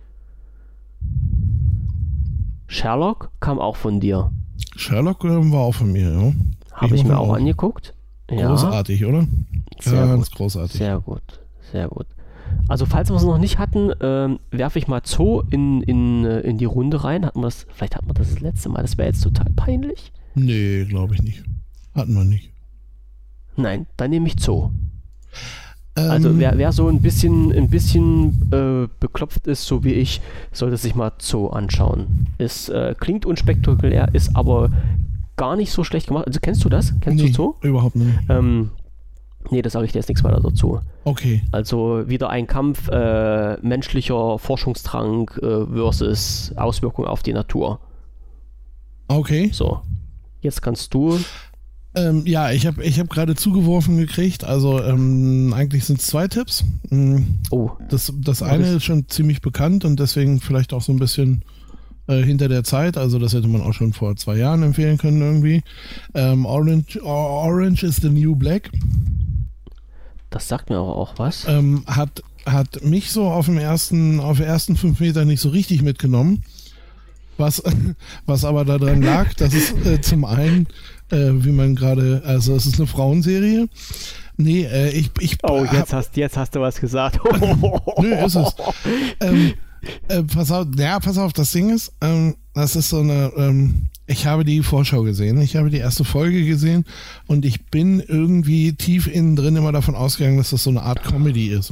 [SPEAKER 1] Sherlock kam auch von dir.
[SPEAKER 2] Sherlock war auch von mir, ja.
[SPEAKER 1] Habe ich mir auch angeguckt.
[SPEAKER 2] Großartig, oder?
[SPEAKER 1] Ganz
[SPEAKER 2] großartig.
[SPEAKER 1] Sehr gut, sehr gut. Also falls wir es noch nicht hatten, werfe ich mal Zoo in die Runde rein. Vielleicht hatten wir das letzte Mal. Das wäre jetzt total peinlich.
[SPEAKER 2] Nee, glaube ich nicht. Hatten wir nicht.
[SPEAKER 1] Nein, dann nehme ich Zoo. Also wer so ein bisschen beklopft ist, so wie ich, sollte sich mal Zoo anschauen. Es klingt unspektakulär, ist aber gar nicht so schlecht gemacht. Also kennst du das? Kennst du Zoo?
[SPEAKER 2] Überhaupt nicht.
[SPEAKER 1] Nee, das sage ich dir jetzt nichts weiter dazu.
[SPEAKER 2] Okay.
[SPEAKER 1] Also wieder ein Kampf menschlicher Forschungsdrang versus Auswirkungen auf die Natur.
[SPEAKER 2] Okay.
[SPEAKER 1] So, jetzt kannst du...
[SPEAKER 2] ja, ich hab gerade zugeworfen gekriegt, also eigentlich sind es 2 Tipps.
[SPEAKER 1] Oh.
[SPEAKER 2] Das eine ist schon ziemlich bekannt und deswegen vielleicht auch so ein bisschen hinter der Zeit, also das hätte man auch schon vor 2 Jahren empfehlen können irgendwie. Orange is the New Black.
[SPEAKER 1] Das sagt mir aber auch was.
[SPEAKER 2] Hat mich so auf den ersten 5 Metern nicht so richtig mitgenommen. Was aber daran lag, dass es zum einen, wie man gerade, also es ist eine Frauenserie. Nee,
[SPEAKER 1] jetzt hast du was gesagt.
[SPEAKER 2] Nö, ist es. Pass auf, das Ding ist, das ist so eine, ich habe die Vorschau gesehen, ich habe die erste Folge gesehen und ich bin irgendwie tief innen drin immer davon ausgegangen, dass das so eine Art Comedy ist.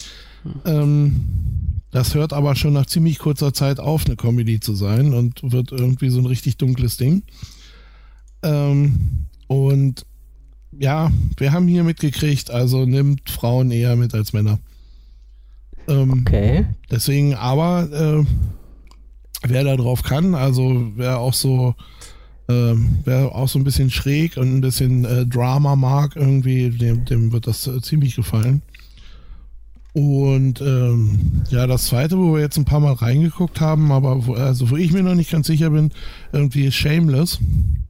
[SPEAKER 2] Das hört aber schon nach ziemlich kurzer Zeit auf, eine Comedy zu sein und wird irgendwie so ein richtig dunkles Ding. Und ja, wir haben hier mitgekriegt, also nimmt Frauen eher mit als Männer.
[SPEAKER 1] Okay.
[SPEAKER 2] Deswegen, aber wer da drauf kann, also wer auch so ein bisschen schräg und ein bisschen Drama mag, irgendwie, dem wird das ziemlich gefallen. Und ja, das zweite, wo wir jetzt ein paar Mal reingeguckt haben, aber wo ich mir noch nicht ganz sicher bin, irgendwie ist Shameless.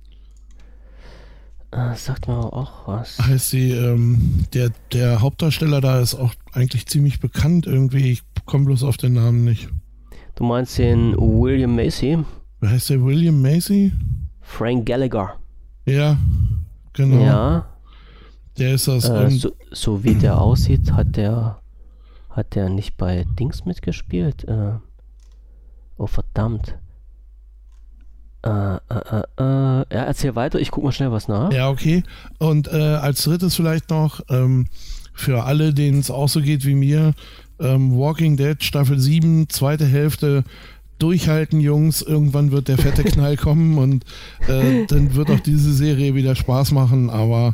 [SPEAKER 1] Sagt mir auch was.
[SPEAKER 2] Heißt sie, der Hauptdarsteller da ist auch eigentlich ziemlich bekannt irgendwie. Ich komme bloß auf den Namen nicht.
[SPEAKER 1] Du meinst den William Macy?
[SPEAKER 2] Wer heißt der? William Macy?
[SPEAKER 1] Frank Gallagher.
[SPEAKER 2] Ja, genau.
[SPEAKER 1] Ja.
[SPEAKER 2] Der ist das.
[SPEAKER 1] So wie der aussieht, hat der nicht bei Dings mitgespielt? Oh, verdammt. Ja, erzähl weiter, ich guck mal schnell was nach.
[SPEAKER 2] Ja, okay. Und als drittes vielleicht noch, für alle, denen es auch so geht wie mir, Walking Dead Staffel 7, zweite Hälfte, durchhalten, Jungs, irgendwann wird der fette Knall kommen und dann wird auch diese Serie wieder Spaß machen, aber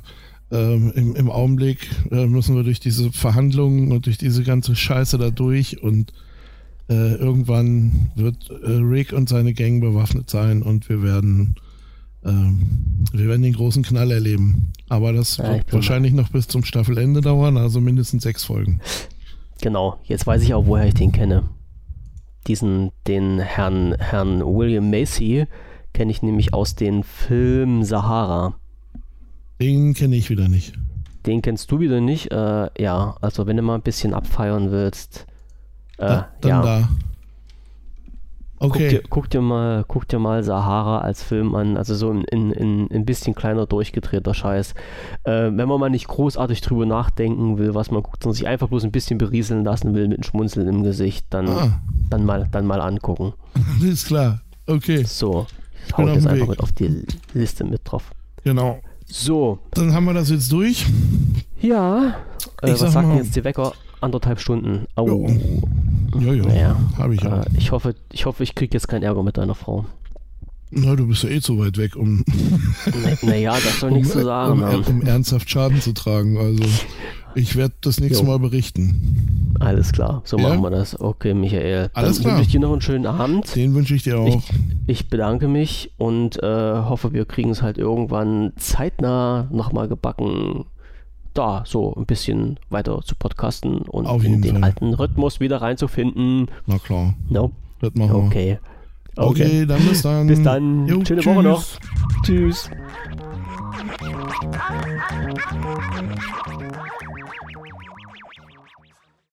[SPEAKER 2] Im Augenblick müssen wir durch diese Verhandlungen und durch diese ganze Scheiße da durch und irgendwann wird Rick und seine Gang bewaffnet sein und wir werden den großen Knall erleben. Aber das wird wahrscheinlich noch bis zum Staffelende dauern, also mindestens 6 Folgen.
[SPEAKER 1] Genau, jetzt weiß ich auch, woher ich den kenne. Den Herrn William Macy kenne ich nämlich aus dem Film Sahara.
[SPEAKER 2] Den kenne ich wieder nicht.
[SPEAKER 1] Den kennst du wieder nicht? Ja, also wenn du mal ein bisschen abfeiern willst.
[SPEAKER 2] Da. Okay.
[SPEAKER 1] Guck dir mal Sahara als Film an, also so in ein bisschen kleiner durchgedrehter Scheiß. Wenn man mal nicht großartig drüber nachdenken will, was man guckt, sondern sich einfach bloß ein bisschen berieseln lassen will mit einem Schmunzeln im Gesicht, dann mal angucken.
[SPEAKER 2] Ist klar. Okay.
[SPEAKER 1] So, ich hau das einfach mit auf die Liste mit drauf.
[SPEAKER 2] Genau.
[SPEAKER 1] So.
[SPEAKER 2] Dann haben wir das jetzt durch.
[SPEAKER 1] Ja. Was sagt denn jetzt die Wecker? 1,5 Stunden. Au.
[SPEAKER 2] Ja.
[SPEAKER 1] Naja.
[SPEAKER 2] Habe ich auch.
[SPEAKER 1] Ich hoffe, ich kriege jetzt keinen Ärger mit deiner Frau.
[SPEAKER 2] Na, du bist ja zu weit weg, um...
[SPEAKER 1] Naja, das soll nichts zu sagen.
[SPEAKER 2] Um ernsthaft Schaden zu tragen. Also, ich werde das nächste Mal berichten.
[SPEAKER 1] Alles klar, so machen wir das. Okay, Michael.
[SPEAKER 2] Alles klar.
[SPEAKER 1] Dann wünsche ich dir noch einen schönen Abend.
[SPEAKER 2] Den wünsche ich dir auch.
[SPEAKER 1] Ich bedanke mich und hoffe, wir kriegen es halt irgendwann zeitnah nochmal gebacken, da so ein bisschen weiter zu podcasten und in den alten Rhythmus wieder reinzufinden.
[SPEAKER 2] Na klar.
[SPEAKER 1] No?
[SPEAKER 2] Das machen wir.
[SPEAKER 1] Okay,
[SPEAKER 2] dann bis dann.
[SPEAKER 1] Bis dann.
[SPEAKER 2] Jo,
[SPEAKER 1] schöne Woche noch. Tschüss.